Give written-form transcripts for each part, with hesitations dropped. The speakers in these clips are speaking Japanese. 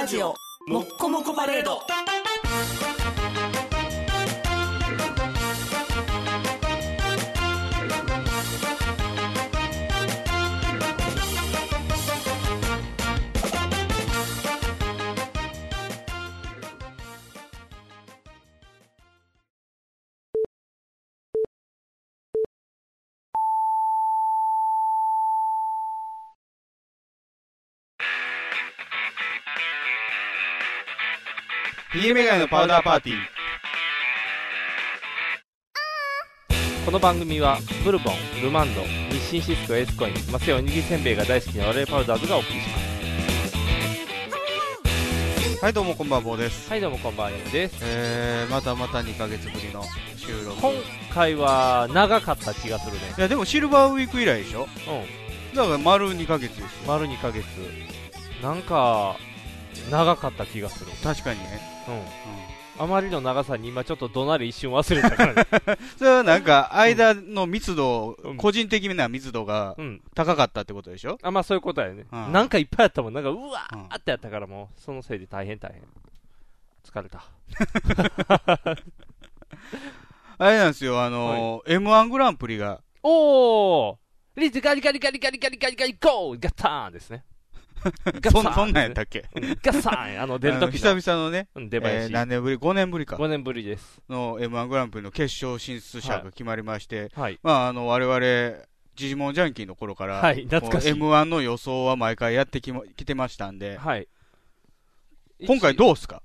ジオもっこもこパレード。 ヒゲメガネのパウダーパーティー。 この番組はブルボン、ルマンド、日清シスコ、エースコイン、マセオおにぎりせんべいが大好きな我々パウダーズがお送りします。 はい、どうもこんばんは、坊です。 はい、どうもこんばんは、です。 また2ヶ月ぶりの収録。 今回は長かった気がするね。 いやでもシルバーウィーク以来でしょ。 うん。 だから丸2ヶ月ですよ。 丸2ヶ月。なんか長かった気がする。 確かにね。 あまりの長さに今ちょっと怒鳴り一瞬忘れたからね。 それはなんか間の密度、個人的な密度が高かったってことでしょ。 まあそういうことやね。なんかいっぱいあったもん。なんかうわーってやったからもうそのせいで大変疲れた。 あれなんですよ、M1 グランプリが。 おーリズガリガリガリガリガリガリガリゴーガッターンですね。 そんなんやったっけ。 ガッサーン出るとき久々のね、 出囃子。 何年ぶり ?5 年ぶりか。 5年ぶりです。 の M1 グランプリの決勝進出者が決まりまして、 はい。 まあ我々、ジジモンジャンキーの頃から、 はい、懐かしい。 M1 の予想は毎回やってきてましたんで、 はい。 今回どうすか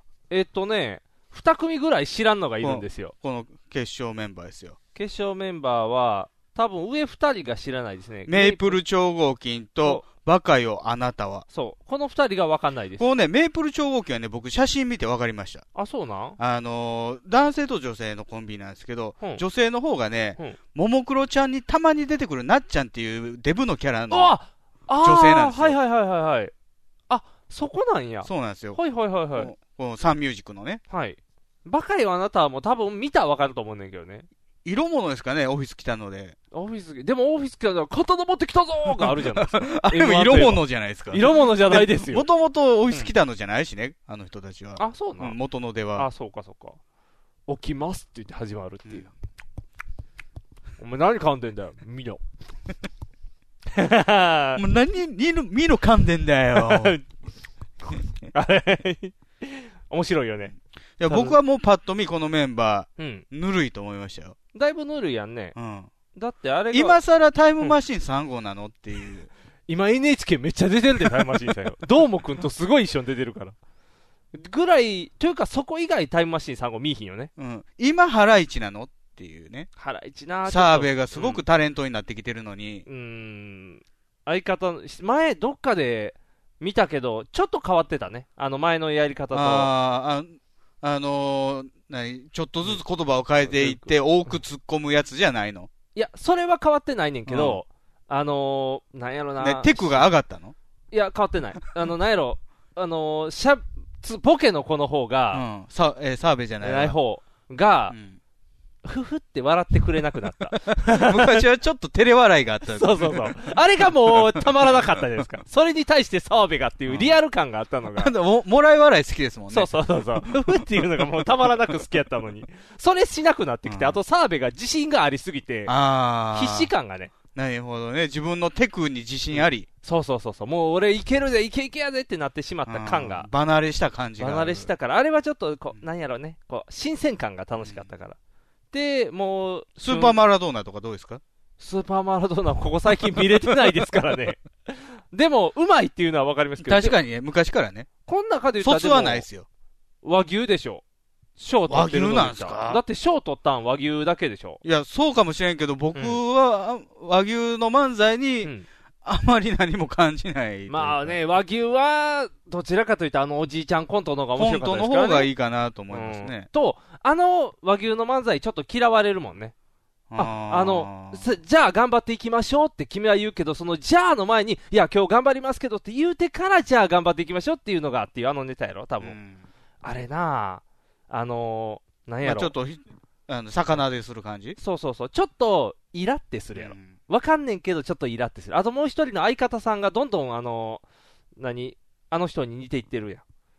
2組ぐらい知らんのがいるんですよ。 この決勝メンバーですよ。 決勝メンバーは、多分上2人が知らないですね。 メイプル超合金と、バカよあなたは。 そう。この2人が分かんないです。 このね、メイプル超合金はね、僕写真見て分かりました。 あ、そうなん？ 男性と女性のコンビなんですけど、女性の方がね、ももクロちゃんにたまに出てくるなっちゃんっていうデブのキャラの女性なんですよ。 はいはいはいはいはい。あ、そこなんや。 そうなんですよ。 はいはいはいはい。 このサンミュージックのね。 はい。バカよあなたはもう多分見たら分かると思うねんけどね。 色物ですかね、オフィス来たので。 でもオフィス来たら、刀持ってきたぞーがあるじゃないですか。 あれも色物じゃないですか。 色物じゃないですよ。 もともとオフィス来たのじゃないしね、あの人たちは。 あ、そうな。 元の出は。 あ、そうかそうか。起きますって言って始まるっていう。お前何噛んでんだよ、見ろ。 もう何、見ろ噛んでんだよ。 あれ面白いよね。 いや、僕はもうパッと見このメンバー、ぬるいと思いましたよ。 だいぶぬるいやんね。だってあれが。 今更タイムマシーン3号なのっていう。 今 NHK めっちゃ出てるで、タイムマシーンさんよ。どーもくんとすごい一緒に出てるから。ぐらい、というかそこ以外タイムマシーン3号見いひんよね。 今ハライチなのっていうね。 ハライチな澤部がすごくタレントになってきてるのに。 相方、前どっかで見たけど、ちょっと変わってたね。前のやり方と。 ちょっとずつ言葉を変えていって、多く突っ込むやつじゃないの？ いや、それは変わってないねんけど、なんやろな。 ね、テクが上がったの？ いや、変わってない。なんやろ、ボケの子の方が、 澤部じゃない方が、ふふって笑ってくれなくなった。 昔はちょっと照れ笑いがあった。 そうそうそう。あれがもうたまらなかったじゃないですか。それに対して澤部がっていうリアル感があったのが。 もらい笑い好きですもんね。 そうそうそうそう。ふふっていうのがもうたまらなく好きやったのに。それしなくなってきて、あと澤部が自信がありすぎて、必死感がね。 なるほどね。自分のテクに自信あり。 そうそうそうそう。もう俺いけるぜ、いけいけやでってなってしまった感が。 離れした感じが。 離れしたから。あれはちょっと、なんやろね。新鮮感が楽しかったから。で、もう、 スーパーマラドーナとかどうですか？ スーパーマラドーナここ最近見れてないですからね。でも、うまいっていうのはわかりますけど。 確かにね、昔からね。 こん中で言ったら。 卒はないですよ。 和牛でしょ。賞取ってるの。 和牛なんすか？ だって賞取ったん和牛だけでしょ。 いや、そうかもしれんけど、僕は、和牛の漫才に、あまり何も感じない。 まあね、和牛は、どちらかというとおじいちゃんコントの方が面白かったですからね。 コントの方がいいかなと思いますね。 和牛の漫才ちょっと嫌われるもんね。じゃあ頑張っていきましょうって君は言うけど、そのじゃあの前に、いや今日頑張りますけどって言うてから、じゃあ頑張っていきましょうっていうのがっていうネタやろ、多分。あれなぁ、なんやろ。 ちょっと、魚でする感じ？ そうそうそう。ちょっと、イラってするやろ。わかんねんけど、ちょっとイラってする。あともう一人の相方さんがどんどんあの人に似ていってるやん。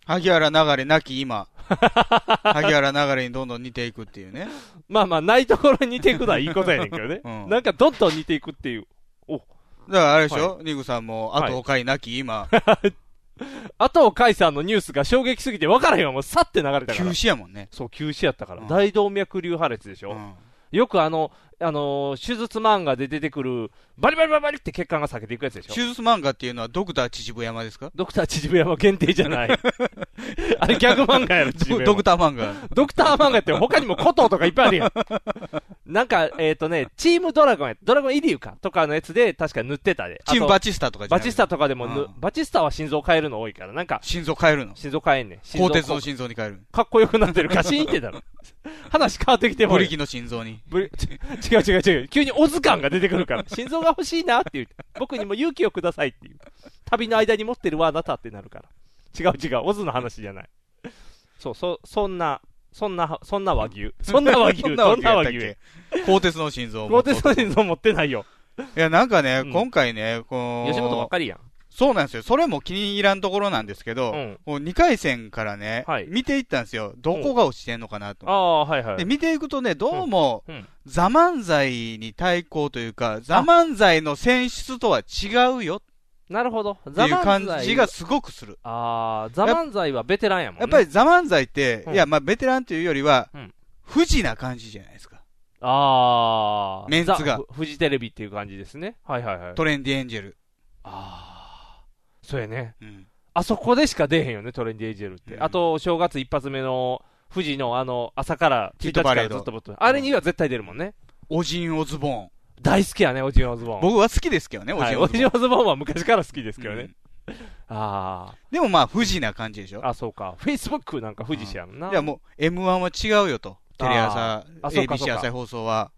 萩原流れなき今。萩原流れにどんどん似ていくっていうね。 まあまあ、ないところに似ていくのはいいことやねんけどね。なんかどんどん似ていくっていう。 だからあれでしょ、ニグさんも、後をかいなき今。 後をかいさんのニュースが衝撃すぎて分からへんわ。もうさって流れたから。 休止やもんね。 そう、休止やったから。大動脈瘤破裂でしょ。よく手術漫画で出てくる、バリバリバリバリって血管が裂けていくやつでしょ。 手術漫画っていうのはドクター秩父山ですか？ ドクター秩父山限定じゃない。あれギャグ漫画やろ、 ドクター漫画。 ドクター漫画って他にもコトーとかいっぱいあるやん。なんか、チームドラゴンイリュウかとかのやつで確か塗ってたで。 チームバチスタとかじゃない？ バチスタとかでもバチスタは心臓変えるの多いから、なんか。 心臓変えるの？ 心臓変えんねん。 鋼鉄の心臓に変える。 かっこよくなってるかしんってだろ。話変わってきても。 ブリキの心臓に。 違う。急にオズ感が出てくるから。心臓が欲しいなって言う。僕にも勇気をくださいっていう。旅の間に持ってるわ、あなたってなるから。違う。オズの話じゃない。そんな和牛。そんな和牛。 鋼鉄の心臓。 鋼鉄の心臓持ってないよ。 いや、なんかね、今回ね、 吉本ばっかりやん。 そうなんですよ。それも気に入らんところなんですけど、2回戦からね、見ていったんですよ。どこが落ちてんのかなと。で、見ていくとね、どうも、ザ漫才に対抗というか、ザ漫才の選出とは違うよ。 なるほど。 っていう感じがすごくする。 ザ漫才はベテランやもんね。 やっぱりザ漫才って、いや、まあ、ベテランというよりは、富士な感じじゃないですか。メンツが。 フジテレビっていう感じですね。はい。 トレンディエンジェル。 そうやね。あそこでしか出えへんよね、トレンディエンジェルって。あと、正月一発目の、富士の朝から、1日からずっとあれには絶対出るもんね。 オジンオズボーン。 大好きやね、オジンオズボーン。 僕は好きですけどね、オジンオズボーンは昔から好きですけどね。 でもまあ、富士な感じでしょ。 そうか。フェイスブックなんか富士しやんな。 いや、もう、M1 は違うよと。テレ朝、ABC 朝日放送は。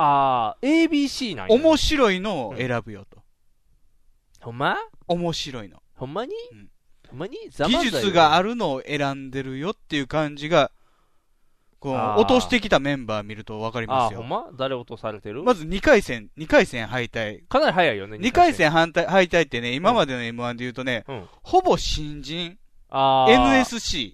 ABC なんや。 面白いのを選ぶよと。 ほんま？ 面白いの。 ほんまに？ほんまに？ 技術があるのを選んでるよっていう感じが、落としてきたメンバー見ると分かりますよ。 ほんま？誰落とされてる？ まず2回戦敗退。 かなり早いよね。 2回戦敗退ってね、今までの M1 で言うとね、ほぼ新人。NSC。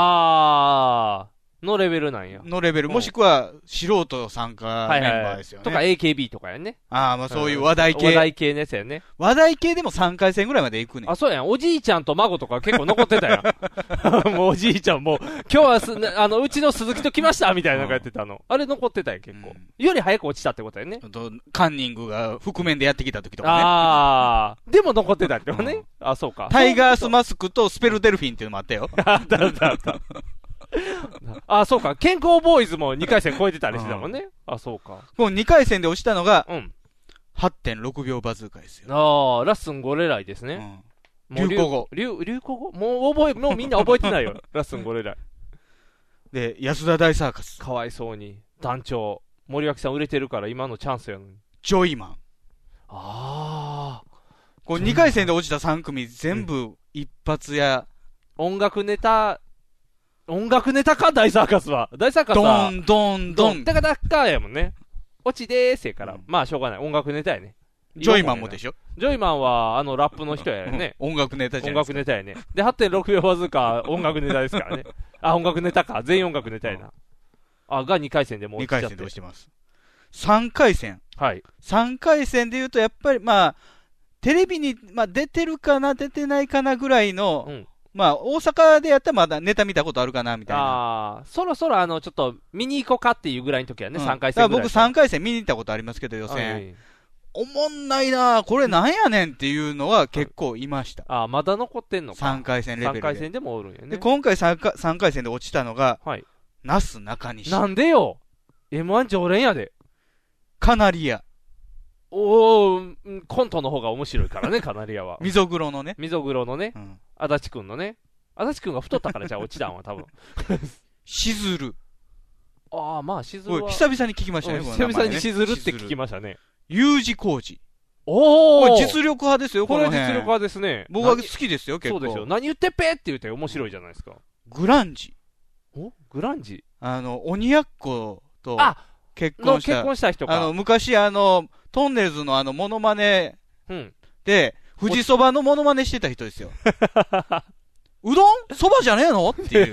のレベルなんや。 のレベル。もしくは、素人参加メンバーですよね。 とか AKB とかやね。 まあそういう話題系。 話題系のやつやね。 話題系でも3回戦ぐらいまで行くね。 そうやん。おじいちゃんと孫とか結構残ってたやん。もうおじいちゃんも、今日はうちの鈴木と来ましたみたいなのがやってたの。あれ残ってたやん、結構。より早く落ちたってことやね。 カンニングが覆面でやってきた時とかね。でも残ってたってことね。そうか。 タイガースマスクとスペルデルフィンっていうのもあったよ。 あった。そうか。健康ボーイズも2回戦超えてたりしてたもんね。そうか。 この2回戦で落ちたのが、8.6 秒バズーカですよ。 ラッスンゴレライですね。 流行語。 流行語もうみんな覚えてないよ。ラッスンゴレライ。 で、安田大サーカス。 かわいそうに。団長。森脇さん売れてるから今のチャンスやのに。 ジョイマン。これ2回戦で落ちた3組全部一発や。 音楽ネタか、大サーカスは。大サーカスは。 ドン。 タカタカやもんね。オチでーすやから。まあ、しょうがない。音楽ネタやね。 ジョイマンもでしょ？ ジョイマンは、ラップの人やね。 音楽ネタじゃん。 音楽ネタやね。で、8.6 秒わずか音楽ネタですからね。音楽ネタか。全員音楽ネタやな。が2回戦でもう 2回戦で落ちてます。3回戦。 はい。 3回戦で言うと、やっぱり、まあ、テレビに、出てるかな、出てないかなぐらいの、大阪でやったらまだネタ見たことあるかな、みたいな。 そろそろちょっと見に行こうかっていうぐらいの時はね、3回戦ぐらい。 僕3回戦見に行ったことありますけど、予選。おもんないなこれなんやねんっていうのは結構いました。 まだ残ってんのか。 3回戦レベルで。 3回戦でもおるんやね。 で、今回3回戦で落ちたのが、なすなかにし。 なんでよ ?M1 常連やで。 カナリア。 コントの方が面白いからね、カナリアは。 溝黒のね。 足立くんのね。足立くんが太ったからじゃあ落ちたんは多分。 しずる。 まあしずるは。 久々に聞きましたね、 久々にしずるって聞きましたね。 U字工事。 これ実力派ですよ、 これ実力派ですね。 僕は好きですよ、結構。 そうですよ。何言ってっぺって言って面白いじゃないですか。 グランジ。 グランジ鬼奴と結婚した人か。 昔トンネルズのモノマネで、富士そばのモノマネしてた人ですよ。 うどんそばじゃねえのっていう。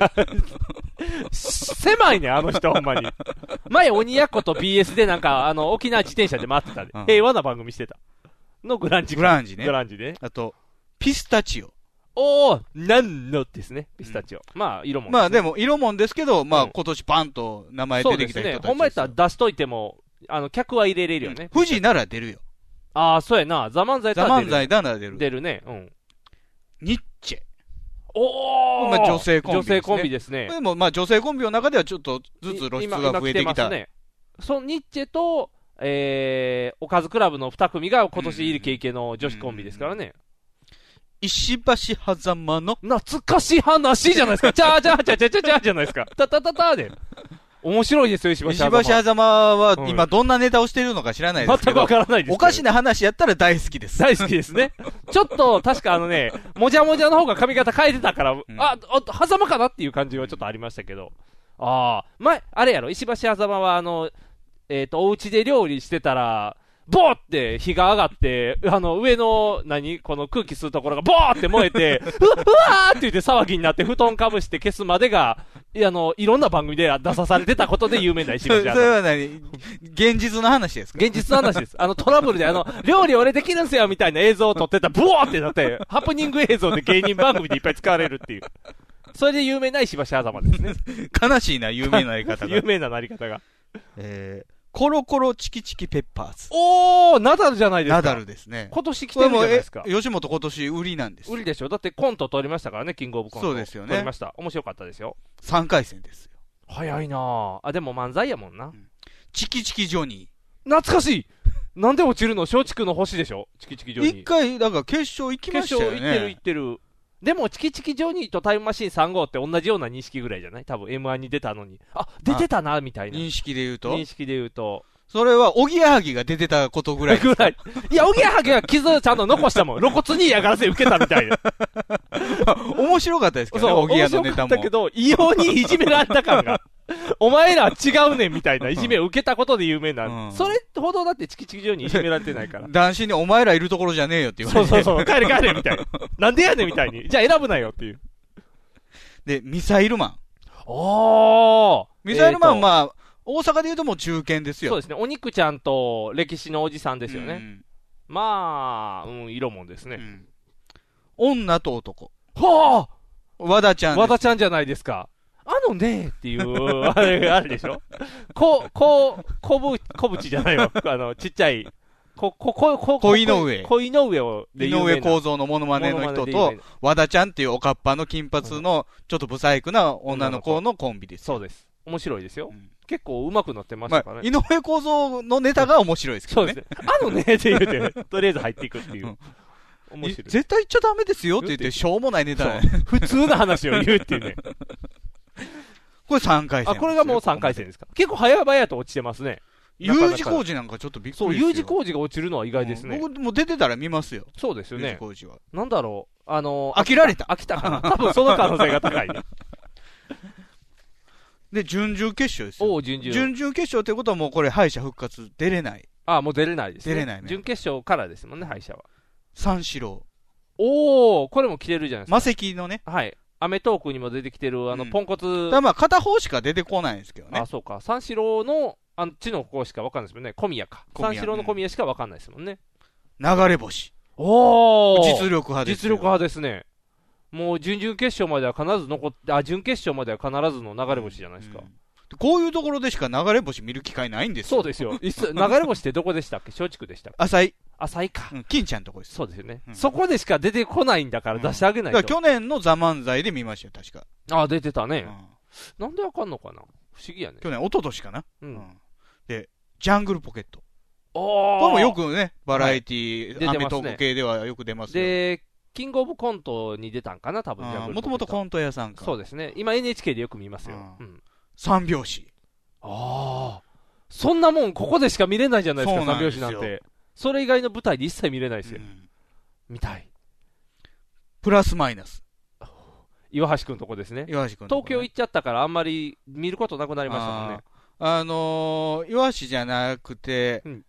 狭いね、あの人ほんまに。前、鬼奴と BS でなんか、沖縄自転車で回ってたで。平和な番組してた。のグランジ。 グランジね。 グランジね。 あと、ピスタチオ。 おー、なんのですね、ピスタチオ。まあ、色もんですね。 まあでも、色もんですけど、まあ今年パンと名前出てきた人たちです。そうですね。 ほんまやったら出しといても、客は入れれるよね。 富士なら出るよ。 ああ、そうやな。ザ・漫才ザ・漫才なら出る。 出るね。うん。 ニッチェ。 おー、 まあ女性コンビですね。 女性コンビですね。 でもまあ女性コンビの中ではちょっとずつ露出が増えてきた。 ね。そのニッチェと、おかずクラブの2組が今年いる経験の女子コンビですからね。 石橋狭間の懐かしい話じゃないですか。チャーチャーチャーチャーチャーチャーじゃないですか。タタタタで。面白いですよ、石橋狭間。 石橋狭間は今どんなネタをしているのか知らないですけど。 全くわからないです。 おかしな話やったら大好きです。 大好きですね。ちょっと確かもじゃもじゃの方が髪型変えてたから、狭間かなっていう感じはちょっとありましたけど。あれやろ、石橋狭間はお家で料理してたら、ボーって火が上がって、上の、この空気吸うところがボーって燃えて、うわーって言って騒ぎになって布団かぶして消すまでが、いろんな番組で出さされてたことで有名な石橋それは現実の話ですか？ 現実の話です。トラブルで料理俺できるんすよみたいな映像を撮ってたら、ボーってなって、ハプニング映像で芸人番組でいっぱい使われるっていう。それで有名な石橋狭間ですね。 悲しいな、有名ななり方が。 有名ななり方が。 コロコロチキチキペッパーズ。 おー、ナダルじゃないですか。 ナダルですね。 今年来てるじゃないですか。 吉本今年売りなんです。 売りでしょ。だってコント取りましたからね、キングオブコント。 そうですよね。 取りました。面白かったですよ。 3回戦ですよ。 早いなぁ。でも漫才やもんな。 チキチキジョニー。懐かしい。なんで落ちるの？松竹の星でしょ、チキチキジョニー。 一回、だから決勝行きましたよね。 決勝行ってる。でも、チキチキジョニーとタイムマシーン3号って同じような認識ぐらいじゃない？多分 M1 に出たのに。出てたな、みたいな。 認識で言うと。 それは、おぎやはぎが出てたことぐらい。 いや、おぎやはぎは傷ちゃんと残したもん。露骨に嫌がらせ受けたみたいな。 面白かったですけどね、おぎやのネタも。 面白かったけど、異様にいじめられた感が。お前ら違うねんみたいないじめを受けたことで有名な。それほどだってチキチキ上にいじめられてないから。 男子にお前らいるところじゃねえよって言われて。 そう、帰れ帰れみたいな。なんでやねんみたいに。じゃあ選ぶなよっていう。 で、ミサイルマン。ミサイルマン、まあ、大阪で言うともう中堅ですよ。 そうですね。お肉ちゃんと歴史のおじさんですよね。まあ、色もんですね。 女と男。 はあ和田ちゃん。 和田ちゃんじゃないですか。ねっていう、あれでしょ。小渕じゃないわ。ちっちゃい、 恋の上。 恋の上を、 井上公造のモノマネの人と、和田ちゃんっていうおかっぱの金髪の、ちょっと不細工な女の子のコンビです。 そうです。面白いですよ。結構上手くなってましたからね。 井上公造のネタが面白いですけどね。 そうですね。って言うて、とりあえず入っていくっていう。 面白い。絶対言っちゃダメですよって言って、しょうもないネタね。 普通な話を言うっていうね。 これ3回戦。 これがもう3回戦ですか。結構早々と落ちてますね。 U 字工事なんかちょっとびっくりですよ。 そう、U 字工事が落ちるのは意外ですね。 僕も出てたら見ますよ。 そうですよね。 U 字工事は。 なんだろう。 飽きられた。 飽きたかな。多分その可能性が高いね。 で、準々決勝ですよ。準々決勝ってことはもうこれ敗者復活出れない。 もう出れないですね。 出れないね。 準決勝からですもんね、敗者は。 三四郎。 これも来てるじゃないですか。 マセキのね。 はい。アメトークにも出てきてる、ポンコツ。 まあ、片方しか出てこないんですけどね。 そうか。三四郎の、あっちの子しかわかんないですもんね。小宮か。三四郎の小宮しかわかんないですもんね。 流れ星。 実力派です。 実力派ですね。もう、準々決勝までは必ず残って、準決勝までは必ずの流れ星じゃないですか。 こういうところでしか流れ星見る機会ないんですよ。そうですよ。流れ星ってどこでしたっけ？松竹でしたっけ？ 浅井か。 金ちゃんとこです。 そうですよね。そこでしか出てこないんだから出してあげないと。 去年のザ・漫才で見ましたよ、確か。 出てたね。なんでわかんのかな？不思議やね。 去年、一昨年かな。で、ジャングルポケット。これもよくね、バラエティー、アメトーク系ではよく出ますよ。 で、キングオブコントに出たんかな、多分。 もともとコント屋さんか。 そうですね。今 NHK でよく見ますよ。 三拍子。 そんなもんここでしか見れないじゃないですか、三拍子なんて。それ以外の舞台で一切見れないですよ。見たい。 プラスマイナス。 岩橋くんとこですね。東京行っちゃったからあんまり見ることなくなりましたもんね。 岩橋じゃなくて、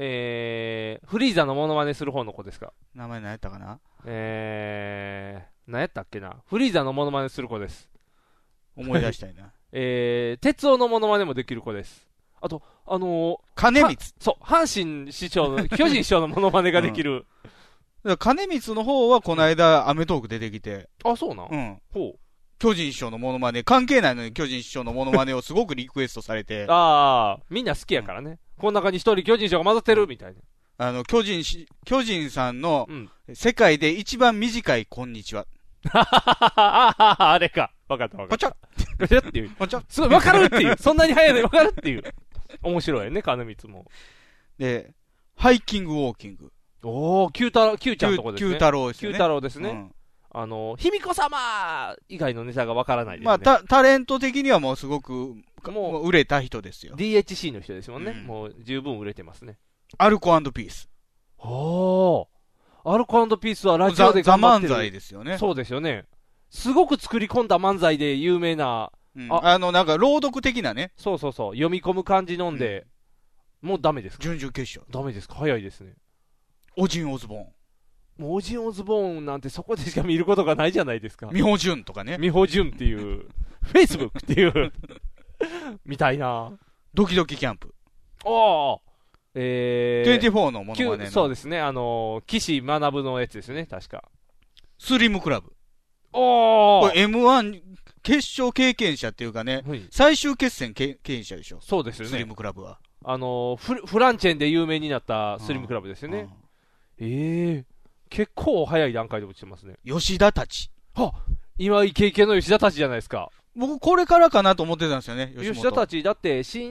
フリーザのモノマネする方の子ですか？ 名前何やったかな？ 何やったっけな？フリーザのモノマネする子です。 思い出したいな。 鉄夫のモノマネもできる子です。あと、 金光。 そう、阪神師匠の、巨人師匠のモノマネができる。 金光の方はこの間、アメトーク出てきて。 あ、そうなん？ うん。 ほう。 巨人師匠のモノマネ、関係ないのに巨人師匠のモノマネをすごくリクエストされて。 ああ、みんな好きやからね。この中に一人巨人師匠が混ざってるみたいな。 巨人さんの、世界で一番短いこんにちは。 あれか。わかったわかった。ポチャっていう。すごいわかるっていう。そんなに早いのにわかるっていう。面白いよね、金光も。 で、ハイキングウォーキング。 おー、Q ちゃんのとこですね。 Q 太郎ですね。 Q 太郎ですね。卑弥呼様以外のネタがわからないですね。 まあ、タレント的にはもうすごく、もう売れた人ですよ。 DHC の人ですもんね。もう十分売れてますね。 アルコ&ピース。 おー。アルコ&ピースはラジオで頑張ってる。 ザ・漫才ですよね。 そうですよね。すごく作り込んだ漫才で有名な。 なんか朗読的なね。 そう。読み込む感じ飲んで、もうダメですか？ 準々決勝。 ダメですか？早いですね。 オジン・オズボーン。 もうオジン・オズボーンなんてそこでしか見ることがないじゃないですか。 美穂純とかね。 美穂純っていう、Facebook っていう、みたいな。 ドキドキキャンプ。 おー。 24のものまねの。 そうですね。岸学のやつですね、確か。 スリムクラブ。 おー。 これ M1 決勝経験者っていうかね、最終決戦経験者でしょ。 そうですよね。 スリムクラブは。 フランチェンで有名になったスリムクラブですよね。結構早い段階で落ちてますね。 吉田たち。 今イケイケの吉田たちじゃないですか。 僕これからかなと思ってたんですよね、 吉田たち。だって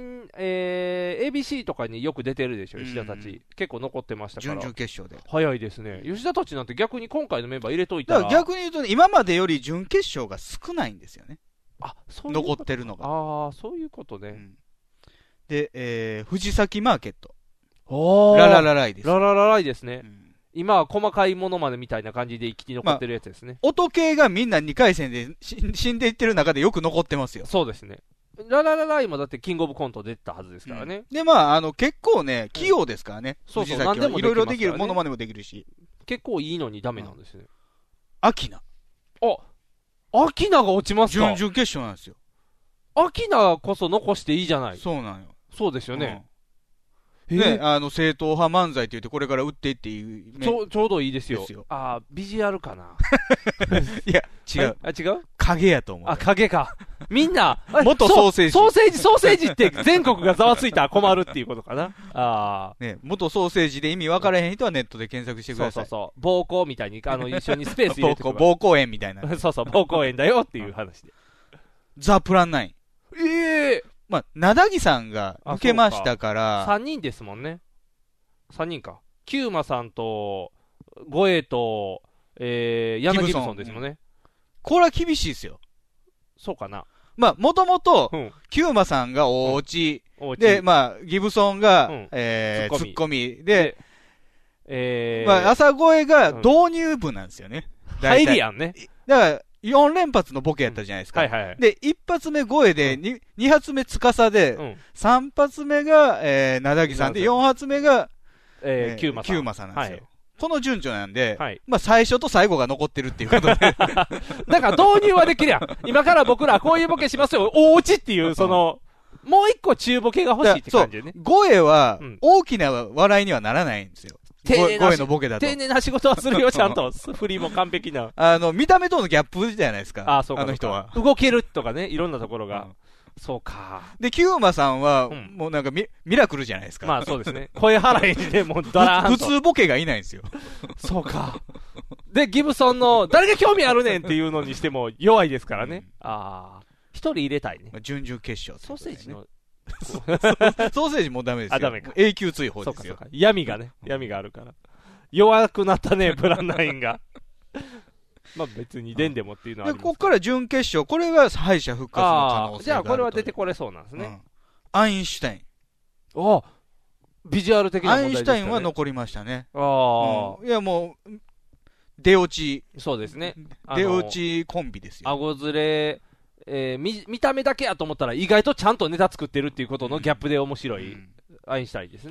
、ABC とかによく出てるでしょ、吉田たち。結構残ってましたから。 準々決勝で。 早いですね。吉田たちなんて逆に今回のメンバー入れといたら。 だから逆に言うとね、今までより準決勝が少ないんですよね。 そういう残ってるのが。 そういうことね。 で、藤崎マーケット。 ラララライです。 ラララライですね。今は細かいものまでみたいな感じで生き残ってるやつですね。 音系がみんな2回戦で死んでいってる中でよく残ってますよ。 そうですね。ラララライもだってキングオブコント出たはずですからね。 で、結構ね、器用ですからね。 そう、 何でもいろいろできるものまでもできるし。 結構いいのにダメなんですね。 アキナ。 アキナが落ちますか？ 準々決勝なんですよ。 アキナこそ残していいじゃない。 そうなんよ。 そうですよね。 ね、正統派漫才って言ってこれから売っていっていう、 ちょうどいいですよ。ビジュアルかな。 いや、違う。 違う？ 影やと思う。 影か。みんな、 元ソーセージ。 ソーセージって全国がざわついたら困るっていうことかな。 ね、元ソーセージで意味分からへん人はネットで検索してください。 そう。膀胱みたいに、一緒にスペース入れてくる。 膀胱炎みたいな。 そう、膀胱炎だよっていう話で。 ザ・プラン9。なだぎさんが受けましたから。 3人ですもんね。3人か。キューマさんと、ゴエと、柳ギブソンですもんね。 これは厳しいですよ。 そうかな。 もともと、キューマさんが大落ち。で、ギブソンが、ツッコミ。で、朝声が導入部なんですよね。 入りやんね。 だから、4連発のボケやったじゃないですか。で、1発目声で、2発目司で、3発目が、なだぎさんで、4発目が、キューマさんなんですよ。この順序なんで、最初と最後が残ってるっていうことで。 だから導入はできるやん。今から僕らこういうボケしますよ。大落ちっていう、もう一個中ボケが欲しいって感じでね。 声は、大きな笑いにはならないんですよ。声のボケだと。 丁寧な仕事はするよ、ちゃんと。振りも完璧な。 見た目とのギャップじゃないですか。 あの人は。 動けるとかね、いろんなところが。そうか。 で、キューマさんは、もうなんかミラクルじゃないですか。 そうですね。声払いにでもうダラーンと。 普通ボケがいないんですよ。 そうか。で、ギブソンの、誰が興味あるねんっていうのにしても弱いですからね。一人入れたいね。 準々決勝。 ソーセージの。 ソーセージもダメですよ。 ダメか。 永久追放ですよ。 闇があるから。弱くなったね、プラン9が。別に出んでもっていうのはあります。 ここから準決勝、これが敗者復活の可能性がある。 じゃあこれは出てこれそうなんですね。 アインシュタイン。 ビジュアル的な問題ですね。 アインシュタインは残りましたね。 いやもう、出落ち。 そうですね。 出落ちコンビですよ。 顎ずれ、見た目だけやと思ったら意外とちゃんとネタ作ってるっていうことのギャップで面白い、アインシュタインですね。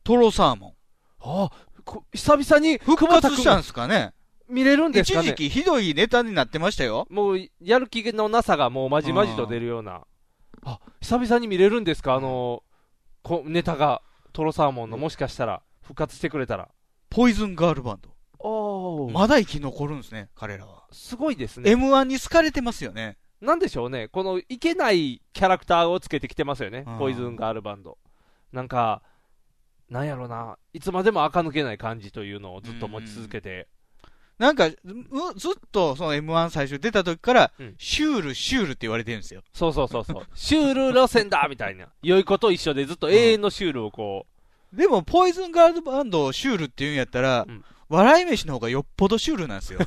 トロサーモン。 久々に復活したんですかね。 見れるんですかね。 一時期ひどいネタになってましたよ。 もう、やる気のなさがもうまじまじと出るような。久々に見れるんですかネタが、トロサーモンのもしかしたら、復活してくれたら。 ポイズンガールバンド。まだ生き残るんですね、彼らは。 すごいですね。 M1 に好かれてますよね。 なんでしょうね。この、いけないキャラクターをつけてきてますよね。ポイズンガールバンド。なんか、なんやろな。いつまでも垢抜けない感じというのをずっと持ち続けて。 なんか、ずっとその M1 最初出た時から、シュールって言われてるんですよ。 そう。シュール路線だみたいな。良い子と一緒でずっと永遠のシュールをこう。でも、ポイズンガールバンドをシュールって言うんやったら、笑い飯の方がよっぽどシュールなんですよ。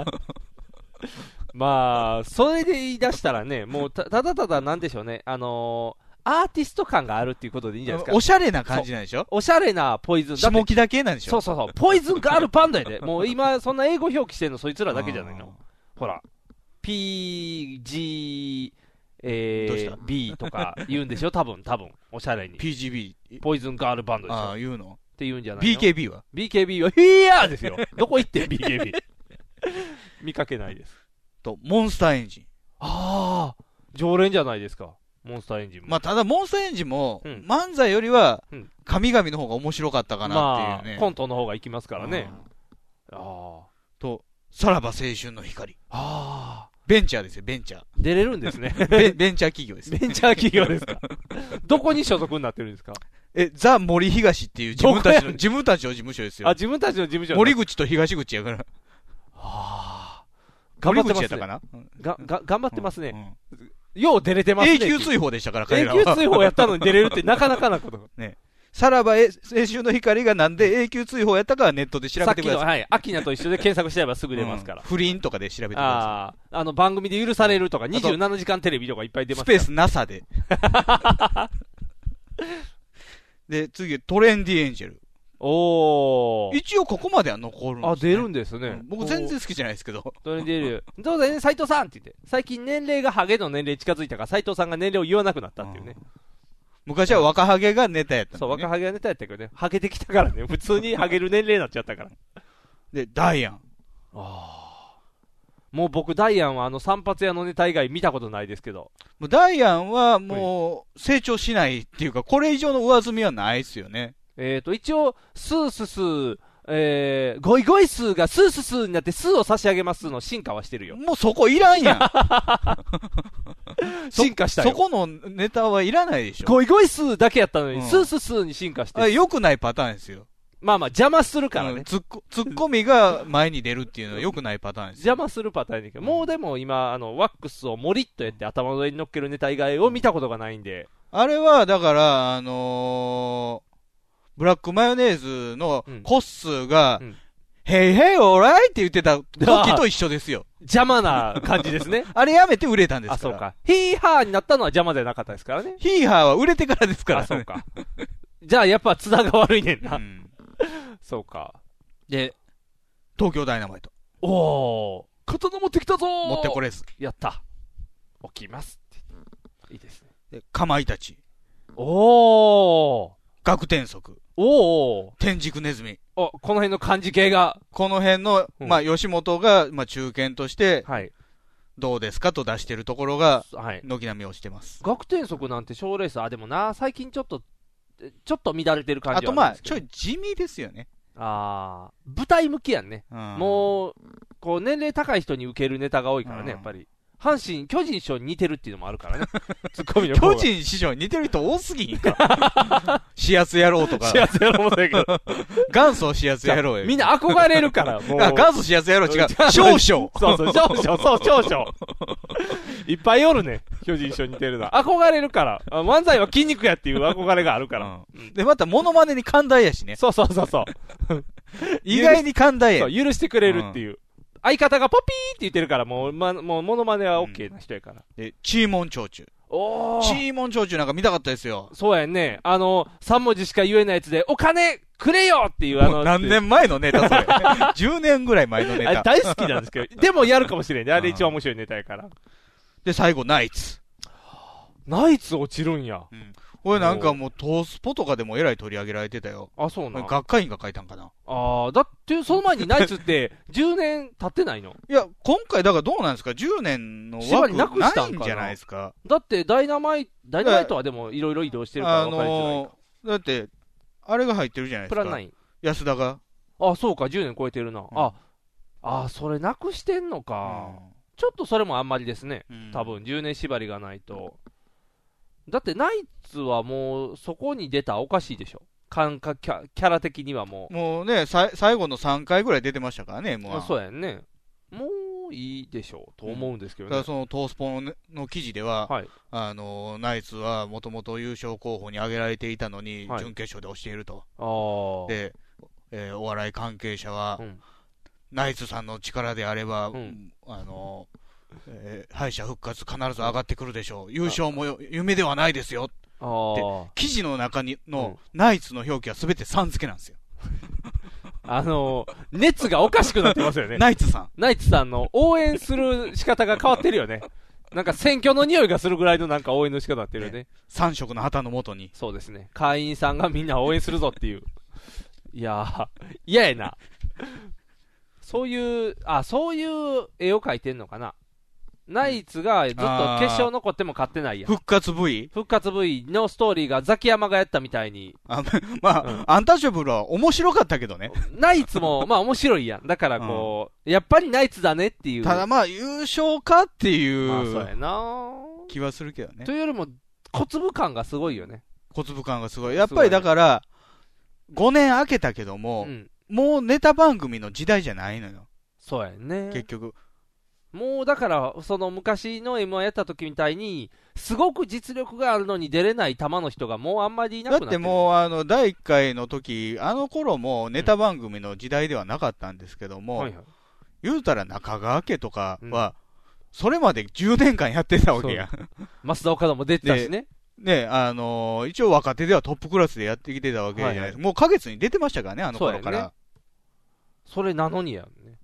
まあ、それで言い出したらね、もうただただなんでしょうね。アーティスト感があるっていうことでいいんじゃないですか。 おしゃれな感じなんでしょ。 おしゃれなポイズン。 下木だけなんでしょ。 そう。ポイズンガールバンドやで。もう今、そんな英語表記してんのそいつらだけじゃないの。ほら。PG、B とか言うんでしょ多分。おしゃれに。 PGB。 ポイズンガールバンドでしょ。 言うのって言うんじゃないの ?BKB は ?BKB は、ヒーヤーですよ。どこ行ってん BKB。見かけないです。 と、モンスターエンジン。 常連じゃないですか。モンスターエンジンも。 まあ、ただ、モンスターエンジンも、漫才よりは、神々の方が面白かったかなっていうね。 コントの方が行きますからね。 と、さらば青春の光。ベンチャーですよ、ベンチャー。 出れるんですね。 ベンチャー企業です。 ベンチャー企業ですか。どこに所属になってるんですか。 ザ・森東っていう自分たちの事務所ですよ。 自分たちの事務所。 森口と東口やから。 頑張ってますね。頑張ってますね。よう出れてますね。 永久追放でしたから、彼らは。 永久追放やったのに出れるってなかなかなこと。 ね。さらば青春の光がなんで永久追放やったかはネットで調べてください。 さっきの、はい。アキナと一緒で検索しちゃえばすぐ出ますから。 不倫とかで調べてください。番組で許されるとか、27時間テレビとかいっぱい出ますから。スペース NASA で。で、次、トレンディエンジェル。一応ここまでは残るんですね。 出るんですね。 僕全然好きじゃないですけど。 トレンディエンジェル。どうだね、斉藤さんって言って。最近年齢がハゲの年齢近づいたから、斉藤さんが年齢を言わなくなったっていうね。 昔は若ハゲがネタやった、ね。 そう、若ハゲがネタやったけどね。ハゲてきたからね。普通にハゲる年齢になっちゃったから。 で、ダイアン。 もう僕、ダイアンは散髪屋のネタ以外見たことないですけど。 もうダイアンはもう成長しないっていうか、これ以上の上積みはないですよね。 一応、スーススー、ゴイゴイスーがスーススーになってスーを差し上げますの進化はしてるよ。 もうそこいらんやん。 進化したよ。 そこのネタはいらないでしょ。 ゴイゴイスーだけやったのに、スーススーに進化してる。 良くないパターンですよ。 まあ邪魔するからね。 ツッコミが前に出るっていうのは良くないパターンですよ。邪魔するパターンだけど、もうでも今、ワックスをモリッとやって頭の上に乗っけるネタ以外を見たことがないんで。 あれは、だから、ブラックマヨネーズのコッスーが、ヘイヘイオーライって言ってた時と一緒ですよ。 邪魔な感じですね。 あれやめて売れたんですから。 そうか。ヒーハーになったのは邪魔じゃなかったですからね。 ヒーハーは売れてからですから。 そうか。じゃあやっぱ津田が悪いねんな。そうか。 で、東京ダイナマイト。 刀持ってきたぞー。 持ってこれず。 やった。起きますって。いいですね。 で、かまいたち。学天則。天竺ネズミ。 この辺の漢字系が。 この辺の、吉本が、中堅として、どうですかと出してるところが、軒並みをしてます。 学天則なんて賞レース、でもな、最近ちょっと乱れてる感じはあとちょい地味ですよね。 舞台向きやんね。もう、こう、年齢高い人に受けるネタが多いからね、やっぱり。阪神、巨人師匠に似てるっていうのもあるからね。ツッコミの巨人師匠に似てる人多すぎんか。始圧野郎とか。 始圧野郎もだけど。 元祖始圧野郎や。 みんな憧れるから、もう。 元祖始圧野郎違う。少々。 少々。いっぱいおるね。巨人師匠に似てるの。憧れるから。漫才は筋肉やっていう憧れがあるから。 で、またモノマネに寛大やしね。 そう。 意外に寛大や。 許してくれるっていう。相方がポピーって言ってるから、もうモノマネは OK な人やから。 で、チーモン長州。チーモン長州なんか見たかったですよ。 そうやんね。3文字しか言えないやつで、お金くれよっていう何年前のネタそれ。10年ぐらい前のネタ。 大好きなんですけど、でもやるかもしれんね。あれ一番面白いネタやから。 で、最後、ナイツ。 ナイツ落ちるんや。 これなんかもうトースポとかでもえらい取り上げられてたよ。 あ、そうなん。 学会員が書いたんかな。 だってその前にナイツって10年経ってないの？ いや、今回だからどうなんですか？ 10 年の枠ないんじゃないですか？ だってダイナマイトはでもいろいろ移動してるから分かりづらいか。 だって、あれが入ってるじゃないですか。 プラン9。 安田が。 そうか、10年超えてるな。それなくしてんのか。ちょっとそれもあんまりですね。多分、10年縛りがないと。だってナイツはもうそこに出たらおかしいでしょ。キャラ的にはもう。 もうね、最後の3回ぐらい出てましたからね、もう。 そうやんね。もういいでしょうと思うんですけどね。 だからそのトースポの記事では、ナイツはもともと優勝候補に挙げられていたのに、準決勝で落ちていると。で、お笑い関係者は、ナイツさんの力であれば、敗者復活必ず上がってくるでしょう。優勝も夢ではないですよ。で、記事の中のナイツの表記はすべてさん付けなんですよ。 熱がおかしくなってますよね。 ナイツさんの応援する仕方が変わってるよね。なんか選挙の匂いがするぐらいのなんか応援の仕方になってるよね。 3色の旗のもとに。 そうですね。会員さんがみんな応援するぞっていう。いやー、嫌やな。そういう絵を描いてんのかな。ナイツがずっと決勝残っても勝ってないやん。 復活 V のストーリーがザキヤマがやったみたいに。 アンタッチャブルは面白かったけどね。 ナイツも、面白いやん。だからやっぱりナイツだねっていう。 ただ優勝かっていう。 そうやな気はするけどね。 というよりも、小粒感がすごいよね。 小粒感がすごい。やっぱりだから、5年空けたけども、もうネタ番組の時代じゃないのよ。 そうやね。 結局。 もうだから、その昔の M1 やった時みたいに、すごく実力があるのに出れない玉の人がもうあんまりいなくなってる。 だってもう第1回の時、あの頃もネタ番組の時代ではなかったんですけども、言うたら中川家とかは、それまで10年間やってたわけや。 増田岡田も出てたしね。 ね、一応若手ではトップクラスでやってきてたわけじゃないですか。もう花月に出てましたからね、あの頃から。 それなのにやんね。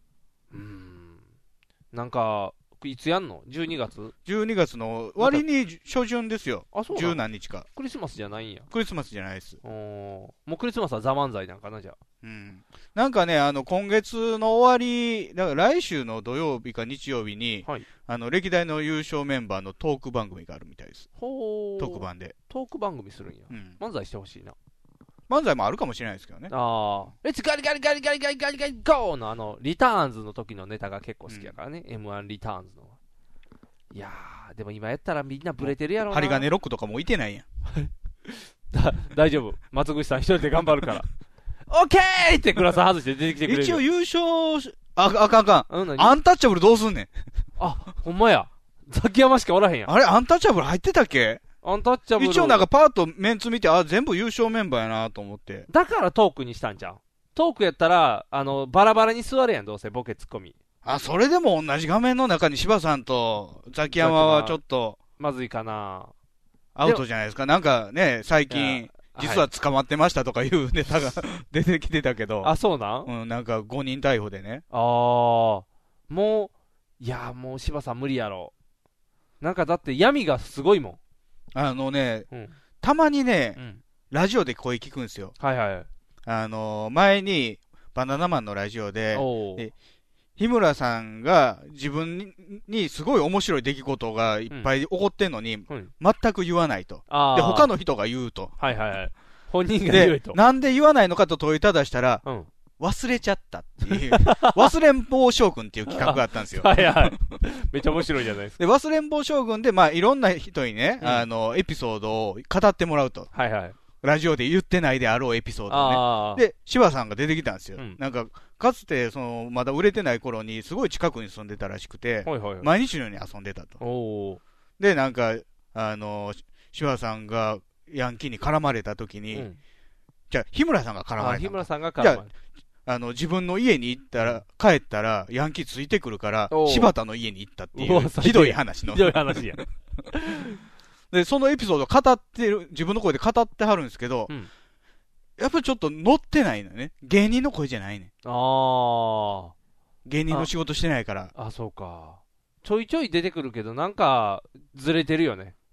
なんか、いつやんの ?12 月 ?12 月の割に初旬ですよ。 10 何日か。 クリスマスじゃないんや。 クリスマスじゃないです。 もうクリスマスはザ漫才なんかな、じゃあ。 なんかね、今月の終わり、だから来週の土曜日か日曜日に、歴代の優勝メンバーのトーク番組があるみたいです。特番で。 トーク番組するんや。漫才してほしいな。 漫才もあるかもしれないですけどね。 レッツガリガリガリガリガリガリガリゴーのリターンズの時のネタが結構好きやからね。M1 リターンズの。いやー、でも今やったらみんなブレてるやろな。 針金ロックとかもういてないやん。 大丈夫。松口さん一人で頑張るから。オッケーってクラス外して出てきてくれる。 一応優勝あかん。アンタッチャブルどうすんねん。 ほんまや。ザキヤマしかおらへんやん。 あれアンタッチャブル入ってたっけ？ アンタッチャブル。 一応なんかパートメンツ見て、全部優勝メンバーやなと思って。 だからトークにしたんじゃん。トークやったら、バラバラに座るやん、どうせ、ボケツッコミ。 それでも同じ画面の中に柴さんとザキヤマはちょっと。 まずいかな。 アウトじゃないですか。なんかね、最近、実は捕まってましたとかいうネタが出てきてたけど。 そうなん？ なんか5人逮捕でね。 もう柴さん無理やろ。なんかだって闇がすごいもん。 たまにね、ラジオで声聞くんですよ。前に、バナナマンのラジオで、日村さんが自分にすごい面白い出来事がいっぱい起こってんのに、全く言わないと。で、他の人が言うと。 本人が言うと。 なんで言わないのかと問いただしたら、忘れちゃったっていう、忘れん坊将軍っていう企画があったんですよ。 めっちゃ面白いじゃないですか。 で、忘れん坊将軍で、いろんな人にね、エピソードを語ってもらうと。ラジオで言ってないであろうエピソードをね。で、柴さんが出てきたんですよ。なんか、かつて、まだ売れてない頃に、すごい近くに住んでたらしくて、毎日のように遊んでたと。で、なんか、柴さんがヤンキーに絡まれた時に、じゃあ、日村さんが絡まれた。 日村さんが絡まれた。 自分の家に帰ったら、ヤンキーついてくるから、柴田の家に行ったっていう、ひどい話の。 ひどい話や。 で、そのエピソードを自分の声で語ってはるんですけど、やっぱりちょっと乗ってないのね。芸人の声じゃないね。芸人の仕事してないから。 そうか。ちょいちょい出てくるけど、なんか、ずれてるよね。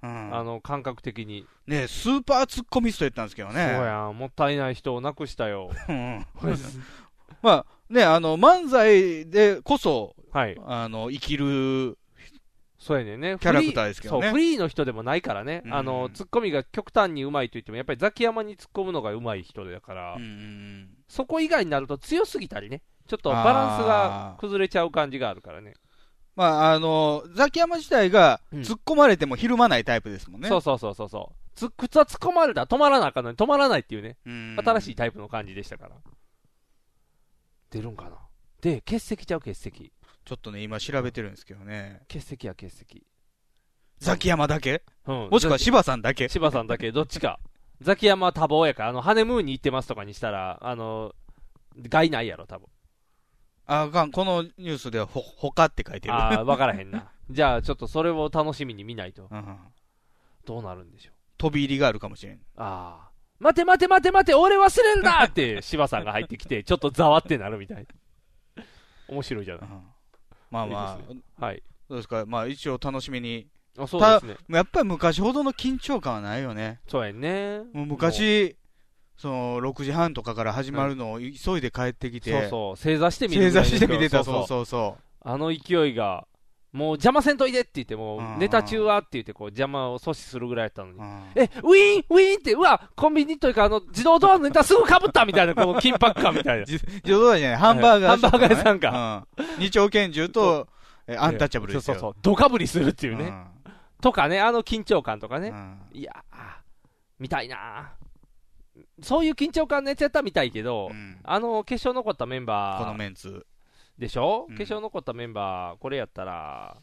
感覚的に。 ね、スーパーツッコミストやったんですけどね。 そうやん、もったいない人を亡くしたよ。 まあ、ね、漫才でこそ、 はい、 生きる、 そうやねんね。 キャラクターですけどね。 そう、フリーの人でもないからね。ツッコミが極端にうまいと言っても、やっぱりザキヤマに突っ込むのがうまい人だから、そこ以外になると強すぎたりね。ちょっとバランスが崩れちゃう感じがあるからね。 まあ、ザキヤマ自体が突っ込まれてもひるまないタイプですもんね。 そう。靴は突っ込まれたら止まらなあかんのに止まらないっていうね。新しいタイプの感じでしたから。出るんかな。で、欠席ちゃう、欠席。 ちょっとね、今調べてるんですけどね。 欠席や、欠席。 ザキヤマだけもしくは柴さんだけ柴さんだけ、どっちか。ザキヤマは多忙やから、ハネムーンに行ってますとかにしたら、害ないやろ、多分。 あかん、このニュースでは他って書いてる。 わからへんな。じゃあ、ちょっとそれを楽しみに見ないと。どうなるんでしょう。 飛び入りがあるかもしれん。 待て、俺忘れるなって、柴さんが入ってきて、ちょっとざわってなるみたい。面白いじゃない。 まあ、はい。どうですか、まあ一応楽しみに。 そうですね。 やっぱり昔ほどの緊張感はないよね。 そうやね。 もう昔、6時半とかから始まるのを急いで帰ってきて。 正座して見てた、そう。 あの勢いが、もう邪魔せんといでって言って、もうネタ中はって言って、こう邪魔を阻止するぐらいやったのに。ウィーンって、うわ、コンビニというか、自動ドアのネタすぐ被ったみたいな、この緊迫感みたいな。 自動ドアじゃない、ハンバーガー屋さんか。 二丁拳銃と、アンタッチャブルですよ。 ドカぶりするっていうね。とかね、緊張感とかね。いや見たいなそういう緊張感のやつやったら見たいけど、決勝残ったメンバー。 このメンツ。 でしょ、決勝残ったメンバー、これやったら、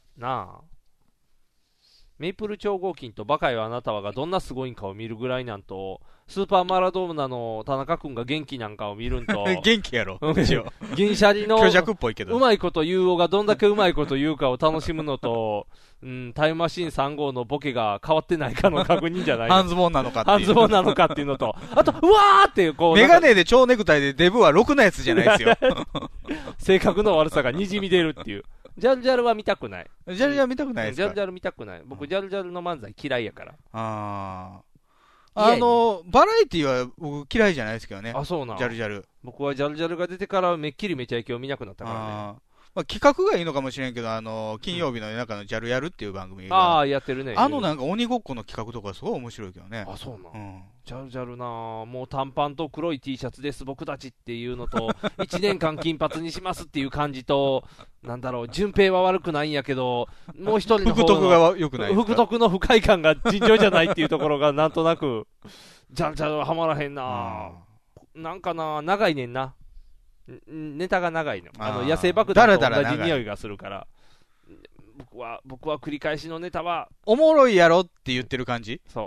メイプル超合金とバカよあなたはがどんなすごいんかを見るぐらいなんと、スーパーマラドーナの田中君が元気なんかを見るんと、 元気やろ、 銀シャリの強弱っぽいけどうまいこと言うおがどんだけうまいこと言うかを楽しむのと、タイムマシーン3号のボケが変わってないかの確認じゃない半ズボンなのかっていう。 半ズボンなのかっていうのと、あと、うわーっていう、こう。 メガネで蝶ネクタイでデブはろくなやつじゃないですよ。 性格の悪さがにじみ出るっていう。ジャルジャルは見たくない。 ジャルジャル見たくないですか？ ジャルジャル見たくない。僕、ジャルジャルの漫才嫌いやから。 バラエティは僕嫌いじゃないですけどね。 そうなん。 ジャルジャル。 僕はジャルジャルが出てからめっきりめちゃイケを見なくなったからね。 まあ、企画がいいのかもしれんけど、金曜日の夜中のジャルやるっていう番組が。 やってるね。 なんか鬼ごっこの企画とかすごい面白いけどね。 そうなん。ジャルジャルなもう短パンと黒い T シャツです僕たちっていうのと、1年間金髪にしますっていう感じと、なんだろう、順平は悪くないんやけど、もう一人の福徳が良くない。 福徳の不快感が尋常じゃないっていうところがなんとなく、ジャルジャルははまらへんなんか長いねんな。ネタが長いの。野生爆弾と同じ匂いがするから。僕は繰り返しのネタは。 おもろいやろって言ってる感じ？ そう。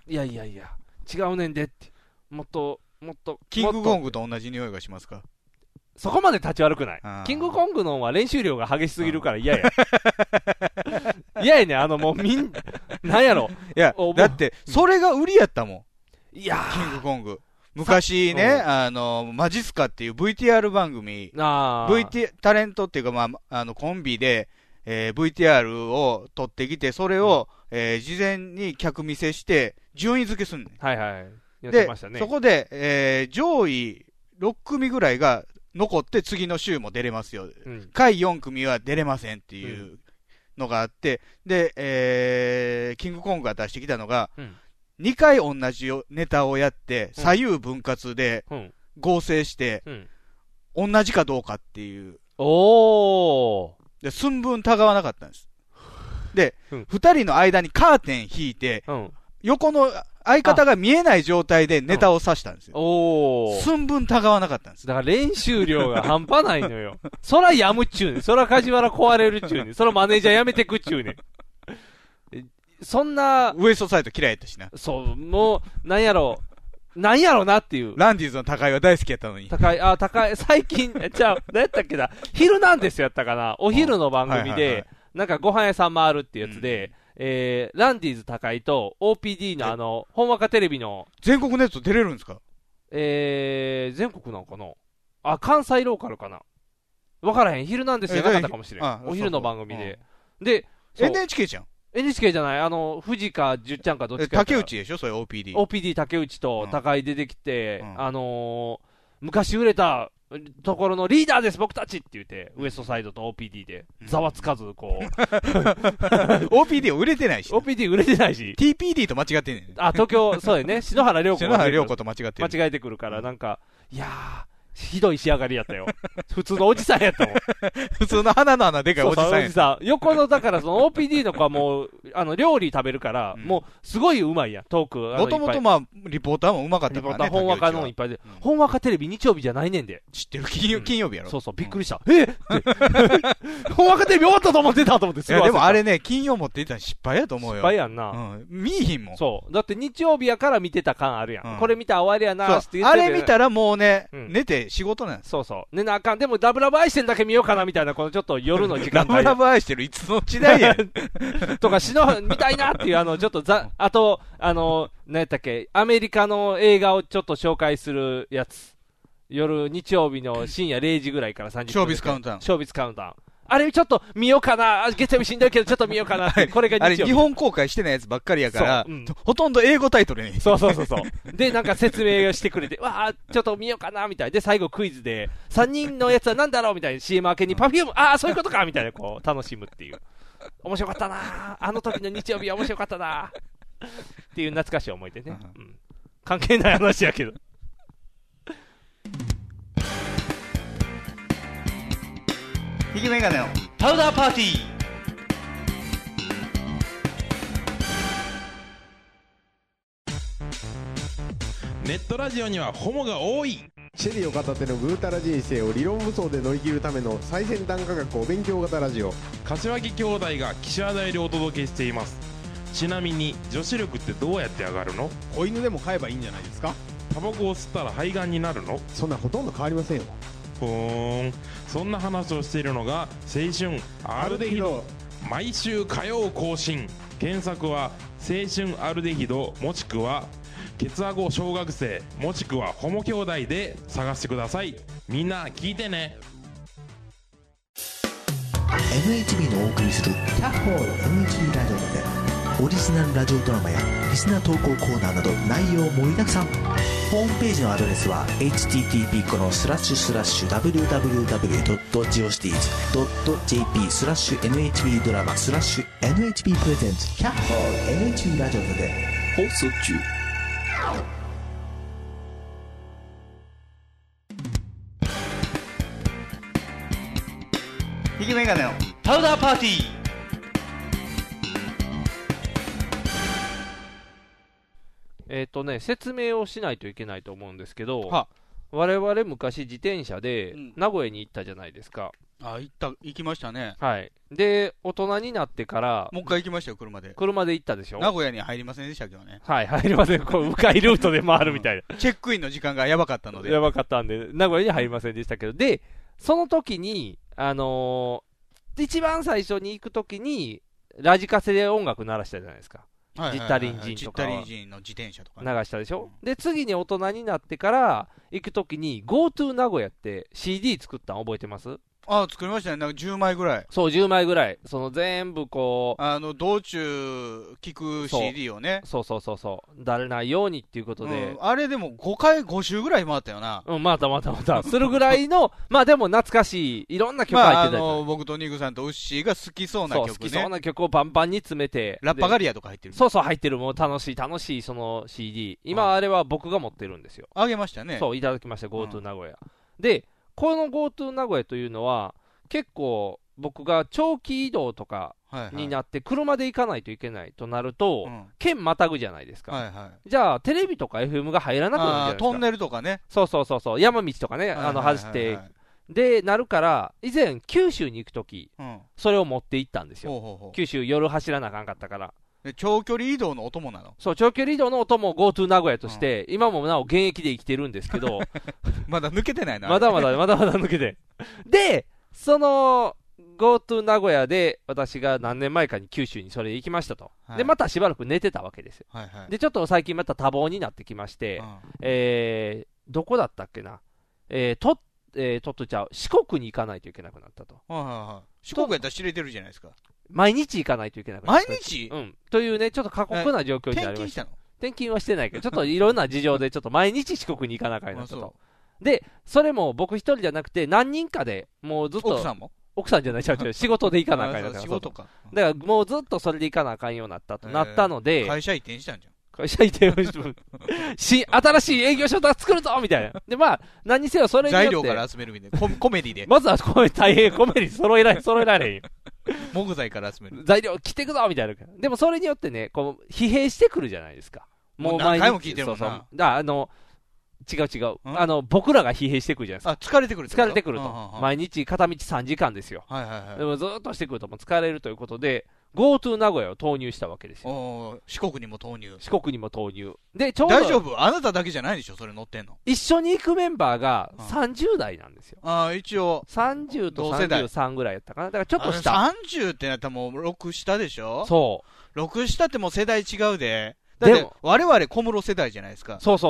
いや、違うねんでって。もっと。 キングコングと同じ匂いがしますか？ そこまで立ち悪くない。キングコングのは練習量が激しすぎるから嫌や。嫌やねもうなんやろ。 いや、だって、それが売りやったもん。いやキングコング。昔ね、マジスカっていう VTR 番組、タレントっていうか、コンビで、VTR を撮ってきて、それを、事前に客見せして、順位付けすんねん。 はいはい。やってましたね。 で、そこで、上位6組ぐらいが残って次の週も出れますよ。下位4組は出れませんっていうのがあって、で、キングコングが出してきたのが、2回同じネタをやって、左右分割で合成して、同じかどうかっていう。で、寸分たがわなかったんです。で、2人の間にカーテン引いて、横の相方が見えない状態でネタを刺したんですよ。寸分たがわなかったんです。 だから練習量が半端ないのよ。そらやむっちゅうねん。そら梶原壊れるっちゅうねん。そらマネージャー辞めてくっちゅうねん。そんな。 ウエストサイド嫌いやったしな。 そう、もう、なんやろなっていう。 ランディーズの高井は大好きやったのに。 高井、最近、じゃあ、何やったっけな。昼なんですよやったかな。お昼の番組で、なんかご飯屋さん回るってやつで、ランディーズ高井と OPD の本若テレビの。 全国ネット出れるんですか？ 全国なんかな。関西ローカルかな。わからへん。昼なんですよなかったかもしれん。お昼の番組で。で、 NHK じゃん。 NHK じゃない、富士か十ちゃんかどっちか。 竹内でしょそれ OPD。 OPD 竹内と高井出てきて、昔売れたところのリーダーです僕たちって言って、ウエストサイドと OPD で、ざわつかず、こう。 OPD 売れてないし。 OPD 売れてないし。 TPD と間違ってんねん。 東京、そうやね。篠原涼子。 篠原涼子と間違ってる。 間違えてくるから、なんか、いやー、ひどい仕上がりやったよ。普通のおじさんやったもん。 普通の鼻の穴でかいおじさんや。 そうそうおじさん。横の、だからその OPD の子はもう、料理食べるから、もう、すごいうまいやん、トーク。 もともとまあ、リポーターもうまかったからね。 本若のいっぱいで。本若テレビ日曜日じゃないねんで。 知ってる金曜日やろ。 そうそう、びっくりした。本若テレビ終わったと思ってたと思って、 いや、でもあれね、金曜持っていったら失敗やと思うよ。 失敗やんな。 見えひんもん。 そう。だって日曜日やから見てた感あるやん。これ見たら終わりやなって言ってあれ見たらもうね、寝て仕事なんです。 そうそう。寝なあかん。でも、ラブラブ愛してんだけ見ようかなみたいな、このちょっと夜の時間帯。 ラブラブ愛してるいつの時代やとか、見たいなっていう、ちょっとあと、何やったっけ、アメリカの映画をちょっと紹介するやつ。日曜日の深夜0時ぐらいから30分。 ショービスカウンター。 ショービスカウンター。あれちょっと見ようかな。月曜日しんどいけどちょっと見ようかなって。これが日曜日。 あれ日本公開してないやつばっかりやから、ほとんど英語タイトルね。 そう。で、なんか説明してくれて、わあちょっと見ようかな、みたいな。で、最後クイズで、3人のやつは何だろうみたいな CM 明けにパフューム、そういうことかみたいな、こう、楽しむっていう。面白かったなあの時の日曜日は面白かったなっていう懐かしい思い出ね。関係ない話やけど。 ひげメガネのパウダーパーティー。 ネットラジオにはホモが多い。 シェリーを片手のぐうたら人生を理論武装で乗り切るための最先端科学お勉強型ラジオ。 柏木兄弟が岸和田よりお届けしています。ちなみに女子力ってどうやって上がるの？ 子犬でも飼えばいいんじゃないですか？ タバコを吸ったら肺がんになるの？ そんなほとんど変わりませんよ。 そんな話をしているのが青春アルデヒド。毎週火曜更新。検索は青春アルデヒドもしくはケツアゴ小学生もしくはホモ兄弟で探してください。みんな聞いてね。 NHB のお送りするキャッホール NHB ラジオでオリジナルラジオドラマやリスナー投稿コーナーなど内容盛りだくさん。ホームページのアドレスは http://www.geocities.jp/NHB ドラマ/NHB プレゼンツキャッホール NHB ラジオで放送中。 ひげメガネのパウダーパーティー。 説明をしないといけないと思うんですけど、我々昔自転車で名古屋に行ったじゃないですか。 行きましたね。 はい。で、大人になってから、 もう一回行きましたよ、車で。 車で行ったでしょ。 名古屋に入りませんでしたけどね。 はい、入りません。こう、迂回ルートで回るみたいな。 チェックインの時間がやばかったので。 やばかったんで、名古屋に入りませんでしたけど、で、その時に、一番最初に行く時に、ラジカセで音楽鳴らしたじゃないですか。ジッタリンジンとか。 ジッタリンジンの自転車とか、 流したでしょ。で、次に大人になってから行くときに GoTo 名古屋って CD 作ったの覚えてます？ 作りましたね。なんか10枚ぐらい。 そう、10枚ぐらい。その全部こう。 道中聞く CD をね。 そう。だれないようにっていうことで。 あれでも5周ぐらい回ったよな。 また。するぐらいの、まあでも懐かしい、いろんな曲入ってたり僕とニグさんとウッシーが好きそうな曲ね。 好きそうな曲をバンバンに詰めて。 ラッパガリアとか入ってる。 そう、入ってる。もう楽しい、その CD。今あれは僕が持ってるんですよ。 あげましたね。 そう、いただきました、GoTo 名古屋。で、この GoTo 名古屋というのは、結構僕が長期移動とかになって車で行かないといけないとなると、県またぐじゃないですか。じゃあテレビとか FM が入らなくなるじゃないですか。 トンネルとかね。 そう山道とかね、走ってでなるから、以前九州に行くとき、それを持って行ったんですよ。九州夜走らなあかんかったから。 長距離移動のお供なの？ そう、長距離移動のお供 GoTo 名古屋として、今もなお現役で生きてるんですけどまだ抜けてないな。 まだ抜けて。で、その GoTo 名古屋で私が何年前かに九州にそれ行きましたと、でまたしばらく寝てたわけですよ、でちょっと最近また多忙になってきまして、どこだったっけな、鳥取ちゃう、四国に行かないといけなくなったと。 四国やったら知れてるじゃないですか。 毎日行かないといけなくな毎日というね、ちょっと過酷な状況になりました。 転勤したの？ 転勤はしてないけど、ちょっといろんな事情で、ちょっと毎日四国に行かなきゃいけないと。で、それも僕一人じゃなくて、何人かで、もうずっと。 奥さんも？ 奥さんじゃない、仕事で行かなあかんようになった。 仕事か。 だからもうずっとそれで行かなあかんようになったとなったので。 会社移転したんじゃん。 会社移転を新しい営業所と作るぞみたいな。で、まあ、何にせよそれによって。 材料から集めるみたいな。コメディで。 まずは大変コメディ揃えられへんよ。 木材から集める。 材料切ってくぞみたいな。でもそれによってね、こう、疲弊してくるじゃないですか。 もう何回も聞いてるもんな。 違う。僕らが疲弊してくるじゃないですか。疲れてくると。毎日片道3時間ですよ。でもずっとしてくるともう疲れるということで、GoTo 名古屋を投入したわけですよ。 四国にも投入。 で、ちょうど。 大丈夫？あなただけじゃないでしょそれ乗ってんの。 一緒に行くメンバーが30代なんですよ。 一応。 30と33ぐらいやったかな。だからちょっと下。 30ってなったらもう6下でしょ？ そう。 6下ってもう世代違うで。だって我々小室世代じゃないですか。 そう。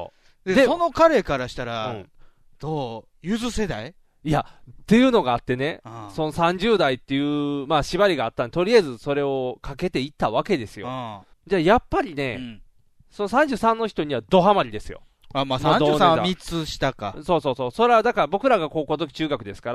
で、その彼からしたら、ゆず世代？ いや、っていうのがあってね、その30代っていう、まあ縛りがあったんで、とりあえずそれをかけていったわけですよ。じゃあやっぱりね、その33の人にはドハマりですよ。 まあ33は3つ下か。 そう。それはだから僕らが高校の時中学ですから、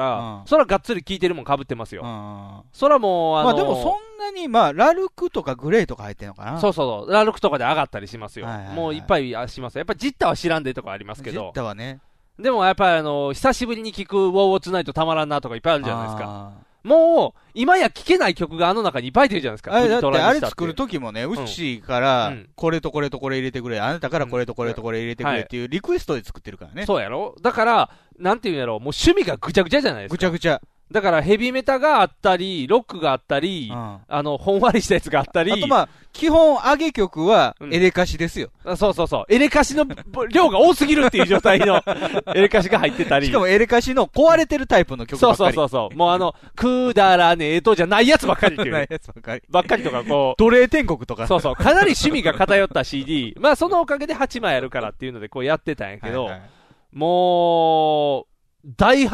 それはがっつり聞いてるもん被ってますよ。それはもうまあでもそんなに、ラルクとかグレーとか入ってんのかな。 そう。ラルクとかで上がったりしますよ。もういっぱいします。やっぱりジッタは知らんでとかありますけど。 ジッタはね。 でもやっぱり久しぶりに聴くウォーウォーツナイトたまらんなとかいっぱいあるじゃないですか。もう、今や聴けない曲があの中にいっぱい出るじゃないですか。 だってあれ作る時もね、うちから、これとこれとこれ入れてくれ、あなたからこれとこれとこれ入れてくれっていうリクエストで作ってるからね。 そうやろ？だから、なんていうんやろ、もう趣味がぐちゃぐちゃじゃないですか。 ぐちゃぐちゃ。 だからヘビメタがあったり、ロックがあったり、ほんわりしたやつがあったり。 あと基本上げ曲はエレカシですよ。 そう。エレカシの量が多すぎるっていう状態のエレカシが入ってたり。 しかもエレカシの壊れてるタイプの曲ばっかり。 そう。もうくだらねえとじゃないやつばっかりっていう。 ないやつばっかり。 ばっかりとかこう。 奴隷天国とか。 そう。かなり趣味が偏った CD。まあそのおかげで8枚あるからっていうのでこうやってたんやけど、もう、大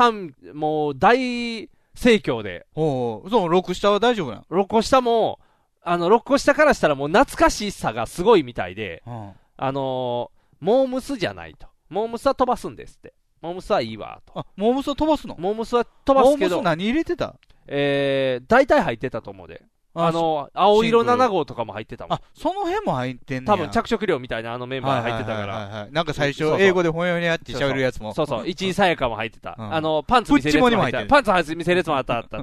盛況で。 そう、6個下は大丈夫なの？ 6個下も、6個下からしたらもう懐かしさがすごいみたいで、モームスじゃないと。モームスは飛ばすんですって。モームスはいいわと。 モームスは飛ばすの？ モームスは飛ばすけど。 モームス何入れてた？ 大体入ってたと思うで。青色7号とかも入ってたもん。 その辺も入ってんねや。 多分着色料みたいなメンバー入ってたから。 なんか最初、英語でほやにゃって喋るやつも。 そう。一位さやかも入ってた。パンツ見せるやつも入ってた。パンツ見せるやつもあった。て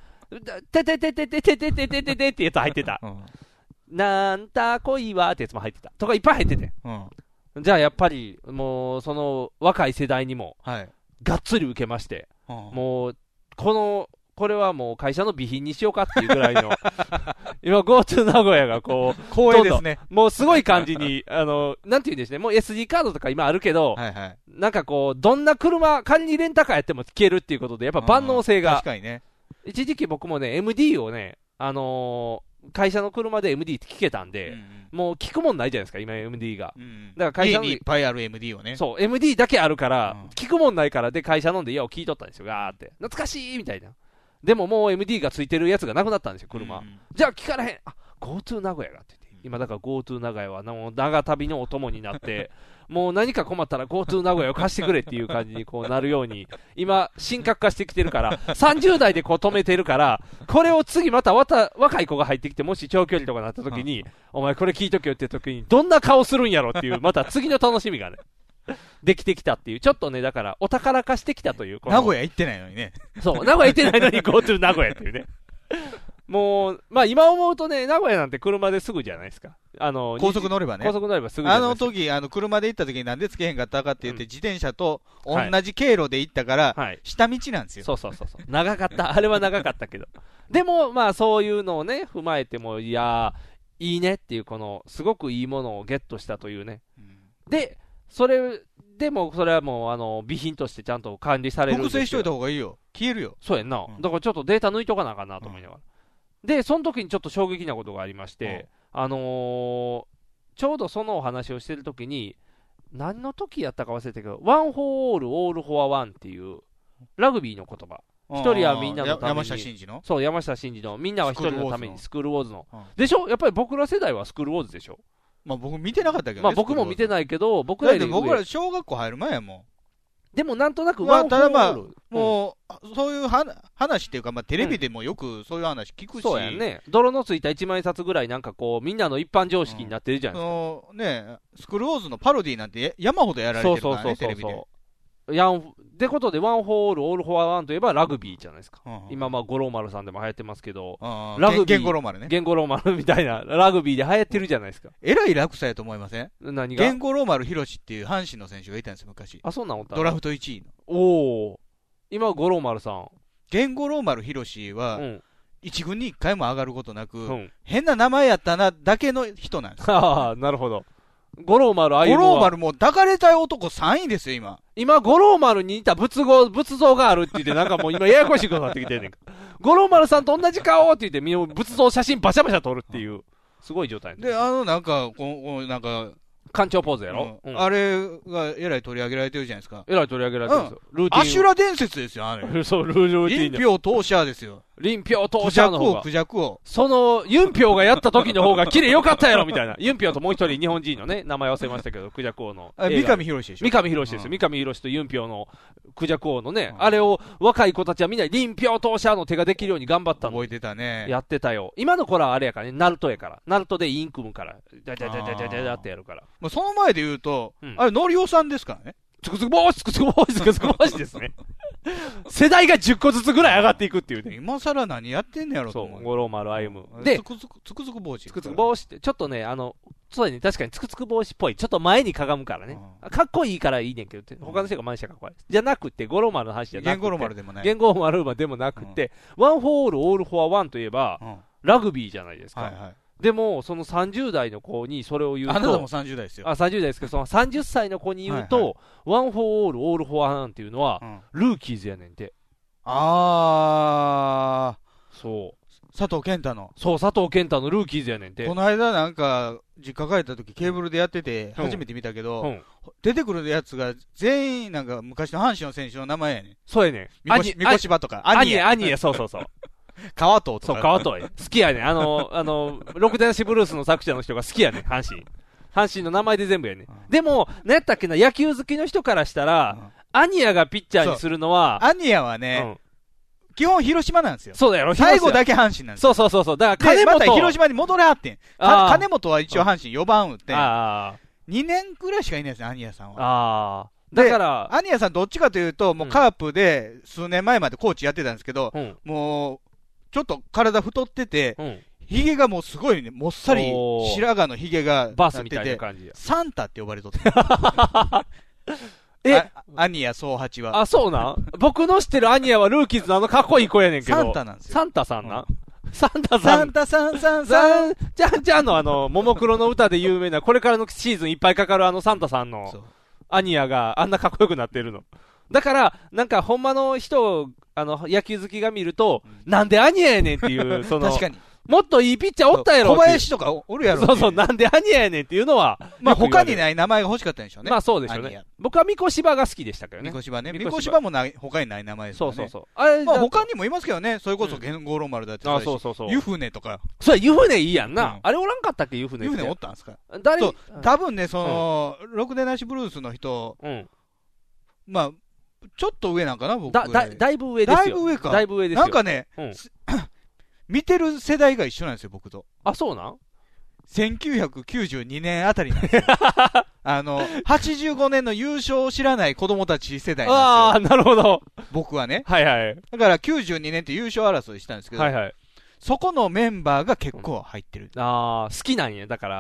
ってやつ入ってた。なんた恋はってやつも入ってた。とかいっぱい入ってて。じゃあやっぱり、もう、その、若い世代にも、がっつり受けまして、もう、これはもう会社の備品にしようかっていうぐらいの、今 GoTo 名古屋がこう、 光栄ですね。 もうすごい感じに、なんていうんですね、もう SD カードとか今あるけど、なんかこう、どんな車、仮にレンタカーやっても聞けるっていうことで、やっぱ万能性が。 確かにね。 一時期僕もね、MD をね、会社の車で MD って聞けたんで、もう聞くもんないじゃないですか、今 MD が。 だから会社にいっぱいある MD をね。 そう、MD だけあるから、聞くもんないからで会社飲んで、いや、聞いとったんですよ、ガーって。懐かしいみたいな。でももう MD がついてるやつがなくなったんですよ、車。じゃあ聞かれへん。GoTo 名古屋がって言って。今だから GoTo 名古屋は長旅のお供になって、もう何か困ったら GoTo 名古屋を貸してくれっていう感じにこうなるように、今、神格化してきてるから、30代でこう止めてるから、これを次また若い子が入ってきて、もし長距離とかなった時に、お前これ聞いとけよって時に、どんな顔するんやろっていう、また次の楽しみがね。できてきたっていう、ちょっとね、だから、お宝化してきたという。 名古屋行ってないのにね。 そう、名古屋行ってないのに GoTo 名古屋っていうね。もう、まあ今思うとね、名古屋なんて車ですぐじゃないですか。 高速乗ればね。 高速乗ればすぐじゃないですか。 時、車で行った時になんでつけへんかったかって言って、自転車と同じ経路で行ったから、下道なんですよ。 そう。長かった。あれは長かったけど。でも、まあそういうのをね、踏まえても、いやー、いいねっていう、この、すごくいいものをゲットしたというね。で、それはもう、備品としてちゃんと管理されるんですよ。 複製しといた方がいいよ。消えるよ。 そうやんな。だからちょっとデータ抜いとかなあかんなと思いながら。で、その時にちょっと衝撃なことがありまして、ちょうどそのお話をしてる時に、何の時やったか忘れたけど、ワンフォーオール、オールフォアワンっていう、ラグビーの言葉。 一人はみんなのために。 山下真司のそう、山下真司の。みんなは一人のために、スクールウォーズの。でしょ？やっぱり僕ら世代はスクールウォーズでしょ？ まあ僕見てなかったけどね。 まあ僕も見てないけど、僕らより僕ら小学校入る前やもん。 でもなんとなくワンフォーただまあ、もう、そういう話っていうか、まあテレビでもよくそういう話聞くし。 そうやね。泥のついた1万円札ぐらいなんかこう、みんなの一般常識になってるじゃないですか。 ね、スクールウォーズのパロディなんて山ほどやられてるからね、テレビで。 ってことで、ワンフォーオール、オールフォアワンといえばラグビーじゃないですか。今、まあ、五郎丸さんでも流行ってますけど、 ラグビー。ゲンゴロー丸ね。 ゲンゴロー丸みたいな、ラグビーで流行ってるじゃないですか。 えらい落差やと思いません？ 何が？ ゲンゴロー丸博士っていう阪神の選手がいたんですよ、昔。 あ、そんなんおった？ ドラフト1位の。 おー。今、五郎丸さん。 ゲンゴロー丸博士は、一軍に一回も上がることなく、変な名前やったな、だけの人なんです。 ああ、なるほど。五郎丸五郎丸も抱かれたい男3位ですよ、今。 今、五郎丸に似た仏像があるって言って、なんかもう今ややこしくなってきてんねんか。五郎丸さんと同じ顔って言って、仏像写真バシャバシャ撮るっていう、すごい状態で、なんか、なんか、 艦長ポーズやろ、 あれがえらい取り上げられてるじゃないですか。 えらい取り上げられてるんですよ。 ルーティン。アシュラ伝説ですよ、あれ。 そう、ルーティン。 臨氷当社ですよ。 臨氷当社の方が。 クジャクを。 その、ユンピョウがやった時の方が綺麗よかったやろ、みたいな。ユンピョウともう一人日本人のね、名前忘れましたけど、クジャク王の。 三上博史でしょ。 三上博史ですよ。三上博史とユンピョウのクジャク王のね、あれを若い子たちはみんな臨氷当社の手ができるように頑張ったの。 覚えてたね。 やってたよ。今の子らはあれやからね、ナルトやから。ナルトでイン組むから。じゃってやるから。 もうその前で言うと、あれ、のりおさんですからね。 つくつくぼーし、つくつくぼーし、つくつくぼーしですね。世代が10個ずつぐらい上がっていくっていうね。 今更何やってんねやろと思う。 そう、五郎丸歩む。で、 つくつく帽子。 つくつく帽子って、ちょっとね、そうだね、確かにつくつく帽子っぽい。ちょっと前にかがむからね。かっこいいからいいねんけど、他の人が真似したらかっこいい。じゃなくて、五郎丸の話じゃなくて。 ゲンゴロ丸でもない。 ゲンゴロ丸でもなくて、ワンフォーオール、オールフォアワンといえば、ラグビーじゃないですか。でも、その30代の子にそれを言うと。 あなたも30代ですよ。 30代ですけど、その30歳の子に言うと、ワンフォーオール、オールフォアワンっていうのは、ルーキーズやねんて。そう。 佐藤健太の。 そう、佐藤健太のルーキーズやねんて。 この間なんか、実家帰った時ケーブルでやってて、初めて見たけど、出てくるやつが全員なんか昔の阪神の選手の名前やねん。 そうやねん。 三越場とか。 兄や、そうそうそう。 川藤とか。 そう、川藤や。好きやねん。ロクデナシブルースの作者の人が好きやねん、阪神。阪神の名前で全部やねん。でも、何やったっけな、野球好きの人からしたら、アニヤがピッチャーにするのは、 アニヤはね、基本広島なんですよ。 そうだよ、 最後だけ阪神なんですよ。 そう。だから金本。 また広島に戻れはってん。金本は一応阪神4番打って、2年くらいしかいないですね、アニヤさんは。だから、アニヤさんどっちかというと、もうカープで数年前までコーチやってたんですけど、もう、ちょっと体太ってて、髭がもうすごいね、もっさり白髪の髭がバースみたいな感じ。 サンタって呼ばれとって。アニヤ総八は。 あ、そうなん僕の知ってるアニヤはルーキーズのかっこいい子やねんけど。 サンタなんですよ。 サンタさんな。 サンタさん。 じゃんのももクロの歌で有名な、これからのシーズンいっぱいかかるサンタさんのアニヤがあんなかっこよくなってるの。だから、なんかほんまの人、野球好きが見ると、なんでアニヤやねんっていう、 確かに。 もっといいピッチャーおったやろ。 小林とかおるやろ。 そう、なんでアニヤやねんっていうのは。 まあ他にない名前が欲しかったんでしょうね。 まあそうでしょうね。僕は三越芝が好きでしたけどね。 三越芝ね。三越芝も他にない名前ですよね。 そう。 まあ他にもいますけどね。それこそゲンゴロ丸だって。 そう。 湯船とか。 そう、湯船いいやんな。あれおらんかったっけ、湯船って。 湯船おったんですか？そう、多分ね、ロクデナシブルースの人、まあ、ちょっと上なんかな、僕。 だいぶ上ですよ。 だいぶ上か。 だいぶ上ですよ。 なんかね、見てる世代が一緒なんですよ、僕と。 あ、そうなん ?1992 年あたりなんですよ。85年の優勝を知らない子供たち世代なんですよ。 なるほど。 僕はね。 はいはい。 だから92年って優勝争いしたんですけど、そこのメンバーが結構入ってる。 好きなんや、だから。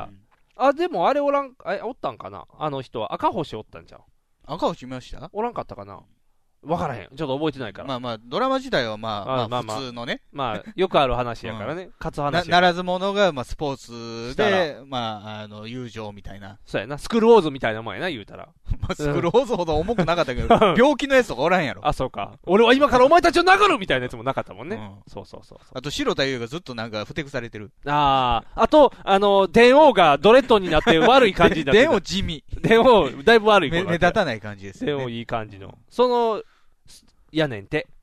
でもあれおったんかな、あの人は。赤星おったんじゃん。 赤星見ました？ おらんかったかな。わからへん。ちょっと覚えてないから。 まあ、ドラマ自体はまあ、普通のね。 まあ、よくある話やからね。勝つ話。 ならず者が、スポーツで、友情みたいな。 そうやな。スクールウォーズみたいなもんやな、言うたら。 スクールウォーズほど重くなかったけど、病気のやつとかおらんやろ。 あ、そうか。俺は今からお前たちを殴るみたいなやつもなかったもんね。そう。 あと、白田優がずっとなんか、ふてくされてる。 あと、電王がドレッドになって悪い感じになってる。 電王地味。 電王、だいぶ悪い子目立たない感じですよね。 電王いい感じの。やねんて。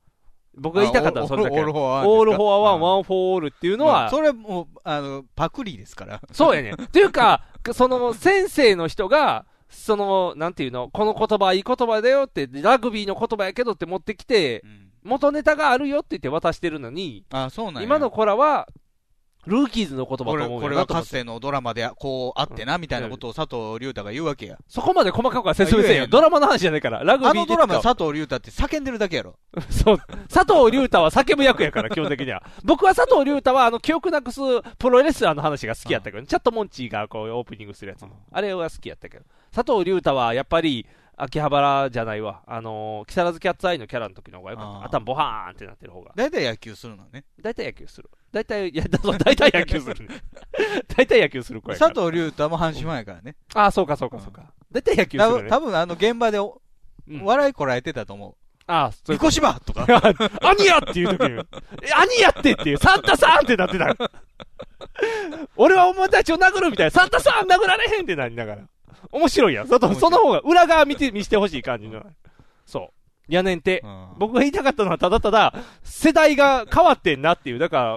僕が言いたかったのはそれだけ。 オールフォアワン。 オールフォアワン、ワンフォーオールっていうのは。 それもパクリですから。 そうやねん。っていうか、先生の人が、なんていうの、この言葉いい言葉だよって、ラグビーの言葉やけどって持ってきて、元ネタがあるよって言って渡してるのに、 そうなんや。 今の子らは、ルーキーズの言葉と思うよ。 これはかつてのドラマでこうあってな、みたいなことを佐藤隆太が言うわけや。 そこまで細かくは説明せんよ。ドラマの話じゃないから。ラグビードラマ佐藤隆太って叫んでるだけやろ。 そう。佐藤隆太は叫ぶ役やから、基本的には。僕は佐藤隆太は記憶なくすプロレスラーの話が好きやったけど、チャットモンチーがこうオープニングするやつ。あれは好きやったけど。佐藤隆太はやっぱり、秋葉原じゃないわ。木更津キャッツアイのキャラの時の方がよかった。頭ボハーンってなってる方が。 大体野球するのね。 大体野球する。大体野球する。大体野球する子やから。佐藤隆太も阪神ファンやからね。 そうか。大体野球する、ね。 多分現場で笑いこらえてたと思う。 そう。 彦島とか。 兄やっていう時に、兄やってっていう、サンタさんってなってた。俺はお前たちを殴るみたいな、サンタさん殴られへんってなりながら。面白いやん。その方が裏側見してほしい感じの。そう。やねんて。僕が言いたかったのはただただ、世代が変わってんなっていう。だから、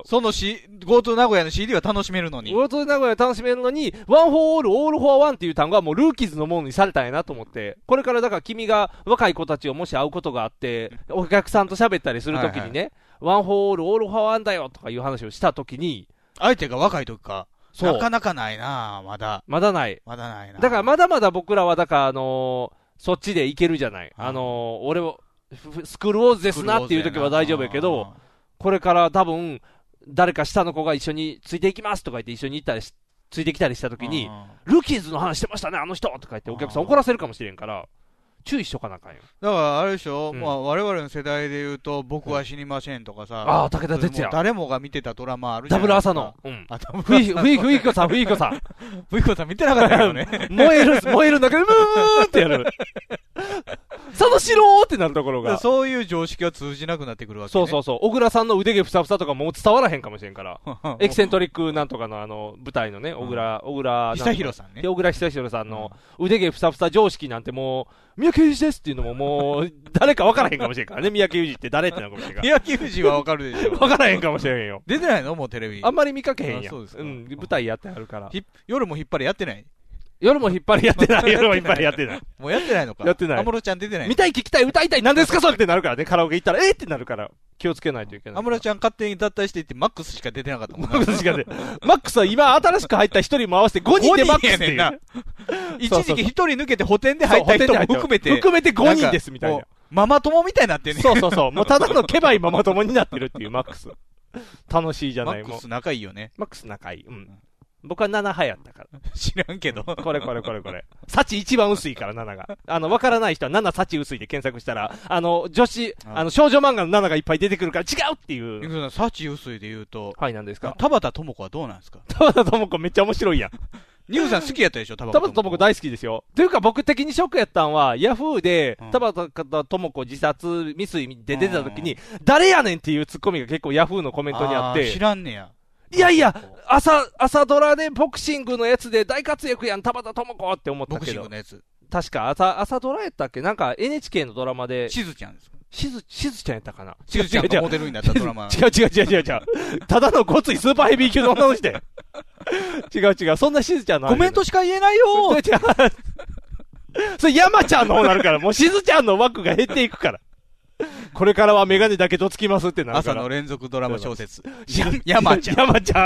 GoTo 名古屋の CD は楽しめるのに。 GoTo 名古屋楽しめるのに、ワンフォーオール、オールフォアワンっていう単語はもうルーキーズのものにされたんやなと思って、これからだから君が若い子たちをもし会うことがあって、お客さんと喋ったりするときにね、ワンフォーオール、オールフォアワンだよとかいう話をしたときに、 相手が若い時か。なかなかないなまだ。 まだない。 まだないな。 だからまだまだ僕らは、だからそっちでいけるじゃない。俺を、スクールウォーズですなっていう時は大丈夫やけど、これから多分、誰か下の子が一緒についていきますとか言って一緒に行ったりついてきたりした時に、ルーキーズの話してましたね、あの人とか言ってお客さん怒らせるかもしれんから、注意しとかなあかんよ。 だからあれでしょ、我々の世代で言うと、僕は死にませんとかさ、 武田鉄矢。 誰もが見てたドラマあるじゃないですか。ダブル朝の。ふいこさん。 ふいこさん見てなかったよね。 燃える中で、ムーってやる。その城ってなるところが。 そういう常識は通じなくなってくるわけね。 そう。小倉さんの腕毛ふさふさとかもう伝わらへんかもしれんから。エキセントリックなんとかの舞台のね、小倉久弘さんね。 小倉久弘さんの腕毛ふさふさ常識なんてもう、三宅裕二ですっていうのももう、誰か分からへんかもしれんからね。三宅裕二って誰ってなるかもしれんから。 三宅裕二は分かるでしょ。 分からへんかもしれんよ。 出てないのもうテレビ。 あんまり見かけへんやん。 そうですか。 舞台やってはるから。 夜も引っ張りやってない？ 夜も引っ張りやってない。 もうやってないのか。 やってない。 安室ちゃん出てない。 見たい、聞きたい、歌いたい、何ですかそれってなるからね。カラオケ行ったら、ってなるから、気をつけないといけない。 安室ちゃん勝手に脱退していって、マックスしか出てなかったもんマックスしか出てマックスは今新しく入った一人も合わせて5人でマックスっていう。 一時期一人抜けて補填で入った人も含めて。 含めて5人ですみたいな。 ママ友みたいになってね。 そう。もうただのケバいママ友になってるっていうマックス。楽しいじゃない。 マックス仲いいよね。 マックス仲いい。僕は7派やったから。 知らんけど。 これ。幸一番薄いから7が。わからない人は7幸薄いで検索したら、少女漫画の7がいっぱい出てくるから違うっていう。 幸薄いで言うと。 はい、何ですか？ 田畑智子はどうなんですか？ 田畑智子めっちゃ面白いやん。 ニューさん好きやったでしょ、田畑智子大好きですよ。というか僕的にショックやったんは、ヤフーで、田畑智子自殺未遂で出てた時に、誰やねんっていうツッコミが結構ヤフーのコメントにあって。 知らんねや。 いや、朝ドラでボクシングのやつで大活躍やん、田畑智子って思ったけど。ボクシングのやつ。確か朝ドラやったっけ？なんか NHK のドラマで。 しずちゃんですか？ しずちゃんやったかな？ しずちゃんがモデルになったドラマ。 違う。ただのごついスーパーヘビー級の女の人や。違う。そんなしずちゃんの。 コメントしか言えないよー。 それ山ちゃんの方になるから、もうしずちゃんの枠が減っていくから。これからはメガネだけとつきますってなるから。 朝の連続ドラマ小説。山ちゃん。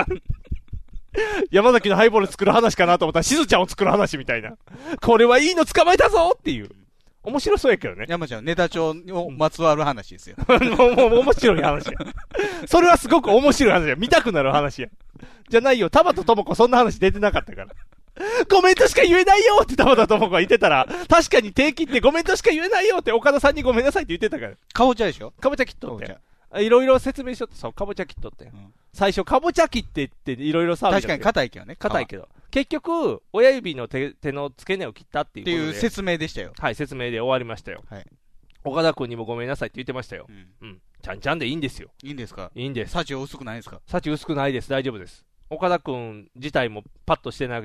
山崎のハイボール作る話かなと思ったら、しずちゃんを作る話みたいな。これはいいの捕まえたぞっていう。面白そうやけどね。 山ちゃん、ネタ帳をまつわる話ですよ。 もう面白い話や。それはすごく面白い話や。見たくなる話や。じゃないよ。田畑智子そんな話出てなかったから。コメントしか言えないよって田畑智子が言ってたら、確かに定期ってコメントしか言えないよって岡田さんにごめんなさいって言ってたから。 かぼちゃでしょ？ かぼちゃキットって。いろいろ説明しよって、そう、かぼちゃキットって。最初、かぼちゃキって言っていろいろ騒いで。 確かに硬いけどね。 硬いけど。結局、親指の手の付け根を切ったっていうことで。 っていう説明でしたよ。 はい、説明で終わりましたよ。はい。岡田くんにもごめんなさいって言ってましたよ。ちゃんちゃんでいいんですよ。 いいんですか？ いいんです。 幸薄くないですか？ 幸薄くないです。大丈夫です。岡田くん自体もパッとしてない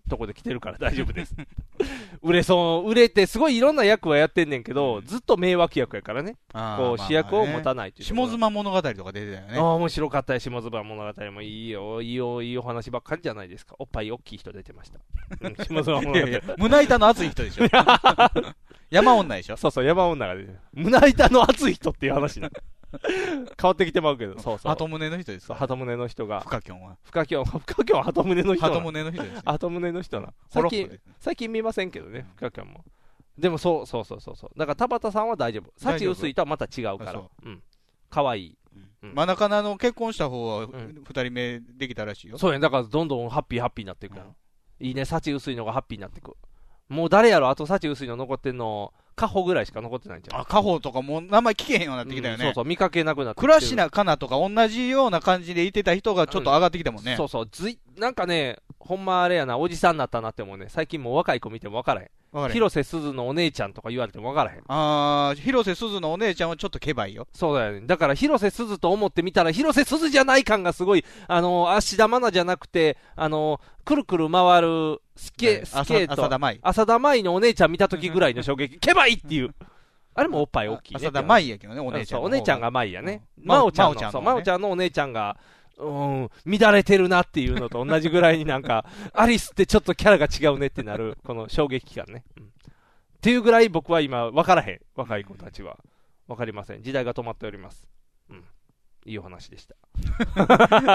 とこで来てるから大丈夫です。売れて、すごいいろんな役はやってんねんけど、ずっと迷惑役やからね。こう、主役を持たないという。 下妻物語とか出てたよね。 面白かったよ、下妻物語もいいお話ばっかりじゃないですか。おっぱい大きい人出てました。下妻物語。 胸板の熱い人でしょ。山女でしょ。 そうそう、山女が出てる。胸板の熱い人っていう話な。変わってきてまうけど、そうそう。 鳩胸の人です。 鳩胸の人が。 深きょんは鳩胸の人。 鳩胸の人です。 鳩胸の人な。最近見ませんけどね、深きょんも。でもそう。だから田畑さんは大丈夫。幸薄いとはまた違うから。うん。かわいい。 真中の結婚した方は2人目できたらしいよ。 そうや、だからどんどんハッピーになっていくから。いいね、幸薄いのがハッピーになっていく。もう誰やろ、あと幸薄いの残ってんの、カホぐらいしか残ってないんちゃう。 カホとかもう名前聞けへんようになってきたよね。 そうそう、見かけなくなってきて倉科かなとか同じような感じでいてた人がちょっと上がってきたもんね。 そうそう、なんかね、ほんまあれやな、おじさんになったなってもね、最近もう若い子見ても分からへん。広瀬すずのお姉ちゃんとか言われても分からへん。 広瀬すずのお姉ちゃんはちょっとケバいよ。 そうだよね。だから広瀬すずと思ってみたら、広瀬すずじゃない感がすごい、芦田愛菜じゃなくて、くるくる回るスケート。浅田舞のお姉ちゃん見た時ぐらいの衝撃。ケバいっていう。あれもおっぱい大きいね。 浅田舞やけどね、お姉ちゃん。 お姉ちゃんが舞やね。真央ちゃんのお姉ちゃんが、乱れてるなっていうのと同じぐらいになんか、アリスってちょっとキャラが違うねってなる、この衝撃感ね。っていうぐらい僕は今、分からへん。若い子たちは。分かりません。時代が止まっております。いいお話でした。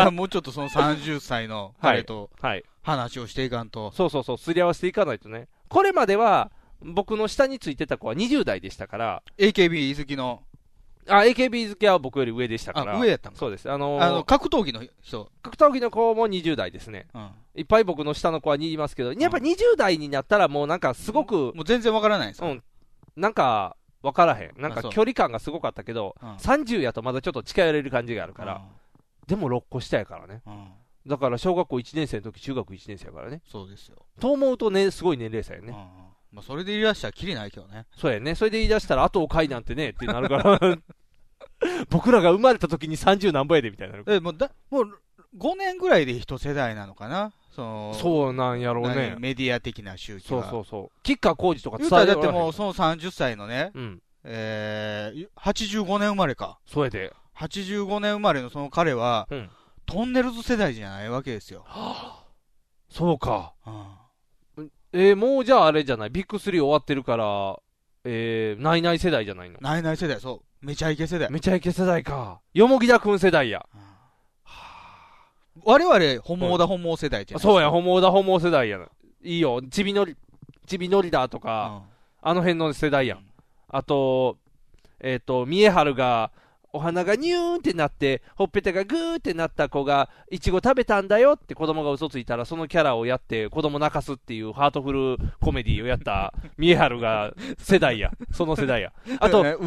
もうちょっとその30歳の彼と話をしていかんと。 そう、すり合わせていかないとね。これまでは、僕の下についてた子は20代でしたから。 AKB 好きの。 AKB 好きは僕より上でしたから。 上やったの？ そうです。 格闘技の人。 格闘技の子も20代ですね。いっぱい僕の下の子は言いますけど、やっぱ20代になったらもうなんかすごく。 もう全然わからないですか？ なんか、わからへん。なんか距離感がすごかったけど、30やとまだちょっと近寄れる感じがあるから。でも6個下やからね。だから小学校1年生の時、中学1年生やからね。 そうですよ。 と思うとね、すごい年齢差やね。 それで言い出したらきりないけどね。 そうやね。それで言い出したら後を買いなんてねってなるから僕らが生まれた時に30何ぼやでみたいになる。 もう5年ぐらいで一世代なのかな。 そうなんやろうね。 メディア的な周期は。 そう。吉川晃司とか伝えられへん。だってもうその30歳のね、85年生まれか。 そうやで。 85年生まれのその彼は、トンネルズ世代じゃないわけですよ。 そうか。もうじゃああれじゃない、ビッグ3終わってるから、ナイナイ世代じゃないの？ ナイナイ世代、そう。めちゃイケ世代。 めちゃイケ世代か。よもぎだくん世代や。 我々、ホモだホモ世代じゃん。 そうや、ホモだホモ世代や。いいよ。ちびのりだとか、あの辺の世代やん。あと、三重春が、お花がニューンってなって、ほっぺたがグーってなった子が、いちご食べたんだよって子供が嘘ついたら、そのキャラをやって、子供泣かすっていうハートフルコメディをやった、三重春が世代や。その世代や。あと、それ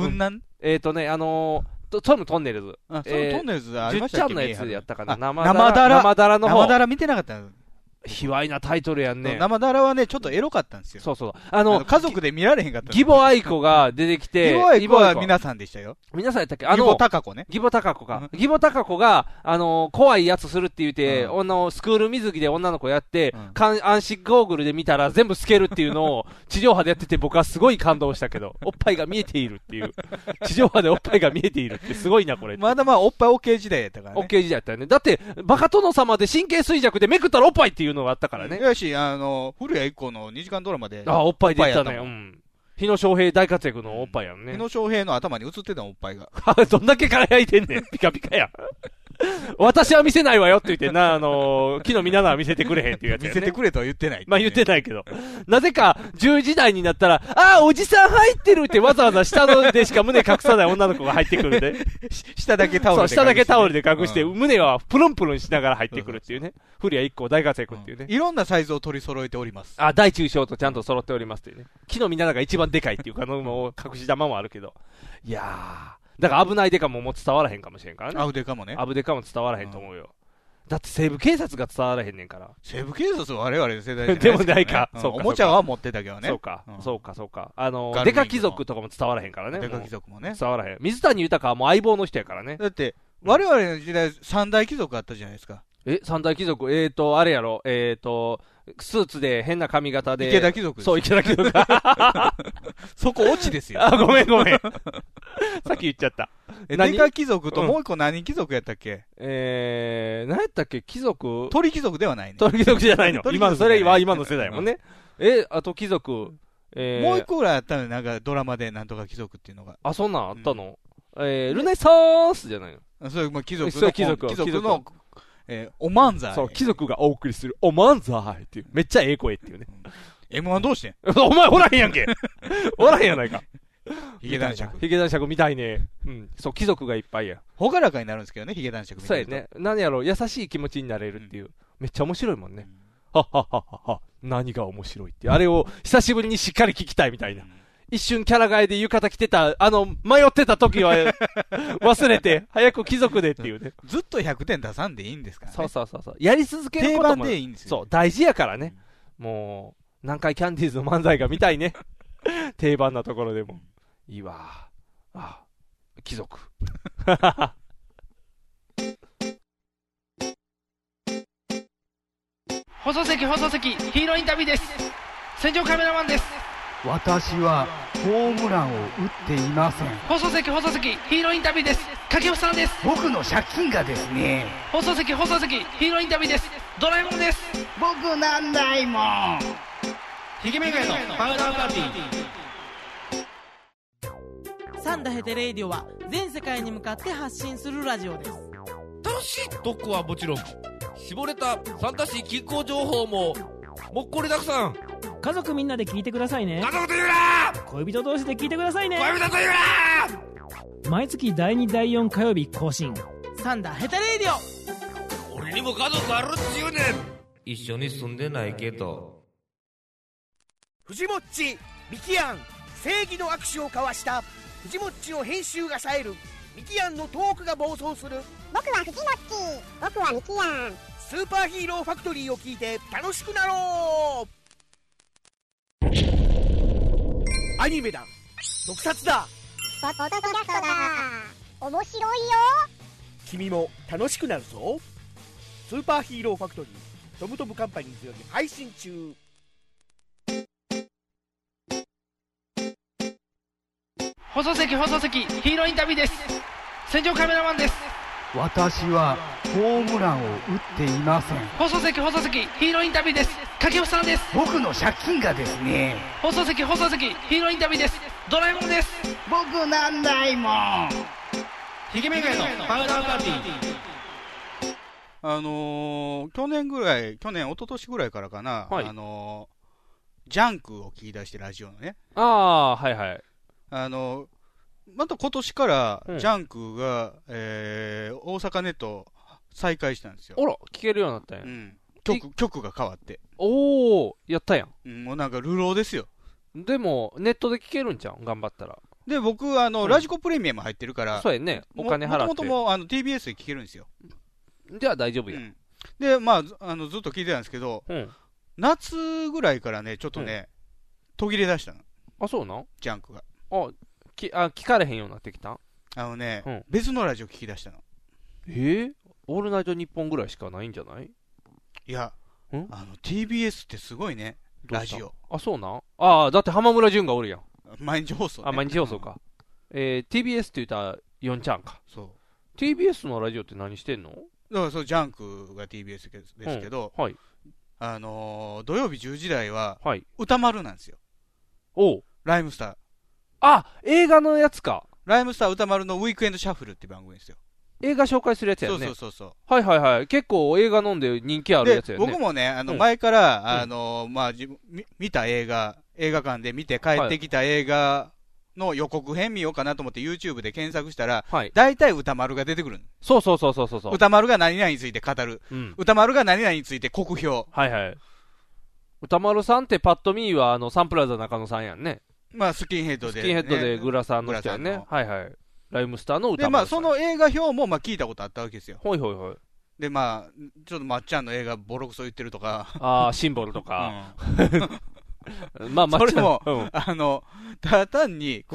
もトンネルズ。 それもトンネルズありましたっけ？ 10ちゃんのやつやったかな。 生だらの方。生だら見てなかった。 卑猥なタイトルやんね。 生だらはね、ちょっとエロかったんですよ。 そう。 家族で見られへんかった。 義母愛子が出てきて。 義母愛子は皆さんでしたよ。 皆さんやったっけ？ 義母高子ね。 義母高子か。義母高子が、怖いやつするって言って、スクール水着で女の子やって、暗視ゴーグルで見たら全部透けるっていうのを、地上波でやってて僕はすごい感動したけど、おっぱいが見えているっていう。地上波でおっぱいが見えているってすごいな、これ。 まだまあ、おっぱい OK 時代やったからね。 OK 時代やったよね。だって、バカ殿様で神経衰弱でめくったらおっぱいっていうのがあったからね。 古谷一行の2時間ドラマで。 おっぱい出たね。日野翔平大活躍のおっぱいやんね。 日野翔平の頭に映ってたおっぱいが。 どんだけ輝いてんねん。ピカピカや。私は見せないわよって言ってな、木の皆は見せてくれへんっていうやつ、ね。 見せてくれとは言ってない、ね。 まあ言ってないけど。なぜか、10時台になったら、おじさん入ってるってわざわざ下のでしか胸隠さない女の子が入ってくるんで。 下だけタオルで隠して。 そう、下だけタオルで隠して、胸はプルンプルンしながら入ってくるっていうね。古谷一行大活躍っていうね。 いろんなサイズを取り揃えております。 大中小とちゃんと揃っておりますっていうね。木の皆が一番でかいっていうか、もう隠し玉もあるけど。いやー。だから危ないデカももう伝わらへんかもしれんからね。 アブデカもね。 アブデカも伝わらへんと思うよ。だって西部警察が伝わらへんねんから。 西部警察は我々の世代じゃないでもないか。 そうか。おもちゃは持ってたけどね。 そうか。デカ貴族とかも伝わらへんからね。 デカ貴族もね。 伝わらへん。水谷豊はもう相棒の人やからね。 だって、我々の時代三大貴族あったじゃないですか。 三大貴族、あれやろ、スーツで変な髪型で。 池田貴族です。 そう、池田貴族。 そこオチですよ。 あ、ごめん。さっき言っちゃった。 デカ貴族ともう一個何貴族やったっけ？ 何やったっけ貴族？ 鳥貴族ではないね。 鳥貴族じゃないの。それは今の世代もんね。あと貴族。もう一個ぐらいあったのなんかドラマでなんとか貴族っていうのが。 あ、そんなんあったの？ルネサンスじゃないの？ それ、まあ、貴族の、お漫才。 そう、貴族がお送りするお漫才っていう。めっちゃええ声っていうね。 M1 どうしてんお前おらへんやんけ。おらへんやないか。 ヒゲ男爵。 ヒゲ男爵みたいね。うん。そう、貴族がいっぱいや。 ほがらかになるんですけどね、ヒゲ男爵みたいな。 そうやね。何やろ、優しい気持ちになれるっていう。めっちゃ面白いもんね。はっはっはっは。何が面白いって。あれを久しぶりにしっかり聞きたいみたいな。一瞬キャラ替えで浴衣着てた、迷ってた時は忘れて、早く貴族でっていうね。 ずっと100点出さんでいいんですからね。 そう。やり続けることも。 定番でいいんですよ。 そう、大事やからね。もう、南海キャンディーズの漫才が見たいね。定番なところでも。いいわ。貴族。 放送席、ヒーローインタビューです。戦場カメラマンです。 私はホームランを打っていません。 放送席、ヒーローインタビューです。掛布さんです。 僕の借金がですね。 放送席、ヒーローインタビューです。ドラえもんです。 僕なんないもん。 ひげめがいのパウダーパーティー。サンダヘテレイディオは全世界に向かって発信するラジオです。 楽しい特攻はもちろん、絞れたサンタシー気候情報ももっこりたくさん。 家族みんなで聞いてくださいね。 家族と言うな。 恋人同士で聞いてくださいね。 恋人と言うな。毎月第2第4火曜日更新。 サンダヘテレイディオ。俺にも家族あるっちゅうねん。一緒に住んでないけど。 藤もっちミキアン正義の握手を交わした。藤もっちの編集が冴える。ミキアンのトークが暴走する。 僕は藤もっち、僕はミキアン。 スーパーヒーローファクトリーを聞いて楽しくなろう。アニメだ、特撮だ、 ポッドキャストだ、面白いよ。 君も楽しくなるぞ。スーパーヒーローファクトリー、トムトムカンパニーズより配信中。 放送席、ヒーローインタビューです。戦場カメラマンです。 私はホームランを打っていません。 放送席、ヒーローインタビューです。掛布さんです。 僕の借金がですね。 放送席、ヒーローインタビューです。ドラえもんです。 僕なんないもん。 ひげめがいのパウダーパーティー。去年、一昨年ぐらいからかな、 はい、 ジャンクを聞き出してラジオのね。 はいはい。 また今年からジャンクが、大阪ネット再開したんですよ。 あら、聞けるようになったんや。 うん。曲が変わって。 おー、やったやん。 もうなんか流浪ですよ。 でも、ネットで聞けるんちゃう頑張ったら。 で、僕、ラジコプレミアム入ってるから。 そうやね。お金払って。 もともとTBS で聞けるんですよ。 じゃあ大丈夫や。 で、まあ、ずっと聞いてたんですけど、夏ぐらいからね、ちょっとね、途切れ出したの。 あ、そうなんジャンクが。 聞かれへんようになってきた別のラジオ聞き出したの。 オールナイトニッポンぐらいしかないんじゃない？ いや、TBS ってすごいね、ラジオ。 あ、そうなん？だって浜村淳がおるやん。 毎日放送、ね。 毎日放送か。TBS って言ったら4ちゃんか。 そう。 TBS のラジオって何してんの？ だからジャンクが TBS ですけど、 はい。 土曜日10時台は、歌丸なんですよ。 おう。 ライムスター。 映画のやつか。 ライムスター歌丸のウィークエンドシャッフルって番組ですよ。 映画紹介するやつやね。 そう。 はいはいはい。結構映画飲んで人気あるやつやね。 僕もね、前から、見た映画館で見て帰ってきた映画の予告編見ようかなと思って YouTube で検索したら、大体歌丸が出てくる。 そう。 歌丸が何々について語る。歌丸が何々について酷評。 はいはい。歌丸さんってパッと見はサンプラザ中野さんやんね。 まあ、スキンヘッドでグラさんの人やね。はいはい。ライムスターの歌で、まあ、その映画表も、聞いたことあったわけですよ。 はい。 で、まあ、ちょっとまっちゃんの映画、ボロクソ言ってるとか。 シンボルとか。 それも、ただ単に、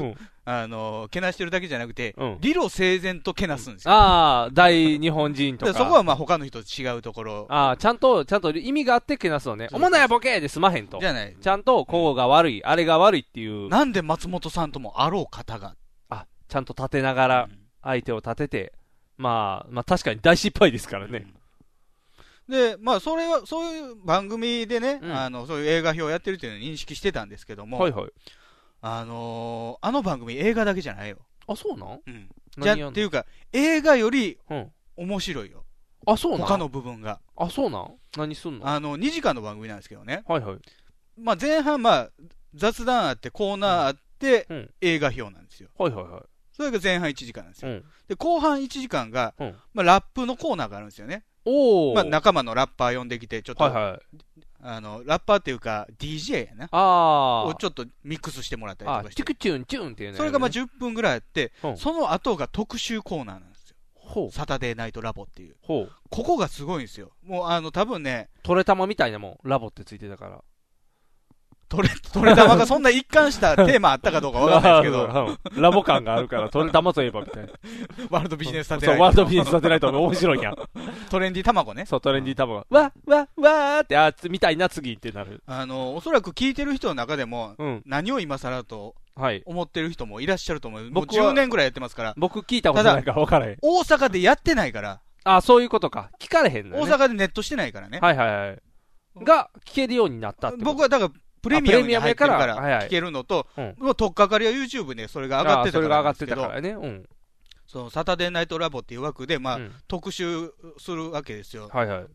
けなしてるだけじゃなくて、理路整然とけなすんですよ。 ああ、大日本人とか。 そこはまあ他の人と違うところ。 ああ、ちゃんと意味があってけなすのね。おもんないやボケで済まへんと。 じゃない。 ちゃんと、こうが悪い、あれが悪いっていう。 なんで松本さんともあろう方が。 ちゃんと立てながら、相手を立てて、まあ確かに大失敗ですからね。 で、まあそれは、そういう番組でね、そういう映画表をやってるっていうのを認識してたんですけども、 はいはい。 あの番組映画だけじゃないよ。 あ、そうなん？ うん。じゃっていうか、映画より、面白いよ。 あ、そうなん？ 他の部分が。 あ、そうなん？何すんの ？2時間の番組なんですけどね。 はいはい。 まあ前半、雑談あって、コーナーあって、映画表なんですよ。 はいはいはい。 それが前半1時間なんですよ。で、後半1時間が、ラップのコーナーがあるんですよね。仲間のラッパー呼んできて、ちょっと、ラッパーっていうか、DJ やな。をちょっとミックスしてもらったりとかして。 チュクチュンチュンっていうね。 それが10分ぐらいあって、その後が特集コーナーなんですよ。サタデーナイトラボっていう。ここがすごいんですよ。もう多分ね。 トレタマみたいなもん、ラボってついてたから。 トレタマがそんな一貫したテーマあったかどうかわかんないですけど。 ラボ感があるから、トレタマといえばみたいな。 ワールドビジネスサテライト。 そう、ワールドビジネスサテライト面白いやん。 トレンディ卵ね。 そう、トレンディ卵。わーって、みたいな次ってなる。 おそらく聞いてる人の中でも、何を今更と思ってる人もいらっしゃると思う。もう10年ぐらいやってますから。 僕聞いたことないから分からへん。 大阪でやってないから。 あ、そういうことか。聞かれへんのね。 大阪でネットしてないからね。 はいはいはい。が、聞けるようになったってこと。 僕はだから、プレミアムに入ってるから聞けるのと、もう取っかかりは YouTube でそれが上がってたから。 それが上がってたからね。 そのサタデーナイトラボっていう枠で、特集するわけですよ。 はいはい。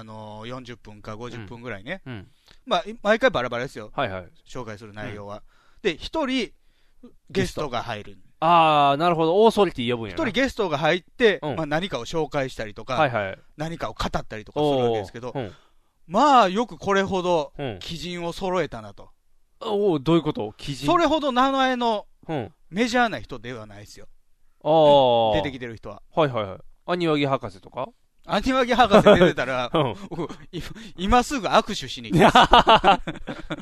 40分か50分ぐらいね。毎回バラバラですよ。 はいはい。 紹介する内容は。で、一人、ゲストが入る。 ああ、なるほど。オーソリティ呼ぶんやな。 一人ゲストが入って、何かを紹介したりとか、何かを語ったりとかするわけですけど、まあ、よくこれほど、鬼人を揃えたなと。 おお、どういうこと？鬼人？ それほど名前の、メジャーな人ではないですよ。出てきてる人は。 はいはいはい。アニワギ博士とか？ アニワギ博士出てたら、今すぐ握手しに行きます。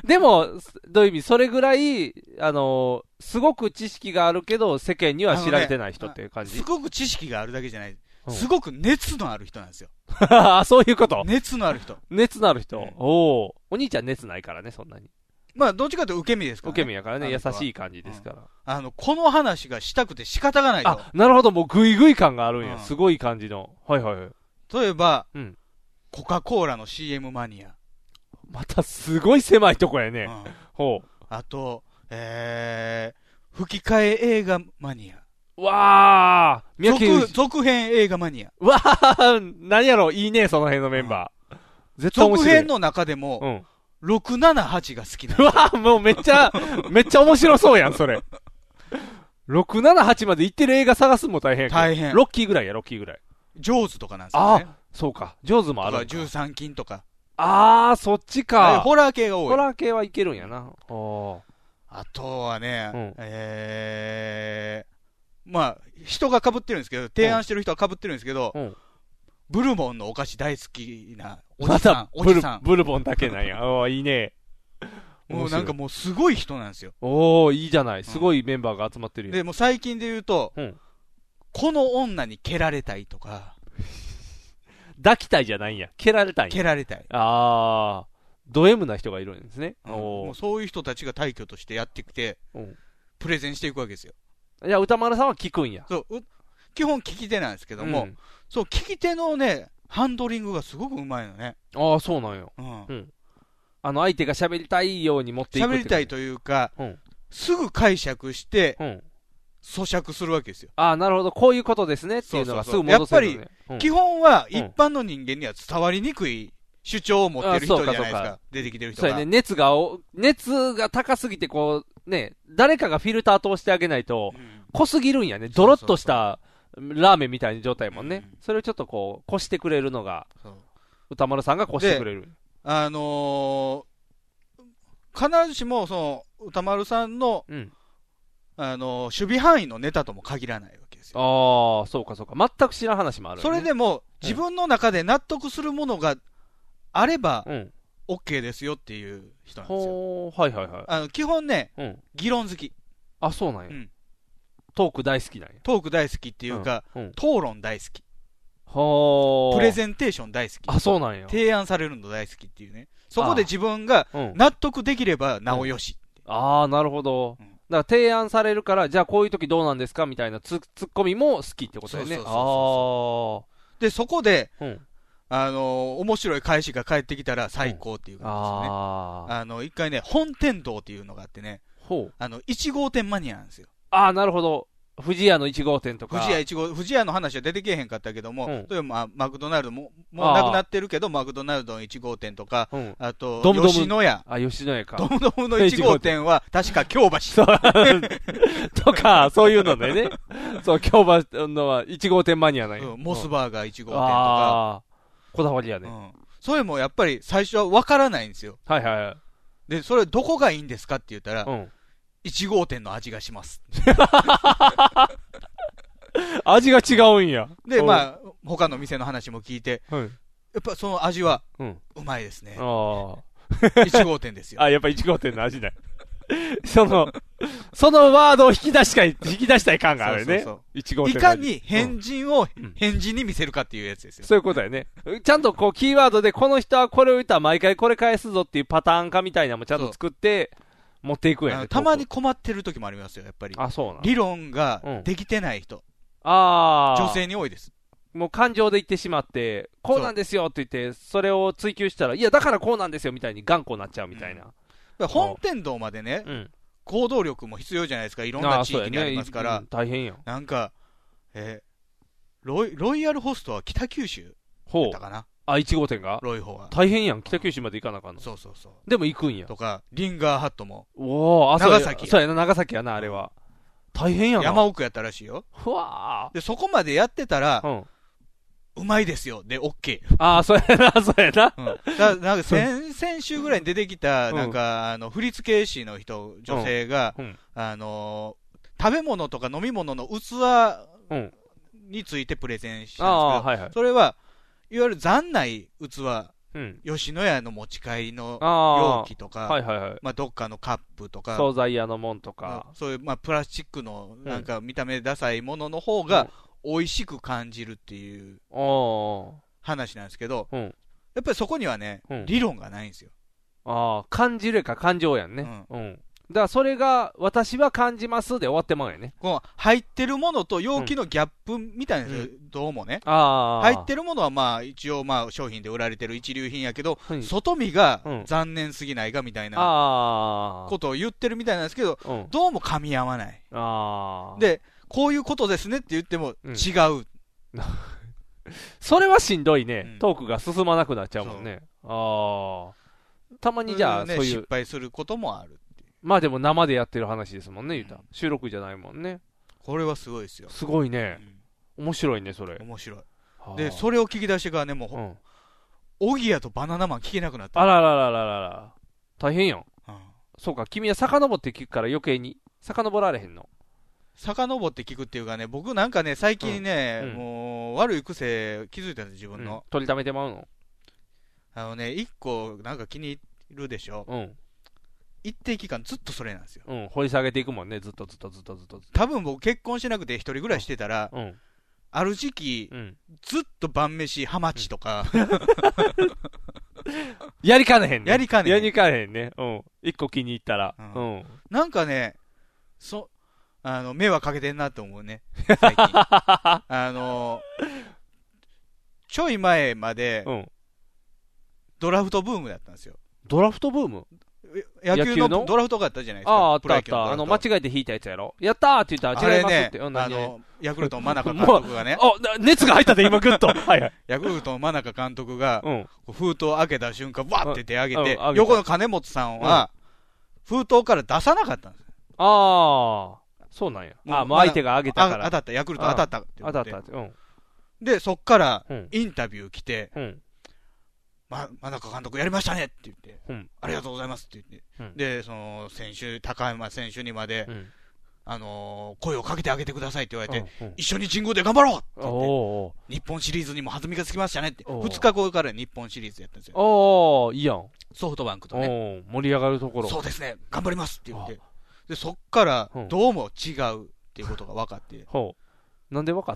でも、どういう意味？それぐらい、すごく知識があるけど、世間には知られてない人っていう感じ？ すごく知識があるだけじゃない。すごく熱のある人なんですよ。 そういうこと？ 熱のある人。 熱のある人。お兄ちゃん熱ないからね、そんなに。 まあ、どっちかというと受け身ですからね。 受け身やからね、優しい感じですから。 この話がしたくて仕方がないと。 あ、なるほど、もうグイグイ感があるんや。すごい感じの。はいはいはい。 例えば、コカ・コーラの CM マニア。 またすごい狭いとこやね。 あと、吹き替え映画マニア。 わー続編映画マニア。 わー何やろいいね、その辺のメンバー。絶対面白い。 続編の中でも、6、7、8が好きなの。うわーもうめっちゃ面白そうやん、それ。6、7、8まで行ってる映画探すのも大変やけど。 大変。 ロッキーぐらいや、ロッキーぐらい。 ジョーズとかなんですよね。 そうか。ジョーズもある。 13金とか。 そっちか。 ホラー系が多い。 ホラー系はいけるんやな。 あとはね、まあ、人が被ってるんですけど、提案してる人は被ってるんですけど、ブルボンのお菓子大好きなおじさん。 ブルボンだけなんや。いいね。 もうなんかもうすごい人なんですよ。 いいじゃない。すごいメンバーが集まってるよ。 で、もう最近で言うと、この女に蹴られたいとか。 抱きたいじゃないんや。蹴られたいんや。 蹴られたい。 ド M な人がいるんですね。 もうそういう人たちが大挙としてやってきて、プレゼンしていくわけですよ。 じゃあ歌丸さんは聞くんや。 そう、基本聞き手なんですけども、そう、聞き手のね、ハンドリングがすごくうまいのね。 そうなんよ。相手が喋りたいように持っていく。 喋りたいというか、すぐ解釈して、咀嚼するわけですよ。 なるほど。こういうことですねっていうのがすぐ戻せる、ね。 やっぱり、基本は一般の人間には伝わりにくい主張を持ってる人じゃないですか。出てきてる人が。 そうやね。熱が高すぎてこう、ね、誰かがフィルター通してあげないと、濃すぎるんやね。ドロッとしたラーメンみたいな状態もんね。それをちょっとこう、こしてくれるのが、歌丸さんがこしてくれる。 必ずしも、その、歌丸さんの、守備範囲のネタとも限らないわけですよ。 そうかそうか。全く知らん話もある、ね。 それでも、自分の中で納得するものがあれば、OK ですよっていう人なんですよ。 はいはいはい。 基本ね、議論好き。 そうなんや。 トーク大好きなんや。 トーク大好きっていうか、討論大好き。 プレゼンテーション大好き。 あ、そうなんや。 提案されるの大好きっていうね。そこで自分が納得できればなおよし。 ああ、なるほど。だから提案されるから、じゃあこういう時どうなんですかみたいなツッコミも好きってことだよね。 で、そこで、面白い返しが返ってきたら最高っていう感じですね。一回ね、本天堂っていうのがあってね、1号店マニアなんですよ。 ああ、なるほど。富士屋の1号店とか。 富士屋の話は出てけえへんかったけども、例えばマクドナルドもうなくなってるけど、マクドナルドの1号店とか、あと、吉野家。 あ、吉野家か。 ドムドムの1号店は、確か京橋。 とか、そういうのでね。そう、京橋のは1号店マニアなんや。 モスバーガー1号店とか。 こだわりやね。 それもやっぱり最初は分からないんですよ。 はいはいはい。 で、それどこがいいんですかって言ったら、1号店の味がします。 味が違うんや。 で、まあ、他の店の話も聞いて、やっぱその味は、うまいですね。1号店ですよ。 あ、やっぱ1号店の味だ。そのワードを引き出したい感があるよね。1号店。 いかに変人を変人に見せるかっていうやつですよ。 そういうことだよね。ちゃんとこうキーワードでこの人はこれを言ったら毎回これ返すぞっていうパターン化みたいなのもちゃんと作って、持っていくやんね。 たまに困ってる時もありますよ、やっぱり。 あ、そうなの。 理論ができてない人。女性に多いです。 もう感情で言ってしまって、こうなんですよって言って、それを追求したら、いや、だからこうなんですよみたいに頑固になっちゃうみたいな。 本天堂までね、行動力も必要じゃないですか、いろんな地域にありますから。 大変よ。 なんか、ロイヤルホストは北九州だったかな。 あ、1号店がロイホは。 大変やん。北九州まで行かなあかんの。 そうそうそう。 でも行くんや。 とか、リンガーハットも。 長崎。そうやな、長崎やな、あれは。大変やな。 山奥やったらしいよ。 で、 そこまでやってたら、うまいですよ。で、OK。 ああ、そうやな、そうやな。 なんか先週ぐらいに出てきた、なんか、振付師の人、女性が、食べ物とか飲み物の器についてプレゼンしたんですけど、それは、いわゆる残ない器、吉野家の持ち帰りの容器とか、まあどっかのカップとか、 惣菜屋のもんとか、 そういうまあプラスチックのなんか見た目ダサいものの方が美味しく感じるっていう話なんですけど、やっぱりそこにはね、理論がないんですよ。 感じるか感情やんね。だからそれが私は感じますで終わってまうよね。 この入ってるものと容器のギャップみたいなですよ、どうもね。入ってるものはまあ一応まあ商品で売られてる一流品やけど、外見が残念すぎないかみたいなことを言ってるみたいなんですけど、どうも噛み合わない。で、こういうことですねって言っても違う。 それはしんどいね。トークが進まなくなっちゃうもんね。たまにじゃあそういう失敗することもある。 まあでも生でやってる話ですもんね、言うたら。収録じゃないもんね。 これはすごいですよ。 すごいね。面白いね、それ。 面白い。で、それを聞き出してからね、もう、オギアとバナナマン聞けなくなった。 あらららららら。大変やん。そうか、君は遡って聞くから余計に。遡られへんの。 遡って聞くっていうかね、僕なんかね、最近ね、もう、悪い癖気づいたんです、自分の。 取りためてまうの？一個、なんか気に入るでしょ。一定期間ずっとそれなんですよ。 掘り下げていくもんね、ずっと。 多分僕結婚してなくて一人暮らししてたら、ある時期、ずっと晩飯、ハマチとか、 やりかねへんね。 やりかねへんね。一個気に入ったら。 なんかね、目はかけてんなって思うね、最近。ちょい前まで、ドラフトブームだったんですよ。 ドラフトブーム？ 野球のドラフトがあったじゃないですか。 あった。間違えて引いたやつやろ。やったーって言ったら違いますって。 ヤクルトの真中監督がね。 熱が入ったで、今グッと。 ヤクルトの真中監督が、封筒を開けた瞬間、わって手上げて、横の金本さんは、封筒から出さなかったんです。 そうなんや。もう相手が上げたから。 当たった、ヤクルト当たったって言って。 当たった。 で、そっから、インタビュー来て、真中監督やりましたねって言って、ありがとうございますって言って、で、高山選手にまで、声をかけてあげてくださいって言われて、一緒に神宮で頑張ろうって言って、日本シリーズにも弾みがつきましたねって、2日後から日本シリーズやったんですよ。 いいやん。 ソフトバンクとね。 盛り上がるところ。 そうですね、頑張りますって言って。で、そっから、どうも違う。 っていうことが分かって。 ほう。なんで分かった？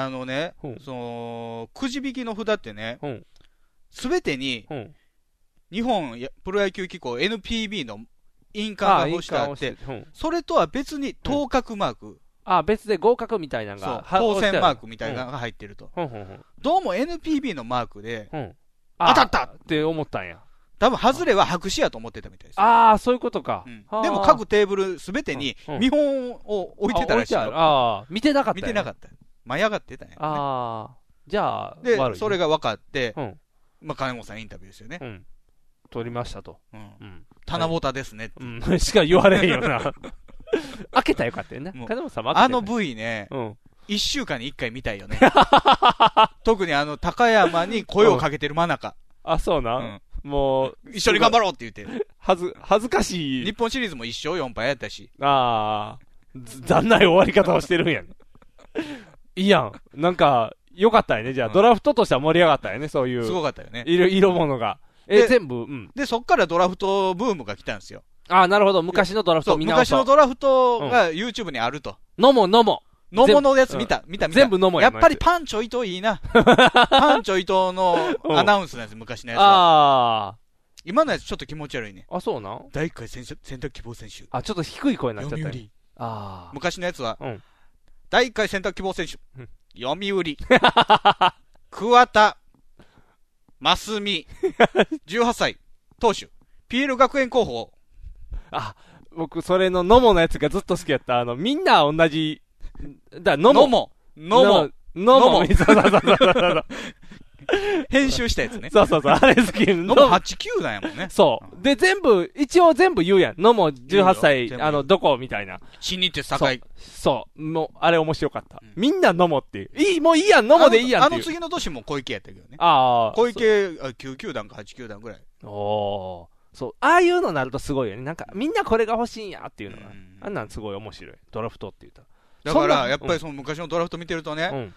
くじ引きの札ってね、すべてに、日本プロ野球機構 NPB の印鑑が押してあって、それとは別に当確マーク。 別で合格みたいなのが、 当選マークみたいなのが入ってると。どうも NPB のマークで、当たったって思ったんや。 多分、外れは白紙やと思ってたみたいです。 そういうことか。 でも、各テーブルすべてに見本を置いてたらしいよ。 見てなかった。 見てなかった。舞い上がってたんや。 じゃあ、 で、それが分かって、金本さんインタビューですよね。 取りましたと。 棚ぼたですね。 しか言われへんよな。開けたらよかったよね。金本さんも開けた。 あの V ね、1週間に1回見たいよね。特に高山に声をかけてる真中。 そうな。もう、 一緒に頑張ろうって言ってる。 恥ずかしい。 日本シリーズも1勝4敗やったし。 残ない終わり方をしてるんやね。いいやん。なんか、よかったよね。じゃあ、ドラフトとしては盛り上がったよね。そういう。 すごかったよね。 色物が。全部、 で、そっからドラフトブームが来たんですよ。 なるほど。昔のドラフトを見直そう。 昔のドラフトが YouTube にあると。 野茂のやつ見た。 全部野茂やっぱりパンチョ伊藤いいな。パンチョ伊藤のアナウンスなんです、昔のやつは。今のやつちょっと気持ち悪いね。 そうなん？ 第1回選択希望選手。 ちょっと低い声になっちゃったね。 昔のやつは、第1回選択希望選手。読売。桑田。増見。18歳。投手。PL 学園候補。 僕、それの野茂のやつがずっと好きやった。みんな同じ、野茂。 編集したやつね。 そう、あれ好き。 野茂89なんやもんね。 そう。で、一応全部言うやん。野茂18歳、どこみたいな。 新日鉄堺。 そう。もう、あれ面白かった。みんな野茂っていう。もういいやん、野茂でいいやんっていう。 次の年も小池やったけどね。小池、9球団か8球団ぐらい。 そう。ああいうのなるとすごいよね。なんか、みんなこれが欲しいんやっていうのが。あんなんすごい面白い。ドラフトって言ったら。 だから、やっぱりその昔のドラフト見てるとね、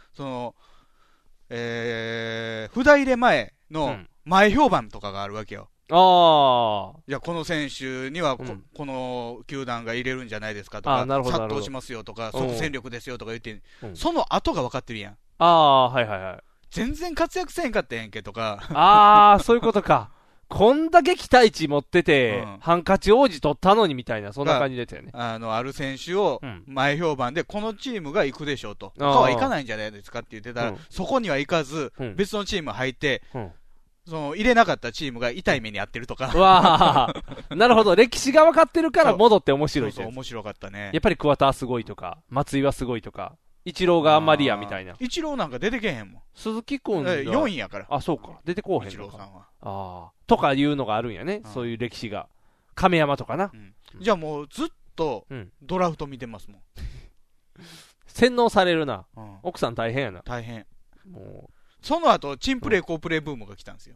札入れ前の前評判とかがあるわけよ。じゃあこの選手にはこの球団が入れるんじゃないですかとか、殺到しますよとか、即戦力ですよとか言って、その後が分かってるやん。全然活躍せんかったやんけとか。そういうことか。こんだけ期待値持ってて、ハンカチ王子取ったのにみたいな、そんな感じでしたよね。 ある選手を前評判で、このチームが行くでしょうと。他は行かないんじゃないですかって言ってたら、そこには行かず、別のチーム入って、入れなかったチームが痛い目に遭ってるとか。 なるほど。歴史が分かってるから戻って面白い。 そう、面白かったね。 やっぱり桑田はすごいとか、松井はすごいとか。イチローがあんまりやみたいな。 イチローなんか出てけへんもん。 鈴木くんが 4位やから。 そうか。出てこうへんのか。 イチローさんは。とかいうのがあるんやね。そういう歴史が。亀山とかな。 じゃあもうずっとドラフト見てますもん。 洗脳されるな。奥さん大変やな。 大変。もうその後、チンプレイ、コープレイブームが来たんですよ。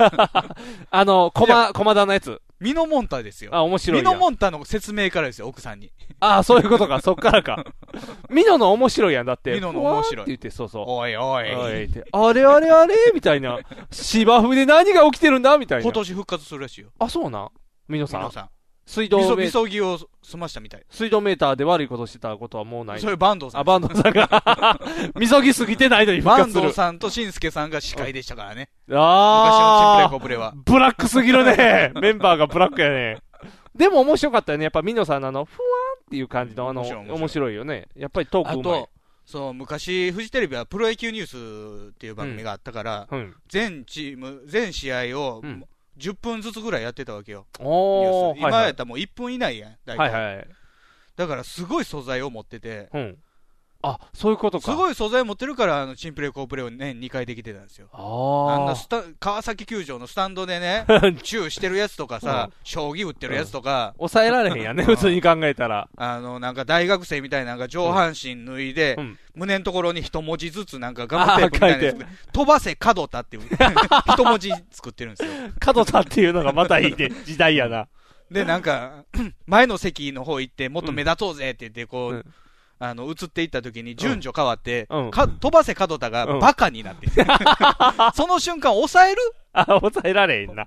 駒田のやつ。 ミノモンタですよ。 面白い。 ミノモンタの説明からですよ、奥さんに。 そういうことか、そっからか。ミノの面白いやん、だって。 ミノの面白い。 って言って、そう。 おいおい。 あれみたいな。芝生で何が起きてるんだみたいな。 今年復活するらしいよ。 そうなんミノさん。 水道みそぎを済ましたみたい。 水道メーターで悪いことしてたことはもうない。 それ坂東さん。 坂東さんが。みそぎすぎてないのに復活する。 坂東さんとしんすけさんが司会でしたからね。 昔のチンプレイコープレイは。 ブラックすぎるね。メンバーがブラックやね。でも面白かったよね。やっぱミノさんのふわーんっていう感じの面白いよね。やっぱりトークうまい。 そう、昔、フジテレビはプロ野球ニュースっていう番組があったから、全試合を、10分ずつぐらいやってたわけよ。今やったらもう1分以内やん。だからすごい素材を持ってて。 そういうことか。 すごい素材を持ってるから、チンプレイコープレイを年2回できてたんですよ。川崎球場のスタンドでね、チューしてるやつとかさ、将棋打ってるやつとか。 抑えられへんやね、普通に考えたら。 なんか大学生みたいなのが上半身脱いで、胸のところに一文字ずつなんかガムテープみたいなやつ飛ばせ角田っていう一文字作ってるんですよ。 角田っていうのがまたいいね、時代やな。 で、なんか、前の席の方行ってもっと目立とうぜって言って、こう、映っていった時に順序変わって、飛ばせ角田がバカになって、その瞬間抑える？ 抑えられへんな。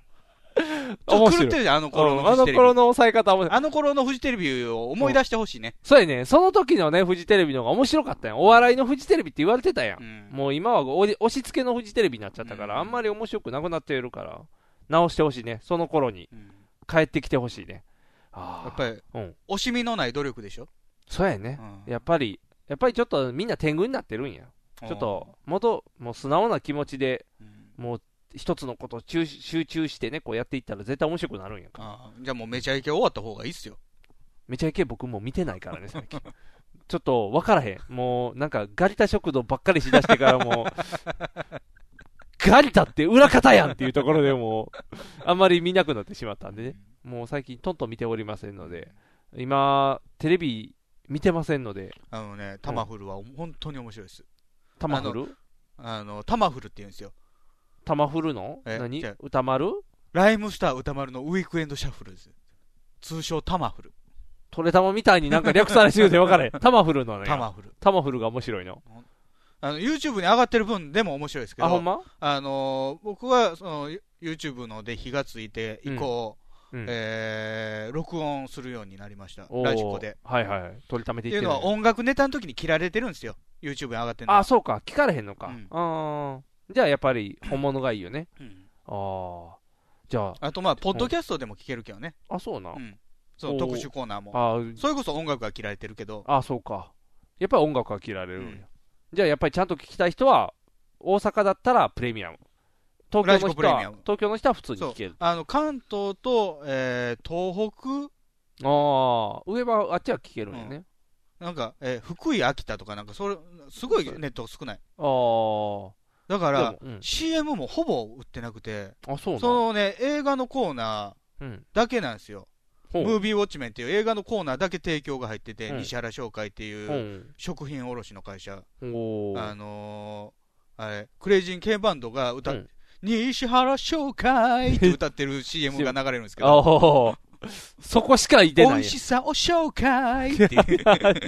面白い。狂ってるじゃん、あの頃のフジテレビ。 あの頃の抑え方面白い。 あの頃のフジテレビを思い出してほしいね。 そうやね。その時のね、フジテレビの方が面白かったやん。お笑いのフジテレビって言われてたやん。もう今は押し付けのフジテレビになっちゃったから、あんまり面白くなくなっているから、直してほしいね。その頃に。帰ってきてほしいね。 やっぱり、惜しみのない努力でしょ。 そうやね。やっぱりちょっとみんな天狗になってるんや。ちょっと、もう素直な気持ちで、もう一つのことを集中してね、こうやっていったら絶対面白くなるんやから。 じゃあもうめちゃイケ終わった方がいいっすよ。 めちゃイケ僕もう見てないからね、最近。ちょっと分からへん。もうなんかガリタ食堂ばっかりしだしてからもう、ガリタって裏方やんっていうところでもう、あんまり見なくなってしまったんでね。もう最近トントン見ておりませんので、今、テレビ見てませんので。 タマフルは本当に面白いです。 タマフルタマフルって言うんですよ。 タマフルの何歌丸ライムスター歌丸のウィークエンドシャッフルです。通称タマフル。 トレタマみたいになんか略されてるで分かれ。タマフルのね。 タマフル。 タマフルが面白いの。 YouTube に上がってる分でも面白いですけど、 ほんま僕はその YouTube ので火がついて以降、録音するようになりました。ラジコで。 はいはい。取りためていってる。 っていうのは音楽ネタの時に切られてるんですよ。YouTube に上がってるの。 そうか。聞かれへんのか。じゃあやっぱり本物がいいよね。じゃあ。 あとポッドキャストでも聞けるけどね。 そうな。 そう、特殊コーナーも。それこそ音楽が切られてるけど。 そうか。やっぱり音楽が切られるんや。じゃあやっぱりちゃんと聞きたい人は、大阪だったらプレミアム。東京の人は普通に聞ける。 関東と、東北。 上はあっちは聞けるんやね。 なんか、福井、秋田とかなんか、すごいネット少ない。だから、CM もほぼ売ってなくて、そのね、映画のコーナーだけなんですよ。ムービーウォッチメンっていう映画のコーナーだけ提供が入ってて、西原商会っていう食品卸の会社。クレイジーケンバンドが西原商会って歌ってる CM が流れるんですけど。 そこしかいてない。 美味しさを紹介っていう。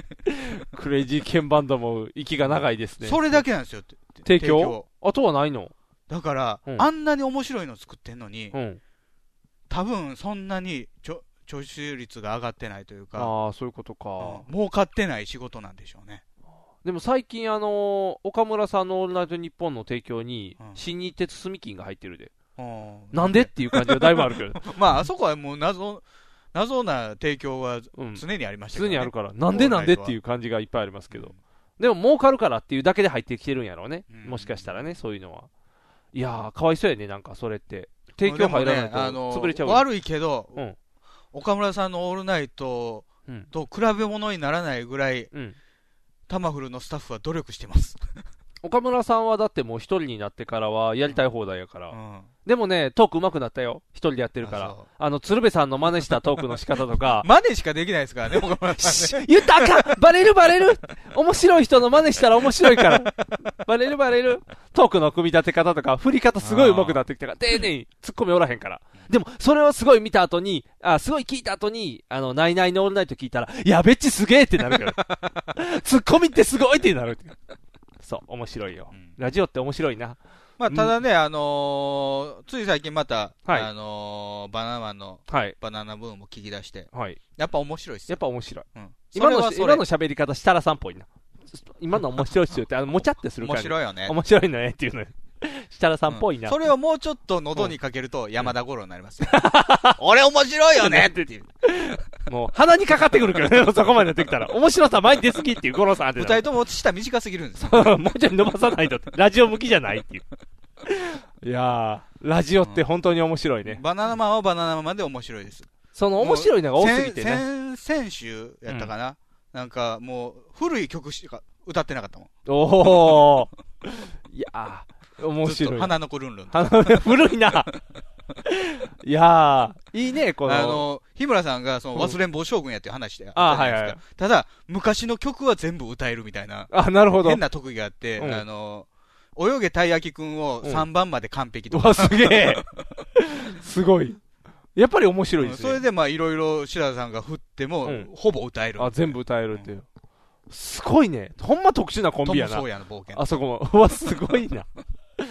クレイジーケンバンドも息が長いですね。 それだけなんですよ。 提供あとはないの？ だから、あんなに面白いの作ってんのに、多分そんなに聴取率が上がってないというか。 そういうことか。 儲かってない仕事なんでしょうね。 でも最近岡村さんのオールナイトニッポンの提供に、新日鉄住金が入ってるで。なんでっていう感じがだいぶあるけど。 あそこはもう謎な提供は常にありましたけどね。 常にあるから。なんでっていう感じがいっぱいありますけど。でも儲かるからっていうだけで入ってきてるんやろうね。もしかしたらね、そういうのは。いやー、かわいそうやね、なんかそれって。提供入らないと潰れちゃう。 悪いけど、岡村さんのオールナイトと比べ物にならないぐらい、タマフルのスタッフは努力してます。 岡村さんはだってもう一人になってからはやりたい放題やから。でもね、トーク上手くなったよ。一人でやってるから。鶴瓶さんの真似したトークの仕方とか。 真似しかできないですからね、岡村さんね。 言ったらあかんバレる面白い人の真似したら面白いから。バレるトークの組み立て方とか、振り方すごい上手くなってきたから、丁寧にツッコミおらへんから。でも、それをすごい見た後に、すごい聞いた後に、ナイナイのオールナイト聞いたら、やべっちすげえってなるから。ツッコミってすごいってなる。そう、面白いよ。ラジオって面白いな。 ただね、つい最近また、バナナマンのバナナブームを聞き出して、やっぱ面白いっす。 やっぱ面白い。今の喋り方、設楽さんっぽいな。今の面白いっすよって、もちゃってするから。 面白いよね。 面白いねっていうの。設楽さんっぽいな。 それをもうちょっと喉にかけると山田五郎になりますよ。俺面白いよねっていう。 もう鼻にかかってくるけどね、そこまでやってきたら。面白さ前に出すぎっていう五郎さんって。 二人とも舌短すぎるんですよ。 もうちょい伸ばさないと。ラジオ向きじゃないっていう。いやー、ラジオって本当に面白いね。 バナナマンはバナナマンで面白いです。 その面白いのが多すぎてね。 先週やったかな、なんかもう古い曲しか歌ってなかったもん。 おー。いやー、面白い。 花の子ルンルン。 古いな。いやー、いいね、この。 日村さんがその忘れん坊将軍やっていう話であったじゃないですか。ただ、昔の曲は全部歌えるみたいな。 なるほど。 変な特技があって、泳げたい焼きくんを3番まで完璧とか。 すげえ。すごい。やっぱり面白いですね。 それでいろいろ白田さんが振っても、ほぼ歌える。 全部歌えるっていう。すごいね。ほんま特殊なコンビやな。 トム・ソーヤの冒険。 あそこも。うわ、すごいな。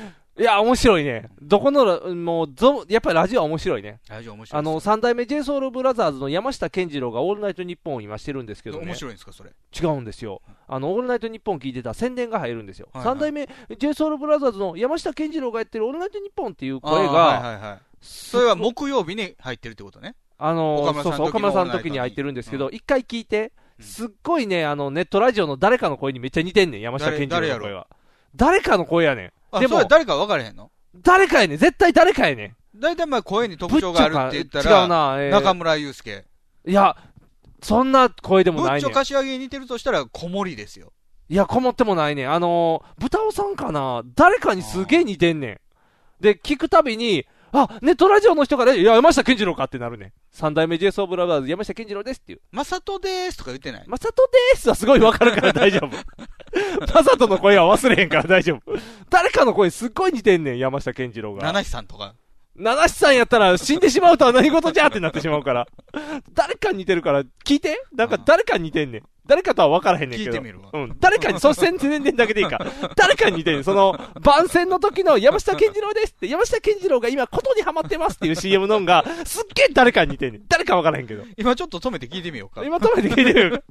いや、面白いね。どこの、もう、やっぱりラジオは面白いね。 ラジオ面白いです。 三代目 JSOULBROTHERS の山下健二郎がオールナイトニッポンを今してるんですけどね。 面白いんですか、それ。 違うんですよ。オールナイトニッポン聞いてたら宣伝が入るんですよ。三代目 JSOULBROTHERS の山下健二郎がやってるオールナイトニッポンっていう声が、 それは木曜日に入ってるってことね。 そうそう、岡村さんの時に入ってるんですけど、一回聞いて、すっごいね、ネットラジオの誰かの声にめっちゃ似てんねん、山下健二郎の声は。誰かの声やねん。 でも、誰か分からへんの？ 誰かやねん、絶対誰かやねん。 大体まあ声に特徴があるって言ったら、 違うな、 中村祐介。 いや、そんな声でもないねん。 ブッチョ柏木に似てるとしたら、小森ですよ。 いや、こもってもないねん。豚尾さんかな？誰かにすげえ似てんねん。で、聞くたびに、ネットラジオの人から、いや、山下健二郎かってなるねん。三代目 JSOULBROTHERS 山下健二郎ですっていう。 マサトでーすとか言ってない？ マサトでーすはすごいわかるから大丈夫。マサトの声は忘れへんから大丈夫。誰かの声すっごい似てんねん、山下健二郎が。 七七さんとか。 七七さんやったら死んでしまうとは何事じゃってなってしまうから。誰かに似てるから、聞いて？なんか誰かに似てんねん。誰かとは分からへんねんけど。 聞いてみるわ。 うん。誰かに、率先宣伝だけでいいか。誰かに似てんねん。その、番宣の時の山下健二郎ですって、山下健二郎が今、ことにハマってますっていう CM のんが、すっげえ誰かに似てんねん。誰か分からへんけど。 今ちょっと止めて聞いてみようか。 今止めて聞いてみる。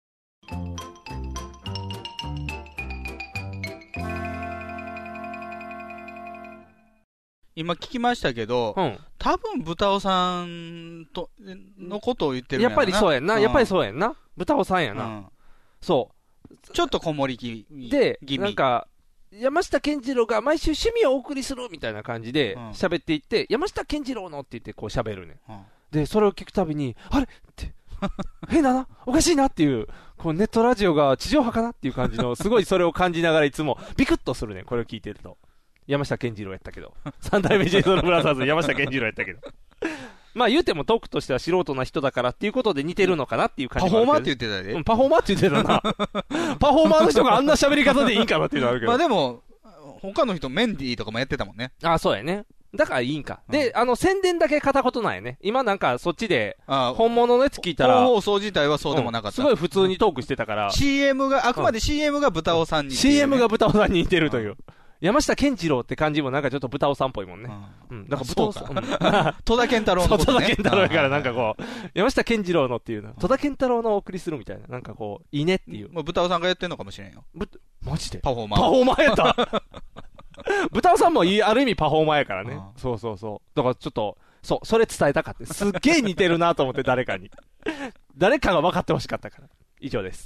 今聞きましたけど、多分豚尾さんのことを言ってるんやっぱりそうやんな。やっぱりそうやんな。豚尾さんやな。そう。 ちょっと小森気味。 で、なんか、山下健二郎が毎週趣味をお送りするみたいな感じで喋っていって、山下健二郎のって言ってこう喋るね。で、それを聞くたびに、あれって、変だな、おかしいなっていう、こうネットラジオが地上波かなっていう感じの、すごいそれを感じながらいつもビクッとするね。これを聞いてると。山下健二郎やったけど。三代目 JSOULBROTHERS 山下健二郎やったけど。まあ言うてもトークとしては素人な人だからっていうことで似てるのかなっていう感じパフォーマーって言ってたで。 パフォーマーって言ってたな。パフォーマーの人があんな喋り方でいいんかなっていうのはあるけど。 まあでも、他の人メンディーとかもやってたもんね。 そうやね。だからいいんか。で、宣伝だけ片言なんやね。今なんかそっちで、本物のやつ聞いたら。 本放送自体はそうでもなかった。 すごい普通にトークしてたから。 CM が、あくまで CM が豚尾さんに似てる、ね。 CM が豚尾さんに似てるという。山下健二郎って感じもなんかちょっと豚尾さんっぽいもんね。だから豚尾さん。 戸田健太郎のことね。 戸田健太郎やからなんかこう、山下健二郎のっていうの、戸田健太郎のお送りするみたいな。なんかこう、いいねっていう。 もう豚尾さんがやってんのかもしれんよ。 マジでパフォーマー。 パフォーマーやった豚尾さんもある意味パフォーマーやからね。そうそうそう。だからちょっと、それ伝えたかった。すっげえ似てるなと思って誰かに。誰かが分かってほしかったから。以上です。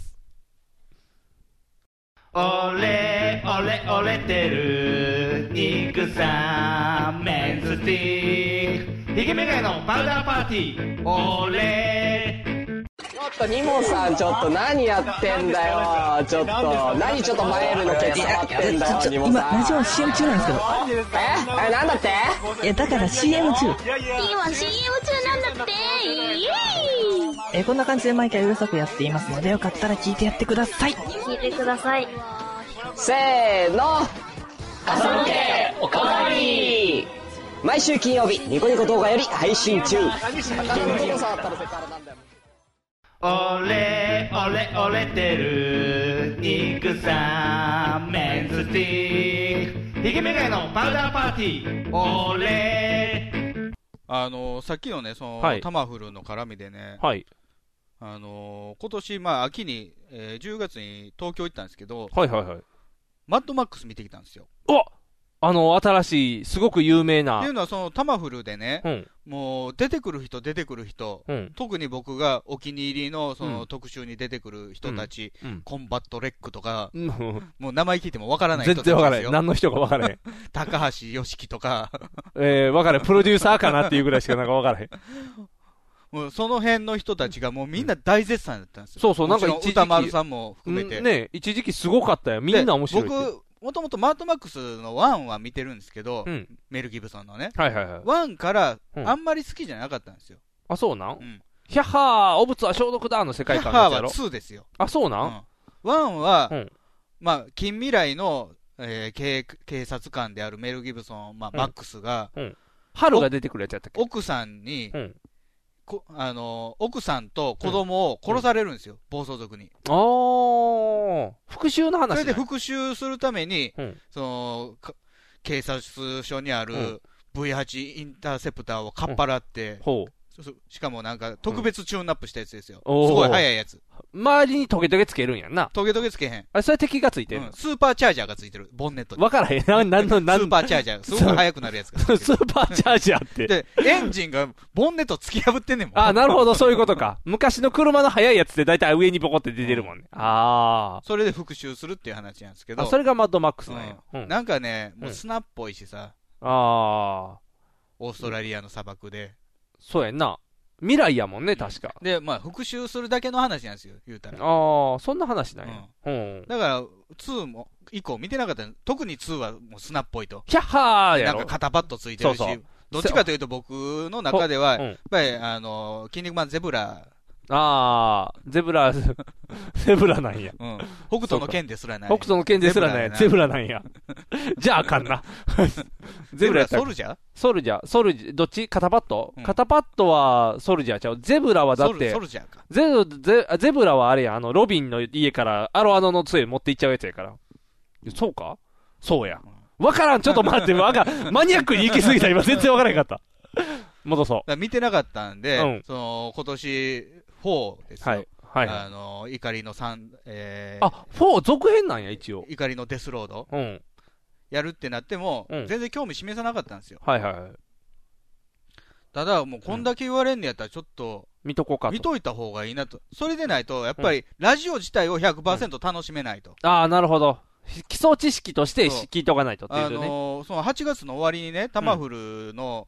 俺てる肉さメンズティーヒゲメガネのパウダーパーティー俺ちょっとニモさんちょっと何やってんだよちょっと何ちょっとマイルのケツ触ってんだよニモさん今ラジオ CM 中なんですけどなんだってだから CM 中今 CM 中なんだってイエーイこんな感じで毎回うるさくやっていますのでよかったら聞いてやってください聞いてくださいせーの朝向けおかわり毎週金曜日ニコニコ動画より配信中俺てる肉さメンズティーヒゲメガネのパウダーパーティー俺さっきのね、タマフルの絡みでね、今年、秋に、10月に東京行ったんですけど、マッドマックス見てきたんですよ。 新しい、すごく有名な。 っていうのは、タマフルでね、もう、出てくる人、特に僕がお気に入りの、特集に出てくる人たち、コンバットレックとか、もう名前聞いてもわからない人たちですよ。 全然わからない。何の人かわからへん。 高橋良樹とか。 わからへん。プロデューサーかなっていうぐらいしかなんかわからへん。 もうその辺の人たちがもうみんな大絶賛だったんですよ。 そうそう、なんか一時期。 歌丸さんも含めて。 ね、一時期すごかったよ。みんな面白い。 僕、もともとマッドマックスの1は見てるんですけど、メル・ギブソンのね。1からあんまり好きじゃなかったんですよ。 あ、そうなん？ヒャッハー、汚物は消毒だの世界観ですよ。 ヒャッハーは2ですよ。 あ、そうなん？ 1は、近未来の、警察官であるメル・ギブソン、マックスが、 春が出てくるやつやったっけ？ 奥さんに、奥さんと子供を殺されるんですよ、暴走族に。 復讐の話。 それで復讐するために、 警察署にある V8 インターセプターをかっぱらって、しかもなんか特別チューンナップしたやつですよ。すごい速いやつ。 周りにトゲトゲつけるんやんな。 トゲトゲつけへん。 あれ、それ敵がついてる、 スーパーチャージャーがついてる。ボンネットに。 わからへん。なんの、 スーパーチャージャー。すごい速くなるやつが。 スーパーチャージャーって。 で、エンジンがボンネット突き破ってんねんもん。 あ、なるほど、そういうことか。昔の車の速いやつって大体上にボコって出てるもんね。 それで復讐するっていう話なんですけど。 それがマッドマックスなんや。 なんかね、もう砂っぽいしさ。 オーストラリアの砂漠で。 そうやんな。未来やもんね、確か。 で、まあ、復讐するだけの話なんですよ、言うたら。 そんな話なんや。 だから、2も、以降見てなかった。特に2はもう砂っぽいと。 キャッハーやろ。 なんか肩パッドついてるし。どっちかというと僕の中では、やっぱり、筋肉マンゼブラ。 ゼブラなんや。 北斗の剣ですらない。 北斗の剣ですらない。ゼブラなんや。じゃああかんな。 ゼブラソルジャー、どっち肩パッド、肩パッドはソルジャーちゃう。ゼブラはだって、 ソルジャーか。 ゼブラはあれや、ロビンの家からアロアノの杖持って行っちゃうやつやから。そうかそうや。わからん、ちょっと待って、マニアックに行き過ぎた、今全然わからへんかった。戻そう。 見てなかったんで、今年、4ですよ。怒りの3、 4続編なんや、一応。 怒りのデスロード。やるってなっても、全然興味示さなかったんですよ。ただ、もうこんだけ言われんのやったら、ちょっと、 見とこうかと。 見といた方がいいなと。それでないと、やっぱり、ラジオ自体を 100% 楽しめないと。 なるほど。基礎知識として聞いとかないとっていうね。 その8月の終わりにね、タマフルの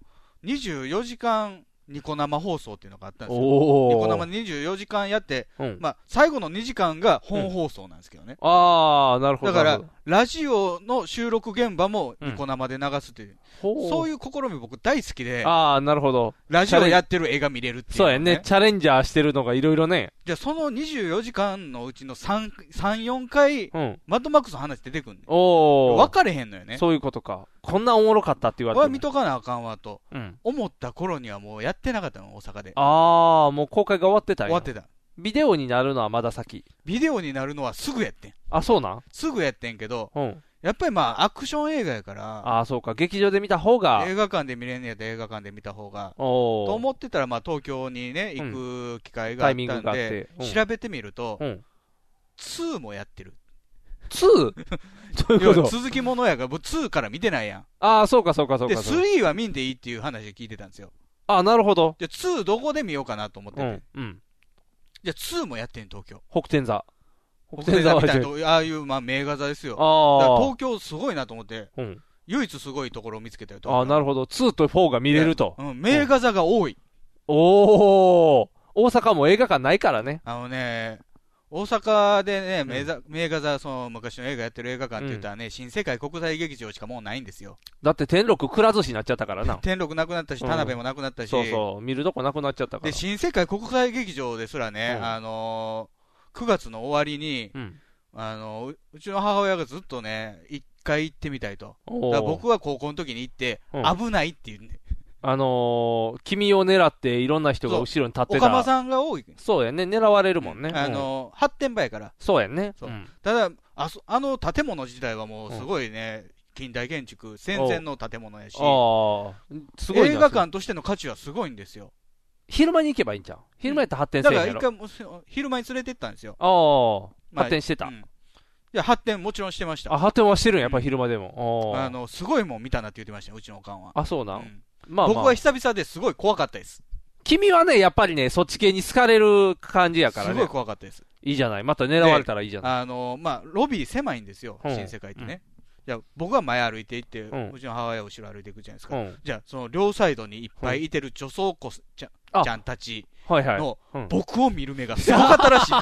24時間ニコ生放送っていうのがあったんですよ。ニコ生24時間やって、まあ、最後の2時間が本放送なんですけどね。 なるほど。 だから、ラジオの収録現場もニコ生で流すっていう、そういう試み僕大好きで、 なるほど。 ラジオやってる映画見れるっていう、 そうやね。チャレンジャーしてるのがいろいろね。 じゃあその24時間のうちの3、4回、マッドマックスの話出てくるんで。分かれへんのよね。 そういうことか。こんなおもろかったって言われて。 これは見とかなあかんわと。思った頃にはもうやってなかったの、大阪で。 もう公開が終わってたよ。 終わってた。 ビデオになるのはまだ先。 ビデオになるのはすぐやってん。 そうなんすぐやってんけど、やっぱりまあアクション映画やから。 そうか。劇場で見た方が。 映画館で見れんねやったら映画館で見た方が。と思ってたら、まあ東京にね、行く機会があったんで、調べてみると、2もやってる。 2? 続きものやから、僕2から見てないやん。そうか。で、 3は見んでいいっていう話聞いてたんですよ。 なるほど。 じゃ2どこで見ようかなと思ってて。じゃ2もやってん、東京。 北天座みたいな、ああいう、まあ、名画座ですよ。東京すごいなと思って、唯一すごいところを見つけたよ。 なるほど。2と4が見れると。 名画座が多い。 大阪も映画館ないからね。 大阪でね、名画座、その昔の映画やってる映画館って言ったらね、新世界国際劇場しかもうないんですよ。 だって天禄くら寿司になっちゃったからな。 天禄なくなったし、田辺もなくなったし。 そう、見るとこなくなっちゃったから。 で、新世界国際劇場ですらね、9月の終わりに、うちの母親がずっとね、一回行ってみたいと。だから僕は高校の時に行って、危ないって言うんで。 君を狙っていろんな人が後ろに立ってた。 岡間さんが多い。 そうやね。狙われるもんね。 発展場やから。 そうやね。 ただ、建物自体はもうすごいね、近代建築、戦前の建物やし、映画館としての価値はすごいんですよ。 昼間に行けばいいんちゃう？昼間やったら発展せえへんやろ。 だから一回、昼間に連れてったんですよ。 発展してた。 いや、発展もちろんしてました。 発展はしてるんや、やっぱ昼間でも。 すごいもん見たなって言ってましたよ、うちのおかんは。 そうなん。 僕は久々ですごい怖かったです。 君はね、やっぱりね、そっち系に好かれる感じやからね。 すごい怖かったです。 いいじゃない。また狙われたらいいじゃない。 ロビー狭いんですよ、新世界ってね。じゃあ僕は前歩いて行って、うちの母親は後ろ歩いていくじゃないですか。じゃあ、その両サイドにいっぱいいてる女装子ちゃんたちの僕を見る目がすごかったらしいね。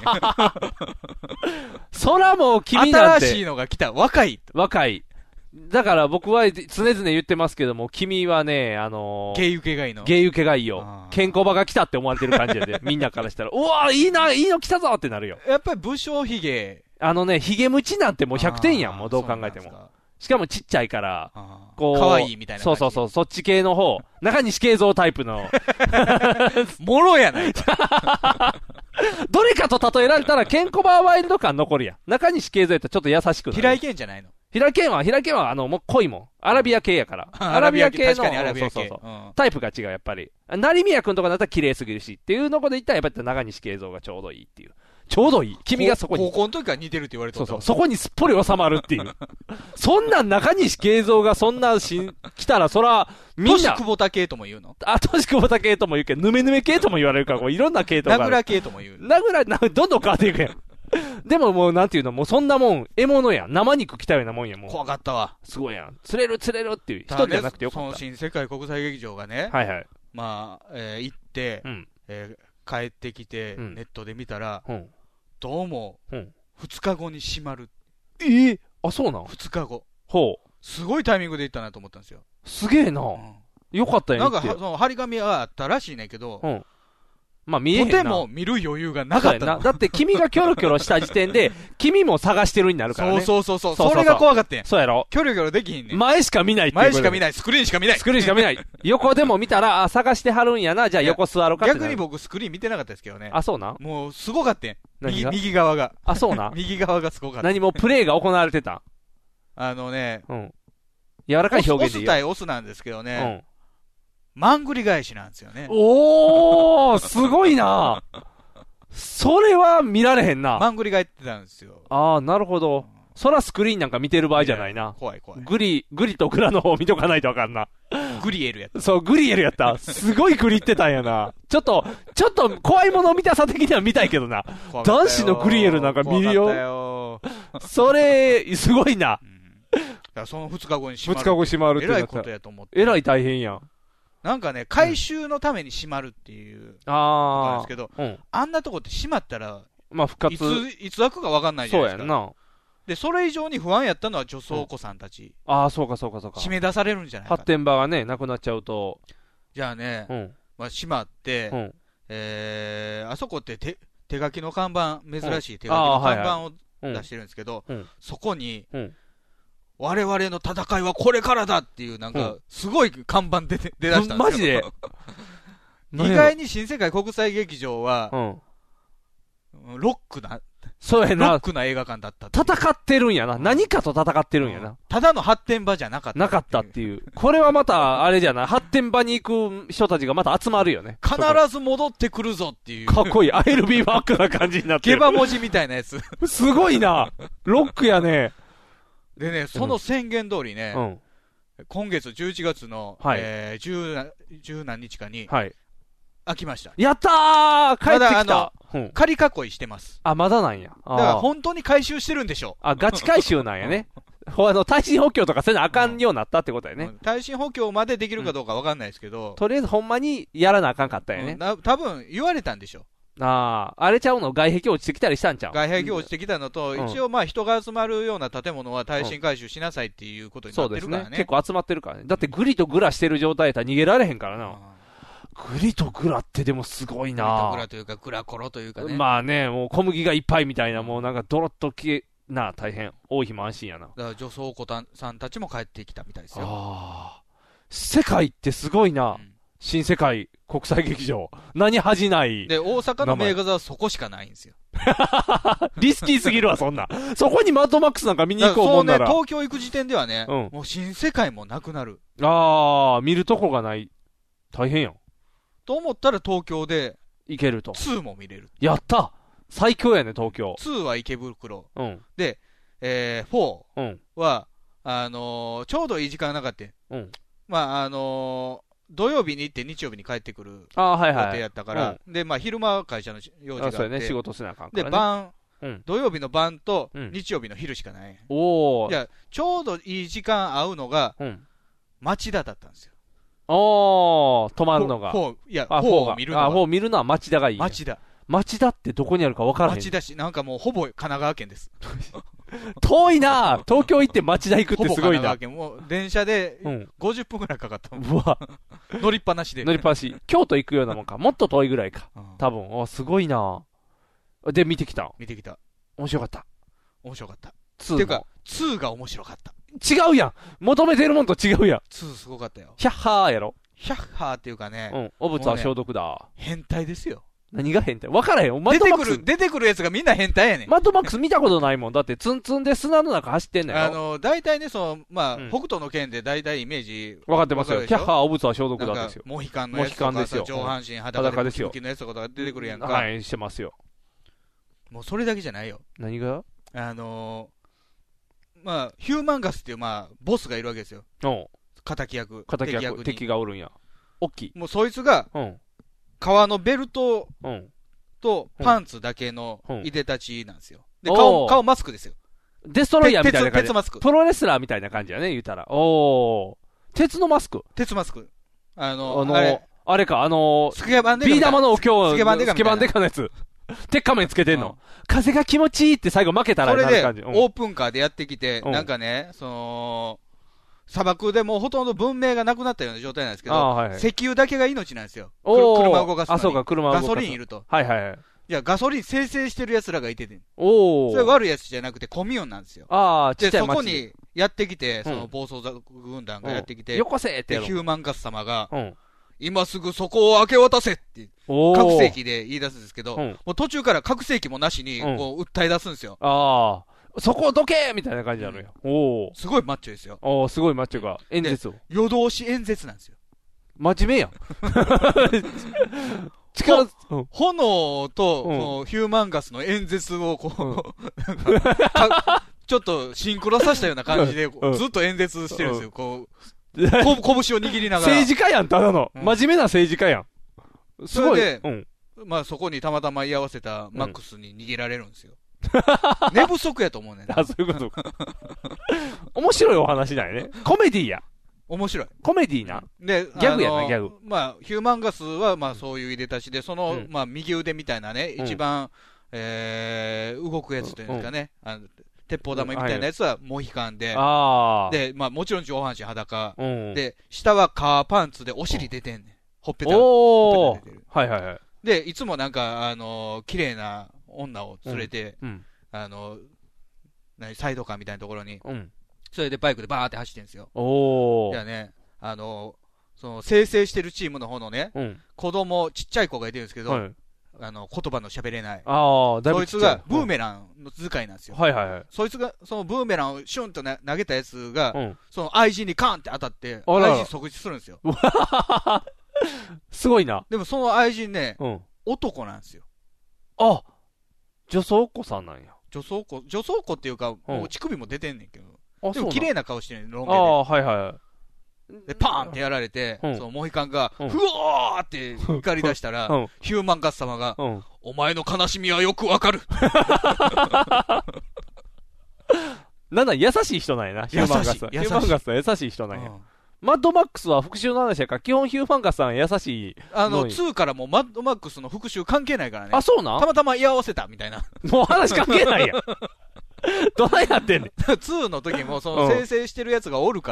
そらもう君なんて。 新しいのが来た。若い。 だから僕は常々言ってますけども、君はね、 ゲイ受けがいいの。 ゲイ受けがいいよ。ケンコバが来たって思われてる感じで、みんなからしたら、うわいいの来たぞってなるよ。 やっぱり武将髭。 ヒゲムチなんてもう100点やん、もうどう考えても。しかもちっちゃいから、 可愛いみたいな。 そう、そっち系の方。中西慶三タイプの。 もろやないか。 どれかと例えられたら、ケンコバワイルド感残るやん。中西慶三やったらちょっと優しくなる。 平井堅じゃないの？ 平井堅はもう濃いもん。アラビア系やから。アラビア系の、 確かにアラビア系。 そう。タイプが違う、やっぱり。成宮くんとかだったら綺麗すぎるし、っていうのこで言ったら、やっぱり長西慶三がちょうどいいっていう。ちょうどいい。君がそこに。 高校の時から似てるって言われてた。 そう。そこにすっぽり収まるっていう。そんなん中西慶三がそんな来たら、そら、みんな。 都市久保田系とも言うの？ 都市久保田系とも言うけど、ぬめぬめ系とも言われるから、こういろんな系とか。 名倉系とも言う。 どんどん変わっていくやん。でももうなんていうの、もうそんなもん、獲物やん。生肉来たようなもんやもん。 怖かったわ。 すごいやん。釣れるっていう。一人じゃなくてよかった。 その新世界国際劇場がね。 はいはい。 まあ、行って、帰ってきて、ネットで見たら、どうも、2日後に閉まる。 あ、そうなん ?2 日後。 ほう。 すごいタイミングで行ったなと思ったんですよ。 すげえな。よかったやん。 なんか、その、張り紙はあったらしいねんけど、 まあ見えへんな。 とても見る余裕がなかった。 だって君がキョロキョロした時点で、君も探してるになるからね。 そう。それが怖かったん。 そうやろ。 キョロキョロできひんねん。 前しか見ないっていう。 前しか見ない。スクリーンしか見ない。 横でも見たら、探してはるんやな。じゃあ横座ろうかって。 逆に僕スクリーン見てなかったですけどね。 あ、そうな。 もうすごかったん。右側が。 あ、そうな。 右側がすごかった。 何もプレイが行われてた。柔らかい表現でいい。 オス対オスなんですけどね。マングリ返しなんですよね。 おー、すごいな。それは見られへんな。 マングリ返ってたんですよ。 ああ、なるほど。そらスクリーンなんか見てる場合じゃないな。 怖い。 グリとグラの方見とかないとわかんな。 グリエルやった。 そう、グリエルやった。すごいグリってたんやな。ちょっと怖いもの見たさ的には見たいけどな。男子のグリエルなんか見るよ。それ、すごいな。 その2日後に閉まる。 2日後閉まるってえらいことやと思って。 えらい大変やん。 なんかね、回収のために閉まるっていうことなんですけど、あんなとこって閉まったら、 まあ復活いつ開くか分かんないじゃないですか。 そうやんな。 で、それ以上に不安やったのは女装子さんたち。 ああ、そうか。 締め出されるんじゃないか。 発展場がね、なくなっちゃうと。 じゃあね、閉まって、あそこって手書きの看板、珍しい手書きの看板を出してるんですけど、そこに、我々の戦いはこれからだっていう、なんか、すごい看板出だしたんですよ。 マジで意外に新世界国際劇場は、ロックな、 そうやな。 ロックな映画館だった。 戦ってるんやな。何かと戦ってるんやな。 ただの発展場じゃなかった。 なかったっていう。これはまた、あれじゃない。発展場に行く人たちがまた集まるよね。 必ず戻ってくるぞっていう。 かっこいい。I'll be back な感じになってる。 ゲバ文字みたいなやつ。 すごいな。ロックやね。 でね、その宣言通りね、今月11月の、十何日かに、開きました。 やったー帰ってきた。 仮囲いしてます。 あ、まだなんや。 だから本当に回収してるんでしょ。 あ、ガチ回収なんやね。耐震補強とかせなあかんようになったってことやね。 耐震補強までできるかどうかわかんないですけど。 とりあえずほんまにやらなあかんかったよね。 多分言われたんでしょ。 あれちゃうの外壁落ちてきたりしたんちゃう？ 外壁落ちてきたのと、一応まあ人が集まるような建物は耐震回収しなさいっていうことになってるからね。 そうですね。結構集まってるからね。だってグリとグラしてる状態やったら逃げられへんからな。グリとグラってでもすごいな。 グリとグラというか、グラコロというかね。 まあね、もう小麦がいっぱいみたいな、もうなんかドロッと大変。多い日も安心やな。 だから女装子さんたちも帰ってきたみたいですよ。 世界ってすごいな。新世界国際劇場。何恥じない。 で、大阪の名画座はそこしかないんですよ。 リスキーすぎるわ、そんな。そこにマッドマックスなんか見に行こうもんなら。 そうね、東京行く時点ではね、もう新世界もなくなる。 見るとこがない。大変やん。 と思ったら東京で、 行けると。 2も見れる。 やった最強やね、東京。 2は池袋。で、4は、ちょうどいい時間なかった。まあ、土曜日に行って日曜日に帰ってくる予定やったから、で、まあ、昼間は会社の用事があって、 そうやね、仕事せなあかんからね。 で、土曜日の晩と日曜日の昼しかない。じゃあ、ちょうどいい時間会うのが、町田だったんですよ。 泊まるのが。 4を見るのが。 4見るのは町田がいい。 町田。 町田ってどこにあるか分からへん。 町田市、なんかもうほぼ神奈川県です。 遠いな東京行って町田行くってすごいな。 ほぼ神奈川県。もう電車で50分くらいかかった。 うわ。 乗りっぱなしで。 乗りっぱなし。京都行くようなもんか。もっと遠いぐらいか。多分。すごいなで、見てきた。面白かった。 面白かった。っていうか、2が面白かった。 違うやん求めてるもんと違うやん。 2すごかったよ。 ヒャッハーやろ。 ヒャッハーっていうかね。 汚物は消毒だ。 変態ですよ。 何が変態わからへん。 出てくるやつがみんな変態やねん。 マッドマックス見たことないもん。だってツンツンで砂の中走ってんのよ。 大体ね、北斗の拳で大体イメージ。 分かってますよ。キャッハーお物は消毒だですよ。 モヒカンのやつとか、上半身裸でムキのやつとかが出てくるやんか。 はい、してますよ。 もうそれだけじゃないよ。 何がヒューマンガスっていう、ボスがいるわけですよ。敵役。 敵がおるんや。大きい。 もうそいつが、革のベルトとパンツだけのいでたちなんですよ。で、顔マスクですよ。 デストロイヤーみたいな感じ。 鉄マスク。 プロレスラーみたいな感じやね、言うたら。鉄のマスク。 鉄マスク。 あれか、 スケバンデカ。 ビー玉のお経、 スケバンデカのやつ。鉄仮面つけてんの。風が気持ちいいって最後負けたらなる感じ。それで、オープンカーでやってきて、なんかね、砂漠でもうほとんど文明がなくなったような状態なんですけど、石油だけが命なんですよ。車を動かすのに。 そうか、車を動かす。 ガソリンいると。 はいはいはい。 いや、ガソリン生成してる奴らがいてて。それ悪い奴じゃなくてコミューンなんですよ。 ちっちゃい町で、 そこにやってきて、その暴走族軍団がやってきて、 よこせってヒューマンガス様が、今すぐそこを明け渡せって、拡声器で言い出すんですけど、もう途中から拡声器もなしに、こう、訴え出すんですよ。 そこをどけみたいな感じなのよ。 すごいマッチョですよ。 すごいマッチョが。演説を。 夜通し演説なんですよ。 真面目やん。 炎と、ヒューマンガスの演説をちょっとシンクロさせたような感じで、ずっと演説してるんですよ。拳を握りながら。 政治家やん、ただの。真面目な政治家やん。すごい。 そこにたまたま居合わせたマックスに逃げられるんですよ。寝不足やと思うねんな。 そういうことか。面白いお話だよね。コメディや。 面白い。 コメディな。 で、 ギャグやな、ギャグ。 ヒューマンガスは、そういう入れたちで、その、右腕みたいなね、一番、動くやつというんですかね。鉄砲玉みたいなやつはモヒカンで、で、もちろん上半身裸。で、下は革パンツでお尻出てんねん。ほっぺた出てる。 はいはいはい。 で、いつもなんか、綺麗な女を連れて、サイドカーみたいなところに、それでバイクでバーって走ってるんですよ。じゃあね、その、生成してるチームの方のね、子供、ちっちゃい子がいてるんですけど、言葉の喋れない。そいつがブーメランの使いなんですよ。そいつが、そのブーメランをシュンと投げたやつが、その愛人にカーンって当たって、愛人即死するんですよ。 すごいな。 でもその愛人ね、男なんですよ。 女装子さんなんや。 女装子っていうか、もう乳首も出てんねんけど。でも綺麗な顔してるねん、ロン毛で。で、パーンってやられて、そのモヒカンが、ふわーって怒り出したら、ヒューマンガス様が、お前の悲しみはよくわかる。 なんだ、優しい人なんやな、ヒューマンガスは。ヒューマンガスは優しい人なんや。マッドマックスは復讐の話やから、基本ヒューマンガスさん優しい。 2からもマッドマックスの復讐関係ないからね。 そうなん？ たまたま居合わせたみたいな。 もう話関係ないやん。どないやってんねん。 2の時も、その生成してるやつがおるから、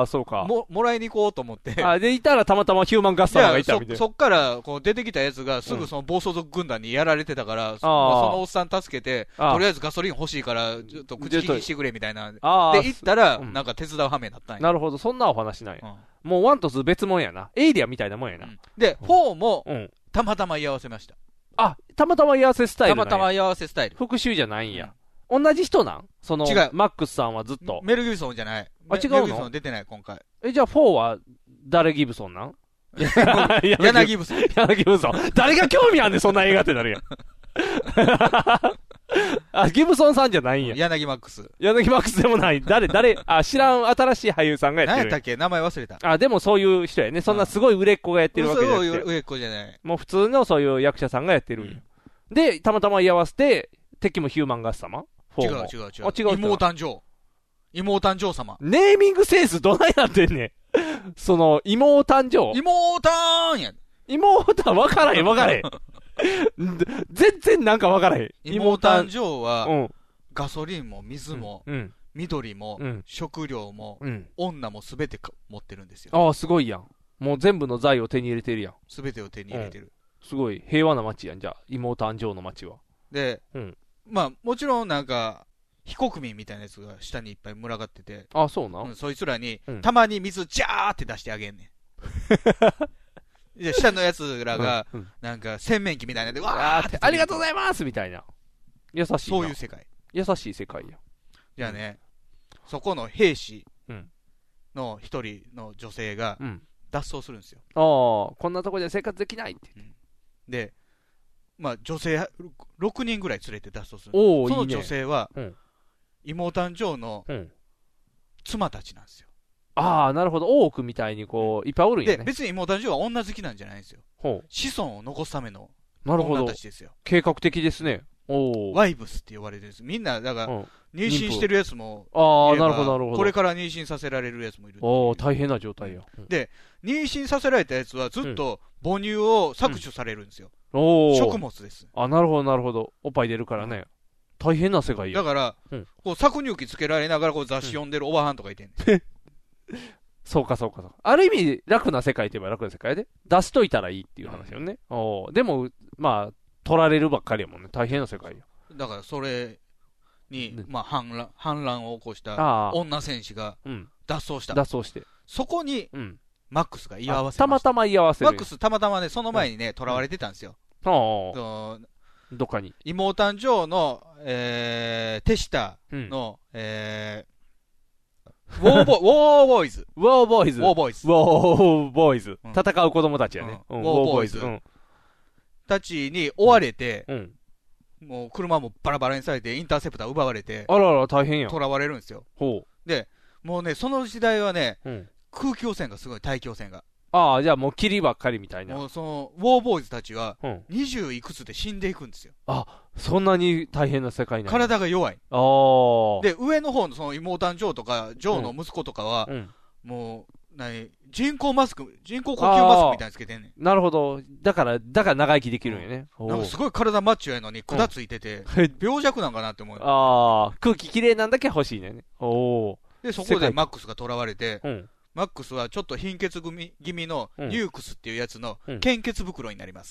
そうか。 もらいに行こうと思って。 で、いたらたまたまヒューマンガスさんがいたみたいな。 そっから、こう出てきたやつが、すぐその暴走族軍団にやられてたから、そのおっさん助けて、とりあえずガソリン欲しいから、ちょっと口利きしてくれみたいな。で、行ったら、なんか手伝う羽目だったんや。 なるほど、そんなお話なんや。もう1と2別もんやな。エイリアンみたいなもんやな。 で、4も、たまたま居合わせました。 たまたま居合わせスタイル。 たまたま居合わせスタイル。 復讐じゃないんや。同じ人なんその、 違う。 マックスさんはずっと。 メル・ギブソンじゃない。 違うの？ メル・ギブソン出てない、今回。 じゃあ4は、誰ギブソンなん柳ギブソン。 柳ギブソン。誰が興味あんねん、そんな映画ってなるやん。ギブソンさんじゃないんや。 柳マックス。 柳マックスでもない。誰知らん新しい俳優さんがやってる。 何やったっけ？名前忘れた。 でもそういう人やね。そんなすごい売れっ子がやってるわけじゃなくて。 そういう売れっ子じゃない。 もう普通のそういう役者さんがやってるんや。で、たまたま居合わせて、敵もヒューマンガス様？ 違う。妹誕生様。 ネーミングセンスどないなってんねん。その、妹誕生。 妹ーんや。 妹は分からへん。全然なんか分からへん。 妹誕生は、ガソリンも水も、緑も、食料も、女もすべて持ってるんですよ。 すごいやん。もう全部の財を手に入れてるやん。 すべてを手に入れてる。 すごい平和な街やん、じゃあ。妹誕生の街は。 で、もちろんなんか、非国民みたいなやつが下にいっぱい群がってて。 そうなん？ そいつらに、たまに水ジャーって出してあげんねん。 で、下のやつらが、なんか、洗面器みたいなんで、わーって。 ありがとうございますみたいな。優しいな。 そういう世界。 優しい世界や。 じゃあね、そこの兵士の一人の女性が、脱走するんですよ。 こんなとこじゃ生活できないって。 で、まあ、女性6人ぐらい連れて脱走するんです。その女性は、妹誕生の妻たちなんですよ。 ああ、なるほど。大奥みたいにこう、いっぱいおるんやね。 で、別に妹誕生は女好きなんじゃないんですよ。子孫を残すための女たちですよ。 計画的ですね。 ワイブスって呼ばれてるんです。みんな、だから、妊娠してるやつもなるほど、なるほど。 これから妊娠させられるやつもいる。 大変な状態や。 で、妊娠させられたやつはずっと母乳を搾取されるんですよ。食物です。 なるほど、なるほど。おっぱい出るからね。大変な世界や。 だから、こう搾乳機つけられながらこう雑誌読んでるおばはんとかいてんねん。 そうか。ある意味、楽な世界といえば楽な世界で、出しといたらいいっていう話よね。でも、まあ、取られるばっかりやもんね。大変な世界よ。 だから、それに、まあ、反乱を起こした女戦士が脱走した。 脱走して。 そこに、マックスが居合わせたまたま居合わせる。 マックスたまたまね、その前にね、囚われてたんですよ。 どっかに。 妹誕生の、手下の、ウォーボーイズ。 ウォーボーイズ。戦う子供たちやね。 ウォーボーイズ。たちに追われて、もう車もバラバラにされて、インターセプター奪われて、 あら大変や。 囚われるんですよ。で、もうね、その時代はね、空気汚染がすごい、大気汚染が。 じゃあもう霧ばっかりみたいな。 もうその、ウォーボーイズたちは、20いくつで死んでいくんですよ。 そんなに大変な世界になる。 体が弱い。で、上の方のその妹誕生とか、ジョーの息子とかは、もう、人工呼吸マスクみたいにつけてんねん。 なるほど。だから長生きできるんやね。 なんかすごい体マッチョやのに管ついてて、病弱なんかなって思う。 空気きれいなんだけ欲しいね。 で、そこでマックスが囚われて、マックスはちょっと貧血気味のニュークスっていうやつの献血袋になります。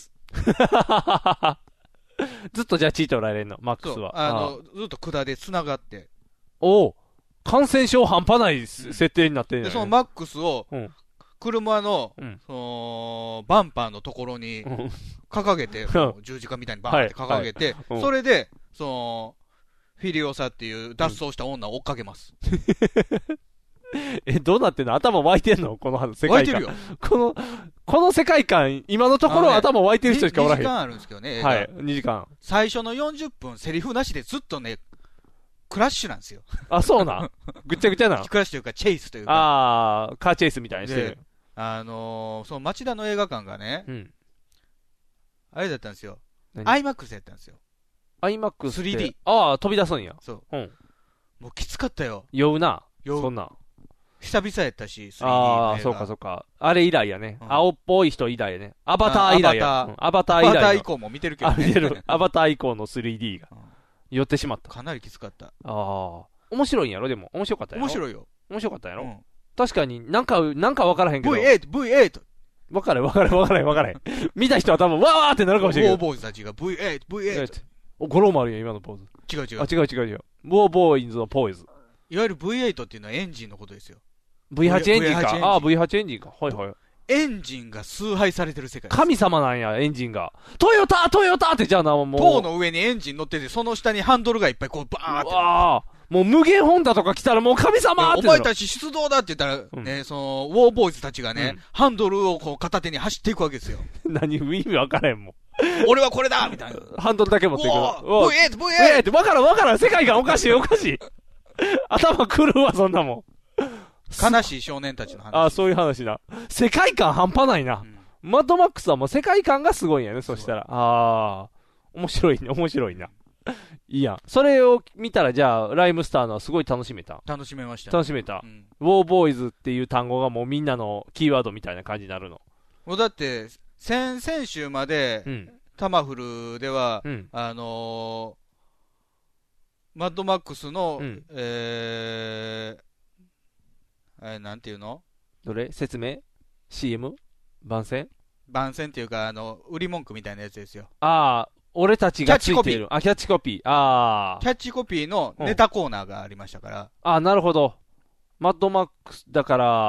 ずっとじゃあ血取られんの、マックスは。 ずっと管で繋がって。 感染症半端ない設定になってるんで、そのマックスを、車の、その、バンパーのところに、掲げて、十字架みたいにバーンって掲げて、それで、その、フィリオサっていう脱走した女を追っかけます。 どうなってんの？頭湧いてんの？この世界観。湧いてるよ。この世界観、今のところ頭湧いてる人しかおらへん。 2時間あるんですけどね。 はい、2時間。 最初の40分、セリフなしでずっとね、クラッシュなんですよ。 そうなんぐっちゃぐちゃなクラッシュというか、チェイスというか。 カーチェイスみたいにしてる。 その町田の映画館がね、あれだったんですよ。IMAX やったんですよ。 IMAX3D。飛び出すんや。 そう。もうきつかったよ。 酔うな。そんな。 久々やったし、3D そうか。あれ以来やね。青っぽい人以来やね。アバター以来や。アバター以降も見てるけどね。 見てる。アバター以降の 3D が。寄ってしまった。 かなりきつかった。 面白いんやろでも。面白かったやろ。 面白いよ。 面白かったやろ。確かになんか分からへんけど。 V8! 分からへん。見た人は多分、わーってなるかもしれない。 ウォーボーイズたちが V8! ゴローマルや、今のポーズ。 違う。 違う。ウォーボーイズのポーズ。 いわゆる V8 っていうのはエンジンのことですよ。 V8 エンジンか。V8 エンジンか。はい。 エンジンが崇拝されてる世界。 神様なんや、エンジンが。トヨタってじゃあな、もう。 塔の上にエンジン乗ってて、その下にハンドルがいっぱいこうバーって。 もう無限ホンダとか来たらもう神様って。 お前たち出動だって言ったら、ね、その、ウォーボーイズたちがね、ハンドルをこう片手に走っていくわけですよ。 意味分からへんもん。 俺はこれだみたいな。 ハンドルだけ持っていく。 V8! って分からん。世界観おかしい。頭狂うわ、そんなもん。 悲しい少年たちの話。 そういう話だ。世界観半端ないな。マッドマックスはもう世界観がすごいんやね、そしたら。面白いな。いいやん。それを見たら、じゃあ、ライムスターのはすごい楽しめた。 楽しめました。 ウォーボーイズっていう単語がもうみんなのキーワードみたいな感じになるの。 もうだって、先々週まで、タマフルでは、マッドマックスの、なんていうの？ どれ？説明？ CM？ 番宣っていうか、売り文句みたいなやつですよ。 俺たちがついてる。キャッチコピー。 キャッチコピーのネタコーナーがありましたから。 なるほど。マッドマックス、だから、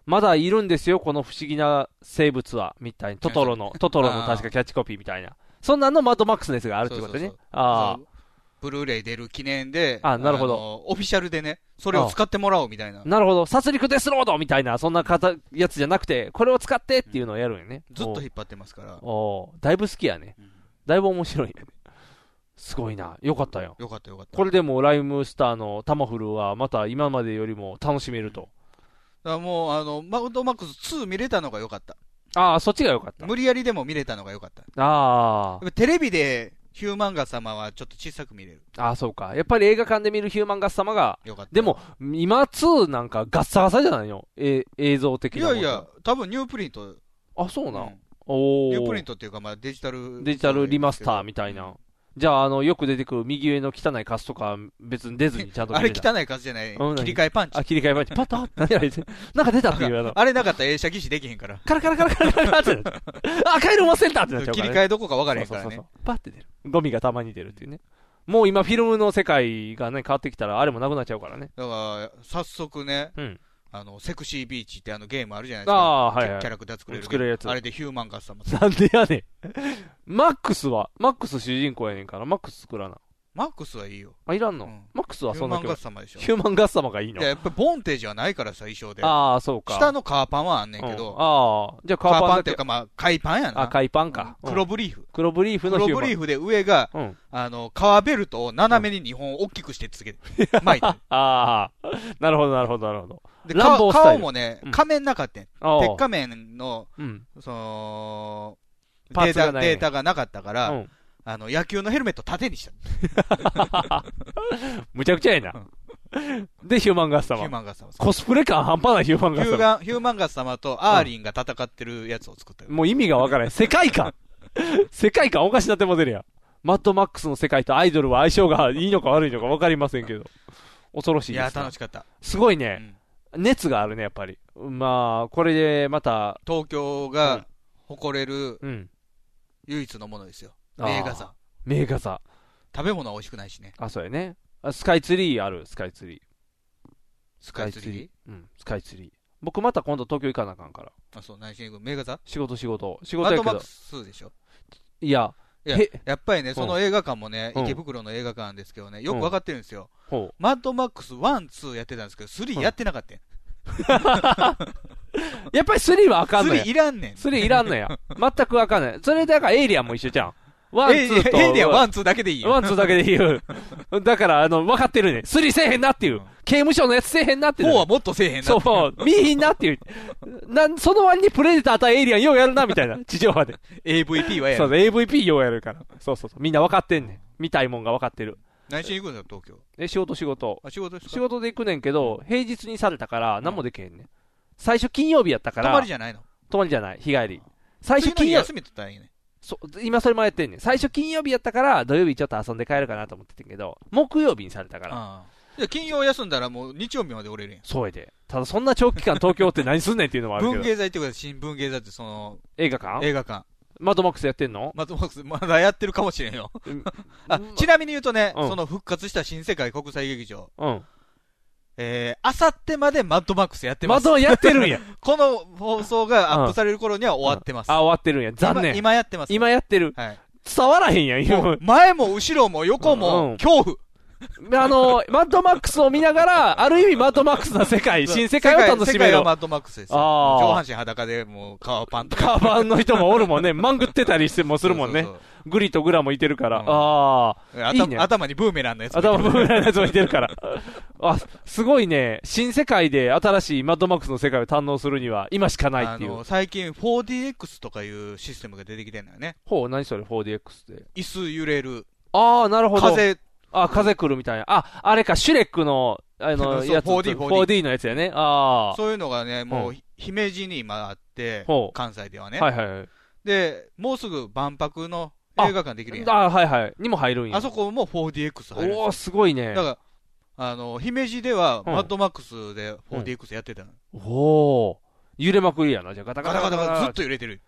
まだいるんですよ、この不思議な生物は、みたいに。トトロの確かキャッチコピーみたいな。そんなのマッドマックスのやつがあるってことね。 ブルーレイ出る記念で、 なるほど。 オフィシャルでね、それを使ってもらおうみたいな。 なるほど。殺戮デスロードみたいな、そんなやつじゃなくて、これを使ってっていうのをやるんよね。 ずっと引っ張ってますから。 だいぶ好きやね。だいぶ面白いね。すごいな。よかったよ。 よかったよかった。 これでもライムスターのタマフルはまた今までよりも楽しめると。 だからもう、マッドマックス2見れたのがよかった。 そっちがよかった。 無理やりでも見れたのがよかった。テレビで、ヒューマンガス様はちょっと小さく見れる。 そうか。やっぱり映画館で見るヒューマンガス様が、でも、今2なんかガッサガサじゃないの？映像的な。 いや、多分ニュープリント。 そうなん。 ニュープリントっていうか、デジタルリマスターみたいな。じゃあ、よく出てくる右上の汚いカスとか別に出ずにちゃんと見れた。あれ汚いカスじゃない。切り替えパンチ。 切り替えパンチ。パッと何あれなんか出たっていうあれなかったら映写技師できへんから。 カラカラカラカラカラって。赤色忘れたってなっちゃうから。 切り替えどこか分からへんからね。 パッて出る。ゴミがたまに出るっていうね。もう今フィルムの世界がね、変わってきたらあれもなくなっちゃうからね。 だから、早速ね、セクシービーチってゲームあるじゃないですか。 キャラクター作れるやつ。 あれでヒューマンガス様。 なんでやねん。マックス主人公やねんから、マックス作らな。 マックスはいいよ。 いらんの、マックスはそんなヒューマンガス様でしょ。 ヒューマンガス様がいいの。 やっぱりボンテージはないからさ、衣装で。 そうか。 下のカーパンはあんねんけど。 じゃあカーパンっていうか海パンやな。 海パンか。 黒ブリーフ。 黒ブリーフのヒューマン。 黒ブリーフで上が、革ベルトを斜めに2本大きくしてつけて、巻いて。 なるほど、なるほど、なるほど。 で、顔もね、仮面なかったん。鉄仮面の、その、データがなかったから、野球のヘルメット縦にした。 むちゃくちゃやな。で、ヒューマンガス様。 ヒューマンガス様。 コスプレ感半端ないヒューマンガス様。 ヒューマンガス様とアーリンが戦ってるやつを作った。 もう意味がわからない。世界観おかしなっても出るやん。マッドマックスの世界とアイドルは相性がいいのか悪いのかわかりませんけど。恐ろしいです。 いや、楽しかった。 すごいね。熱があるね、やっぱり。これでまた。 東京が誇れる、唯一のものですよ。名画座。 名画座。 食べ物は美味しくないしね。 そうやね。スカイツリーある、スカイツリー。 スカイツリー？ スカイツリー。僕また今度東京行かなあかんから。 何しに行く？名画座？ 仕事やけど。 マッドマックスでしょ？ いや、 やっぱりね、その映画館もね、池袋の映画館ですけどね、よくわかってるんですよ。マッドマックス1、2やってたんですけど、3やってなかったやっぱり3はあかんのや。 3いらんねん。 3いらんのや。全くあかんねん。それだからエイリアンも一緒じゃん。エイリアン1、2だけでいいよ。 1、2だけでいいよ。だから、分かってるね。3せえへんなっていう。刑務所のやつせえへんなっていう。 4はもっとせえへんなっていう。そう、見えへんなっていう。その割にプレデター対エイリアンようやるな、みたいな。地上波で。 AVP はやる。 そう、AVP ようやるから。そう。みんな分かってんねん。見たいもんが分かってる。 何しに行くんだよ、東京。 仕事。 仕事ですか？ 仕事で行くねんけど、平日にされたから、何もできへんねん。最初金曜日やったから。 泊まりじゃないの？ 泊まりじゃない、日帰り。最初金曜日。 休み取ったらいいね。 今それもやってんねん。最初金曜日やったから、土曜日ちょっと遊んで帰るかなと思ってたけど、木曜日にされたから。 金曜休んだらもう日曜日までおれるやん。 そうやで。ただそんな長期間東京って何すんねんっていうのもあるけど。 文芸座ってことで、新文芸座ってその、 映画館。マッドマックスやってんの？ マッドマックス、まだやってるかもしれんよ。ちなみに言うとね、その復活した新世界国際劇場。あさってまでマッドマックスやってます。 マッドやってるんや。 この放送がアップされる頃には終わってます。 終わってるんや。残念。 今やってます。 今やってる。伝わらへんやん、今。 前も後ろも横も恐怖。 マッドマックスを見ながら、ある意味マッドマックスな世界、新世界を楽しめる。 世界はマッドマックスですよ。上半身裸でもう革パンとか。 革パンの人もおるもんね。マングってたりしてもするもんね。グリとグラもいてるから。いいね。 頭にブーメランのやつ。 頭ブーメランのやつもいてるから。すごいね。新世界で新しいマッドマックスの世界を堪能するには、今しかないっていう。 最近 4DX とかいうシステムが出てきてるのよね。 何それ 4DX で。 椅子揺れる。 なるほど。 風来るみたいな。あれか、シュレックの、やつ。4D のやつやね。 そういうのがね、もう、姫路に今あって、関西ではね。で、もうすぐ万博の映画館できるやん。 にも入るんや。 あそこも 4DX 入る。 すごいね。 だから、姫路では、マッドマックスで 4DX やってたの。 揺れまくりやな。じゃあガタガタガタずっと揺れてる。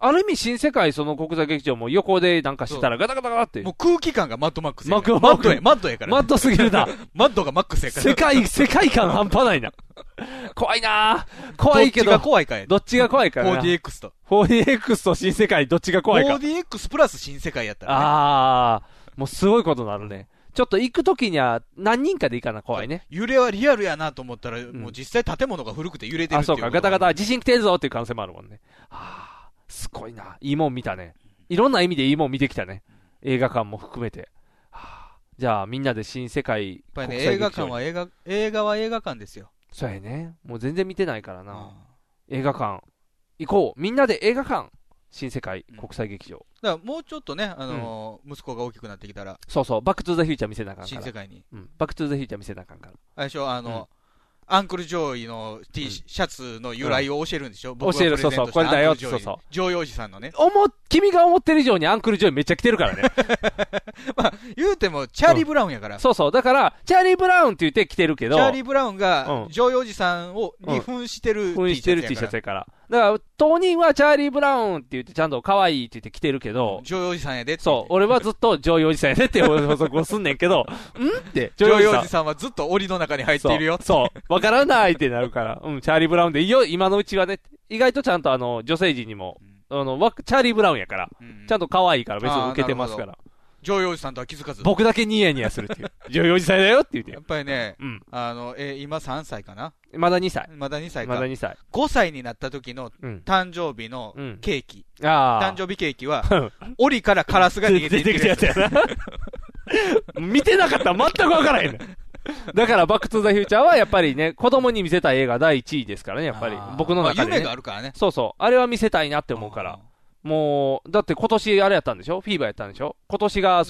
ある意味新世界その国際劇場も横でなんかしてたらガタガタガタって。 もう空気感がマッドマックスや。 マッドやから。 マッドすぎるな。 マッドがマックスやから。 世界観半端ないな。怖いなぁ。怖いけど。 どっちが怖いかや。 どっちが怖いかな。 4DX と。 4DX と新世界どっちが怖いか。 4DX プラス新世界やったらね。 あー、もうすごいことになるね。ちょっと行くときには何人かで行かな怖いね。 揺れはリアルやなと思ったら、もう実際建物が古くて揺れてるっていう。 そうか、ガタガタ地震来てるぞっていう可能性もあるもんね。はぁ、すごいな。いいもん見たね。いろんな意味でいいもん見てきたね。映画館も含めて。はぁ、じゃあみんなで新世界。 やっぱりね、映画館は映画は映画館ですよ。 そうやね。もう全然見てないからな。映画館、行こう。みんなで映画館。新世界国際劇場。 だからもうちょっとね、息子が大きくなってきたら。 そうそう、バックトゥーザフューチャー見せなあかんから。 新世界に。 バックトゥーザフューチャー見せなあかんから。 あれでしょ、アンクルジョイの T シャツの由来を教えるんでしょ、 教える、そうそう、これだよ、そうそう。 ジョイおじさんのね。 君が思ってる以上にアンクルジョイめっちゃ来てるからね。 まあ、言うても、チャーリー・ブラウンやから。 そうそう、だから、チャーリー・ブラウンって言って来てるけど。 チャーリー・ブラウンが、ジョイおじさんに扮してる T シャツやから。だから、当人はチャーリー・ブラウンって言って、ちゃんと可愛いって言って来てるけど。 ジョイおじさんやでって。 そう、俺はずっとジョイおじさんやでって補足をすんねんけど、って、 ジョイおじさんはずっと檻の中に入っているよ。 そう、わからないってなるから、チャーリー・ブラウンでいいよ、今のうちはね。意外とちゃんと女性陣にも、チャーリー・ブラウンやから、ちゃんと可愛いから別に受けてますから。 ジョイおじさんとは気づかず。 僕だけニヤニヤするっていう。ジョイおじさんだよって言って。 やっぱりね、今3歳かな？ まだ2歳。 まだ2歳か。 まだ2歳。 5歳になった時の誕生日のケーキ。 誕生日ケーキは、檻からカラスが逃げてきてるやつやな。 見てなかったら全くわからへんね。だから、バックトゥーザフューチャーはやっぱりね、子供に見せた映画第1位ですからね、やっぱり。僕の中で、ね。 夢があるからね。 そうそう。あれは見せたいなって思うから。もう、だって今年あれやったんでしょ？フィーバーやったんでしょ？今年が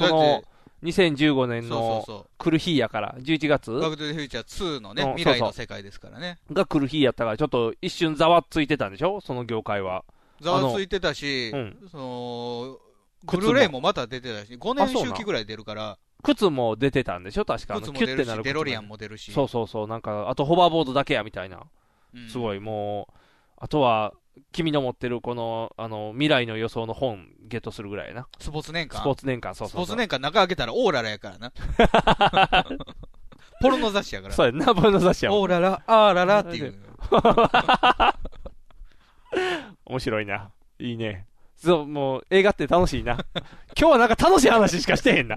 2015年の来る日やから、11月バックトゥーザフューチャー2のね、未来の世界ですからね。 が来る日やったから、ちょっと一瞬ざわついてたんでしょ？その業界は。 ざわついてたし、ブルーレイもまた出てたし、5年周期ぐらい出るから。 靴も出てたんでしょ？確か。 靴も出るし、デロリアンも出るし。 そうそうそう。なんか、あとホバーボードだけやみたいな。すごい、もう、あとは、君の持ってるこの、未来の予想の本ゲットするぐらいやな。 スポーツ年間。 スポーツ年間、そうそう。 スポーツ年間中開けたらオーララやからな。ポルノ雑誌やから。 そうやな、ポルノ雑誌や。 オーララ、あーララっていう。 面白いな。いいね。そう、もう映画って楽しいな。今日はなんか楽しい話しかしてへんな。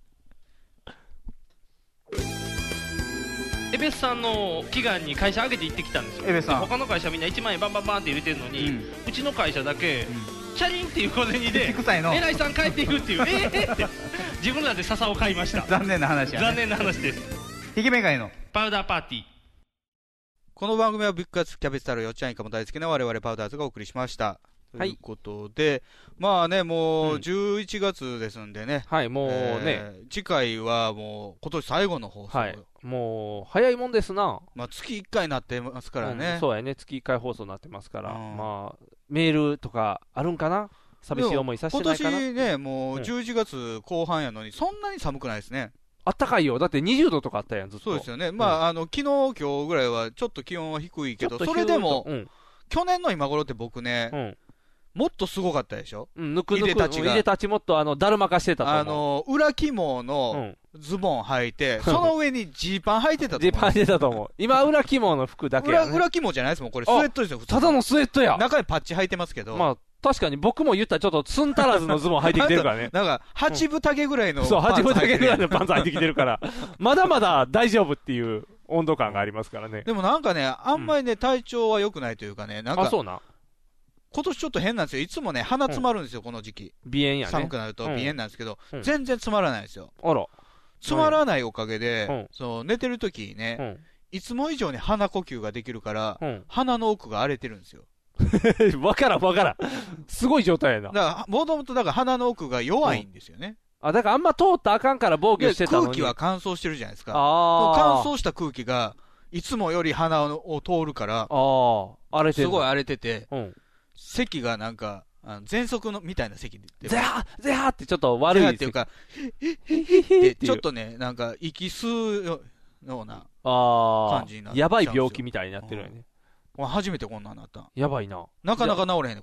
エベスさんの祈願に会社上げて行ってきたんですよ。 エベスさん。 他の会社みんな1万円バンバンバンって入れてるのに、うちの会社だけ、チャリンっていう小銭で、偉いさん帰っていくっていう、って自分らで笹を買いました。 残念な話やね。 残念な話です。 ひげメガネのパウダーパーティー。 この番組はビッグカツキャベツ太郎よっちゃんいかも大好きな我々パウダーズがお送りしました。ということで、まあね、もう11月ですんでね。 はい、もうね。 次回はもう今年最後の放送。 はい。もう、早いもんですな。 まあ月1回になってますからね。 そうやね、月1回放送になってますから。まあ、メールとかあるんかな？寂しい思いさせてないかな？ 今年ね、もう11月後半やのに、そんなに寒くないですね。 あったかいよ。だって20度とかあったやん、ずっと。 そうですよね。まあ、昨日、今日ぐらいはちょっと気温は低いけど、それでも、去年の今頃って僕ね、もっとすごかったでしょ？ ぬくぬく、いでたちもっとだるまかしてたと思う。裏肝のズボン履いて、その上にジーパン履いてたと思う。 ジーパン履いてたと思う。今、裏肝の服だけやね。 裏肝じゃないですもん、これスウェットですよ、 ただのスウェットや。 中にパッチ履いてますけど。 まあ、確かに僕も言ったらちょっとツン足らずのズボン履いてきてるからね。 なんか、8分丈ぐらいのそう、8分丈ぐらいのパンツ履いてきてるから、まだまだ大丈夫っていう温度感がありますからね。 でもなんかね、あんまりね、体調は良くないというかね、なんか。 あ、そうな。 今年ちょっと変なんですよ。いつもね、鼻詰まるんですよ、この時期。 鼻炎やね。 寒くなると鼻炎なんですけど、全然詰まらないですよ。 あら。 詰まらないおかげで、寝てる時にね、いつも以上に鼻呼吸ができるから、鼻の奥が荒れてるんですよ。 わからん。すごい状態やな。 だから、もともと鼻の奥が弱いんですよね。 あ、だからあんま通ったらあかんから防御してたのに。 空気は乾燥してるじゃないですか。乾燥した空気が、いつもより鼻を通るから、 荒れてる。 すごい荒れてて、咳がなんか、喘息のみたいな咳で。 ゼハーってちょっと悪いっていうか、でちょっとね、なんか息吸うような感じになって。 やばい病気みたいになってるよね。 初めてこんなんなった。 やばいな。 なかなか治れへんね、これ。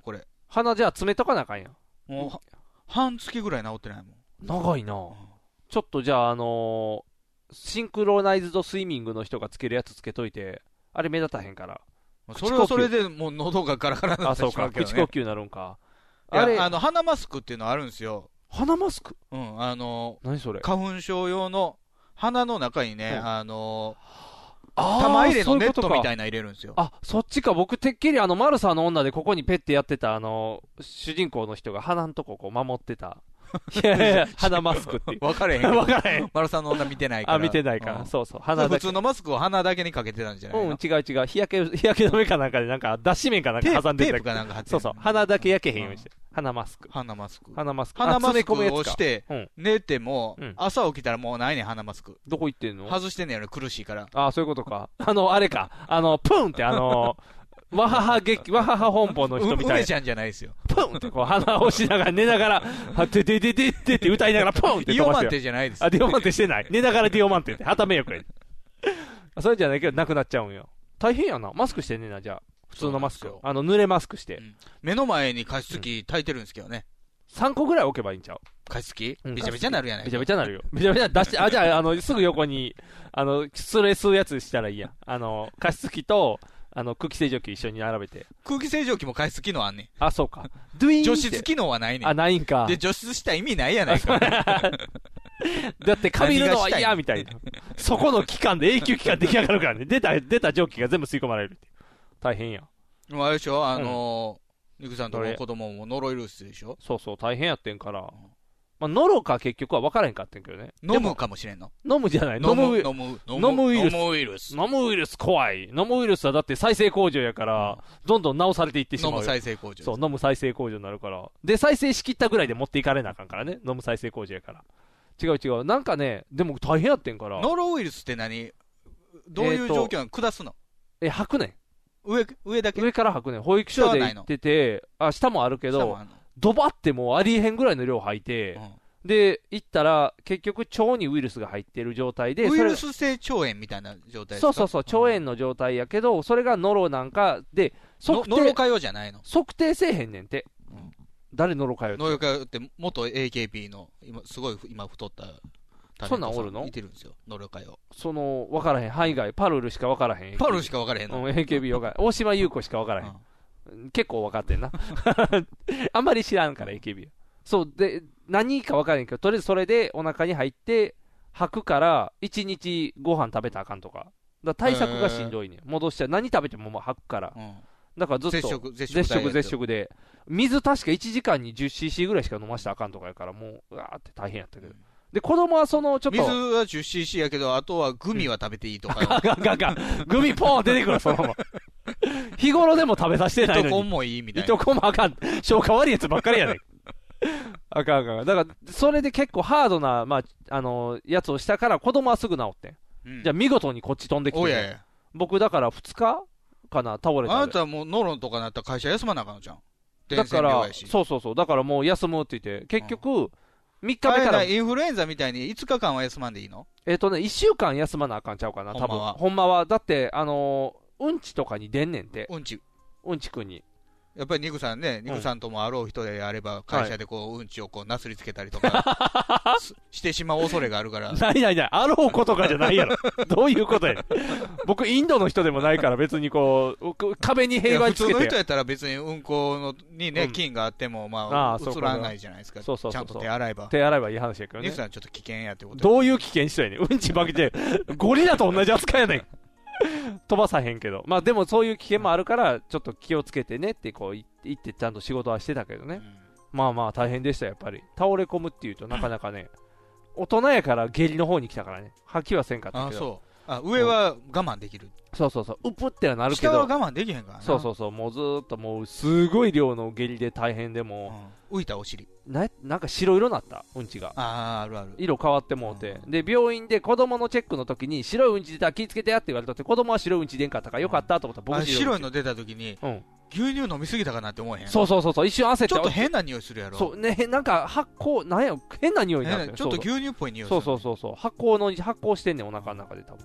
鼻じゃあ詰めとかなあかんやん。 もう、半月ぐらい治ってないもん。 長いな。ちょっとじゃあ、シンクロナイズドスイミングの人がつけるやつつけといて、あれ目立たへんから。 それはそれでもう喉がガラガラになってしまうけどね。 あ、そうか。口呼吸になるんか。 あれ、鼻マスクっていうのあるんですよ。 鼻マスク？ うん、 何それ？ 花粉症用の、鼻の中にね、玉入れのネットみたいな入れるんですよ。 あ、そっちか。僕、てっきりマルサの女でここにペッてやってた、主人公の人が鼻のとここう守ってた。いやいや、鼻マスクっていう。 分かれへんけど。分かれへん。丸さんの女見てないから。 あ、見てないから。そうそう。 鼻だけ。普通のマスクを鼻だけにかけてたんじゃないの？ うん、違う。日焼け止めかなんかで、なんか、脱脂綿かなんか挟んでた。 テープかなんか貼ってそうそう。鼻だけ焼けへんようにして。鼻マスク。 鼻マスクをして、寝ても、朝起きたらもうないねん、鼻マスク。 どこ行ってんの？ 外してんねんよね、苦しいから。 あ、そういうことか。あれか。プンってわはは本舗の人みたいな。 梅ちゃんじゃないですよ。 プンってこう鼻をしながら寝ながら、てててててって歌いながらプンって飛ばして。 ディオマンテじゃないです。 あ、ディオマンテしてない。寝ながらディオマンテって、はためよくや。それじゃないけど、なくなっちゃうんよ。大変やな。マスクしてんねんな、じゃあ。普通のマスク。濡れマスクして。 目の前に加湿器炊いてるんですけどね。 3個ぐらい置けばいいんちゃう？ 加湿器？めちゃめちゃなるやない。 めちゃめちゃなるよ。めちゃめちゃ出して、じゃあ、すぐ横に、スレ吸うやつしたらいいやん。加湿器と、空気清浄機一緒に並べて。 空気清浄機も加湿機能あんねん。 あ、そうか。除湿機能はないねん。 あ、ないんか。 で、除湿した意味ないやないか。 だって、かびるのは嫌みたいな。そこの期間で永久期間出来上がるからね。出た蒸気が全部吸い込まれるって。大変や。 もうあれでしょニクさんとの子供もノロウイルスでしょ？ そうそう、大変やってんから。まあ、ノロか結局は分からへんかってんけどね。 飲むかもしれんの？ 飲むじゃない。飲むウイルス怖い。飲むウイルスはだって再生工場やから、どんどん直されていってしまう。 飲む再生工場。 そう、飲む再生工場になるから。で、再生しきったぐらいで持っていかれなあかんからね。飲む再生工場やから。違う。なんかね、でも大変やってんから。 ノロウイルスって何？どういう状況なの？下すの？ 吐くねん。 上だけ？ 上から吐くねん。保育所で行ってて、下もあるけど、ドバってもうありえへんぐらいの量吐いて、で、行ったら、結局腸にウイルスが入ってる状態で、 ウイルス性腸炎みたいな状態ですか？ そう、腸炎の状態やけど、それがノロなんかで、 ノロかよじゃないの？ 測定せえへんねんて。誰ノロかよって？ ノロかよって元 AKB の、すごい今太ったそんなんおるの？ いてるんですよ、ノロかよ。 分からへん。範囲外、パルルしか分からへん。 パルルしか分からへんの？ AKB 分からへん。大島優子しか分からへん。結構分かってんな。あんまり知らんから、AKB。そう、で、何か分からへんけど、とりあえずそれでお腹に入って、吐くから、1日ご飯食べたらあかんとか。だから対策がしんどいね。戻しちゃう。何食べてももう吐くから。だからずっと、絶食で。水確か1時間に 10cc ぐらいしか飲ましたらあかんとかやから、もう、うわーって大変やったけど。で、子供はちょっと。 水は 10cc やけど、あとはグミは食べていいとか。 グミポーン出てくる、そのまま。日頃でも食べさせてないのに。 糸こんもいいみたいな。 糸こんもあかん。消化悪いやつばっかりやねん。あかん。だから、それで結構ハードな、やつをしたから、子供はすぐ治ってん。じゃあ見事にこっち飛んできて。僕だから2日かな、倒れた。 あなたはもうノロとかなったら会社休まなあかんのじゃん。 だから、そう。だからもう休むって言って、結局、3日目から。 インフルエンザみたいに5日間は休まんでいいの ？1週間休まなあかんちゃうかな、多分。ほんまは。だって、うんちとかに出んねんて。 うんちくんに。 やっぱりニクさんともあろう人であれば、会社でうんちをなすりつけたりとか、してしまう恐れがあるから。 ない。あろうことかじゃないやろ。どういうことやねん。僕、インドの人でもないから別に壁に平和につけて。 普通の人やったら別にうんこにね、菌があっても、映らないじゃないですか。 そう。 ちゃんと手洗えば。 手洗えばいい話やけどね。 ニクさんちょっと危険やってこと。 どういう危険人やねん。うんちばきで、ゴリラと同じ扱いやねん。飛ばさへんけど。でもそういう危険もあるから、ちょっと気をつけてねって言ってちゃんと仕事はしてたけどね。大変でした、やっぱり。倒れ込むっていうとなかなかね、大人やから下痢の方に来たからね。吐きはせんかったけど。 上は我慢できる。 そう。うぷってはなるけど。 下は我慢できへんからな。 そう。もうずーっとすごい量の下痢で大変でも浮いたお尻。 なんか白色になった、うんちが。 ある。 色変わってもうて。で、病院で子供のチェックの時に、白いうんち出たら気ぃつけてやって言われたって、子供は白いうんち出んかったからよかったと思ったら、僕白いの出た時に、牛乳飲みすぎたかなって思えへん。 そう。一瞬焦って。 ちょっと変な匂いするやろ。 そうね、なんかなんや、変な匂いになってちょっと牛乳っぽい匂いする。そう。発酵してんねん、お腹の中で多分。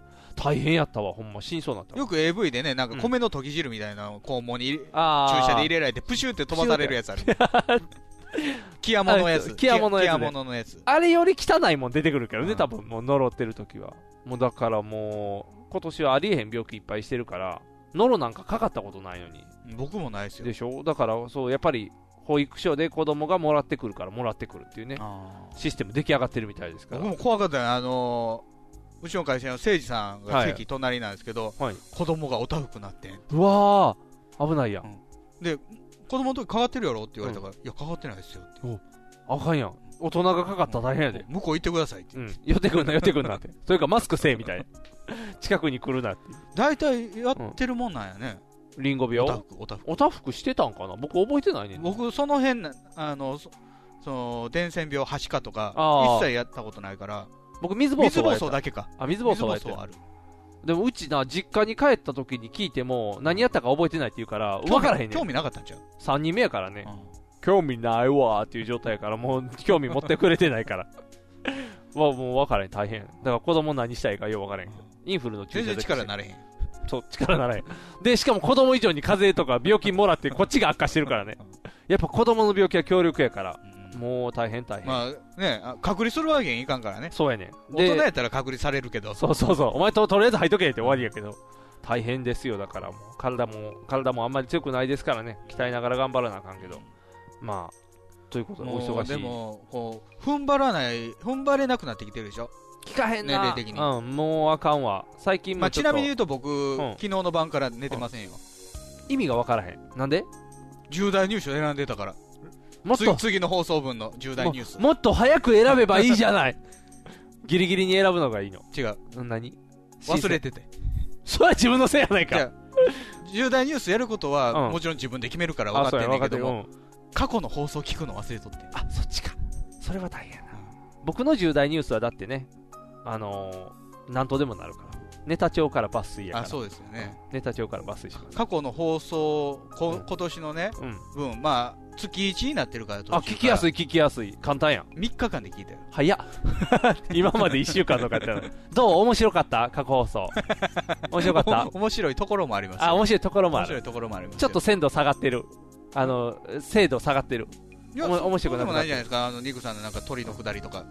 大変やったわ、ほんま死にそうになった。 よく AV でね、なんか米の溶き汁みたいなのを肛門に注射で入れられてプシューって飛ばされるやつある。キヤモのやつ。 キヤモのやつ。 あれより汚いもん出てくるけどね、多分もう呪ってる時は。もうだからもう今年はありえへん病気いっぱいしてるから、ノロなんかかかったことないのに。 僕もないですよ。 でしょ。だからそうやっぱり保育所で子供がもらってくるからもらってくるっていうね、システム出来上がってるみたいですから。 僕も怖かったよ。うちの会社の誠司さんが席隣なんですけど、子供がおたふくなってん。 うわー、危ないやん。 で、子供の時かかってるやろって言われたから、いや、かかってないですよって。 あかんやん。大人がかかったら大変やで。 向こう行ってくださいって。 寄ってくんなって。それかマスクせえみたいな。近くに来るなって。 大体やってるもんなんやね。 リンゴ病おたふくしてたんかな。僕覚えてないね。 僕、その辺、その、伝染病、はしかとか、一切やったことないから。 僕、水疱瘡だけか。 水疱瘡ある。でもうちな、実家に帰った時に聞いても、何やったか覚えてないって言うから、分からへんねん。 興味なかったんちゃう ?3 人目やからね。興味ないわーっていう状態やから、もう興味持ってくれてないから。もう分からへん、大変。だから子供何したいかよう分からへん。インフルの注射全然力なれへん。 そう、力なれへん。で、しかも子供以上に風邪とか病気もらってこっちが悪化してるからね。やっぱ子供の病気は強力やから。もう大変。 まあね、隔離するわけにいかんからね。 そうやね。 大人やったら隔離されるけど。 そう。お前とりあえず入っとけって終わりやけど。大変ですよ。だからもう体もあんまり強くないですからね。鍛えながら頑張らなあかんけど。まあ、ということでお忙しい。 でも、こう、踏ん張れなくなってきてるでしょ。 聞かへんな。 年齢的に。 もうあかんわ。最近もちなみに言うと僕、昨日の晩から寝てませんよ。 意味がわからへん。なんで？ 重大ニュースを選んでたから。もっと次の放送分の重大ニュース。 もっと早く選べばいいじゃない。ギリギリに選ぶのがいいの。 違う。 何？ 忘れてて。 それは自分のせいやないか。 重大ニュースやることは、もちろん自分で決めるから分かってんねんけども、過去の放送聞くの忘れとって。 あ、そっちか。それは大変やな。僕の重大ニュースはだってね、なんとでもなるから。ネタ帳から抜粋やから。 そうですよね。 ネタ帳から抜粋します。 過去の放送、今年のね、分、まあ、月1になってるから、 聞きやすい。簡単やん。 3日間で聞いたよ。 早っ。今まで1週間とかやったら。どう面白かった過去放送。面白かった面白いところもあります。 面白いところもある。 面白いところもあります。 ちょっと鮮度下がってる。精度下がってる。面白くなくなってる。 でもないじゃないですか。ニクさんのなんか鳥のくだりとか。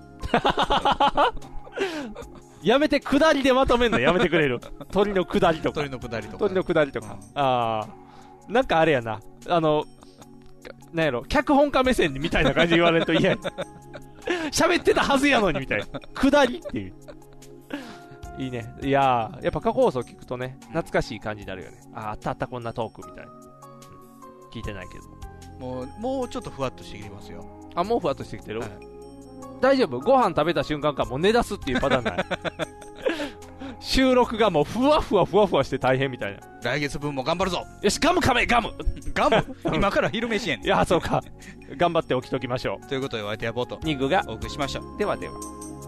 やめて、下りでまとめんのやめてくれる。鳥の下りとか。 鳥の下りとか。 鳥の下りとか。なんかあれやな。なんやろ、脚本家目線みたいな感じ言われると嫌や。喋ってたはずやのにみたいな。下りっていう。いいね。いやー、やっぱ過去放送聞くとね、懐かしい感じになるよね。あったこんなトークみたいな。聞いてないけど。 もうちょっとふわっとしてきてますよ。 もうふわっとしてきてる、大丈夫？ご飯食べた瞬間からもう寝出すっていうパターンない収録がもうふわふわして大変みたいな。 来月分も頑張るぞ。 よし、ガム今から昼飯やん。 いや、そうか。頑張って起きときましょう。 ということで、お相手はボート。 ニグがお送りしましょう。 ではでは。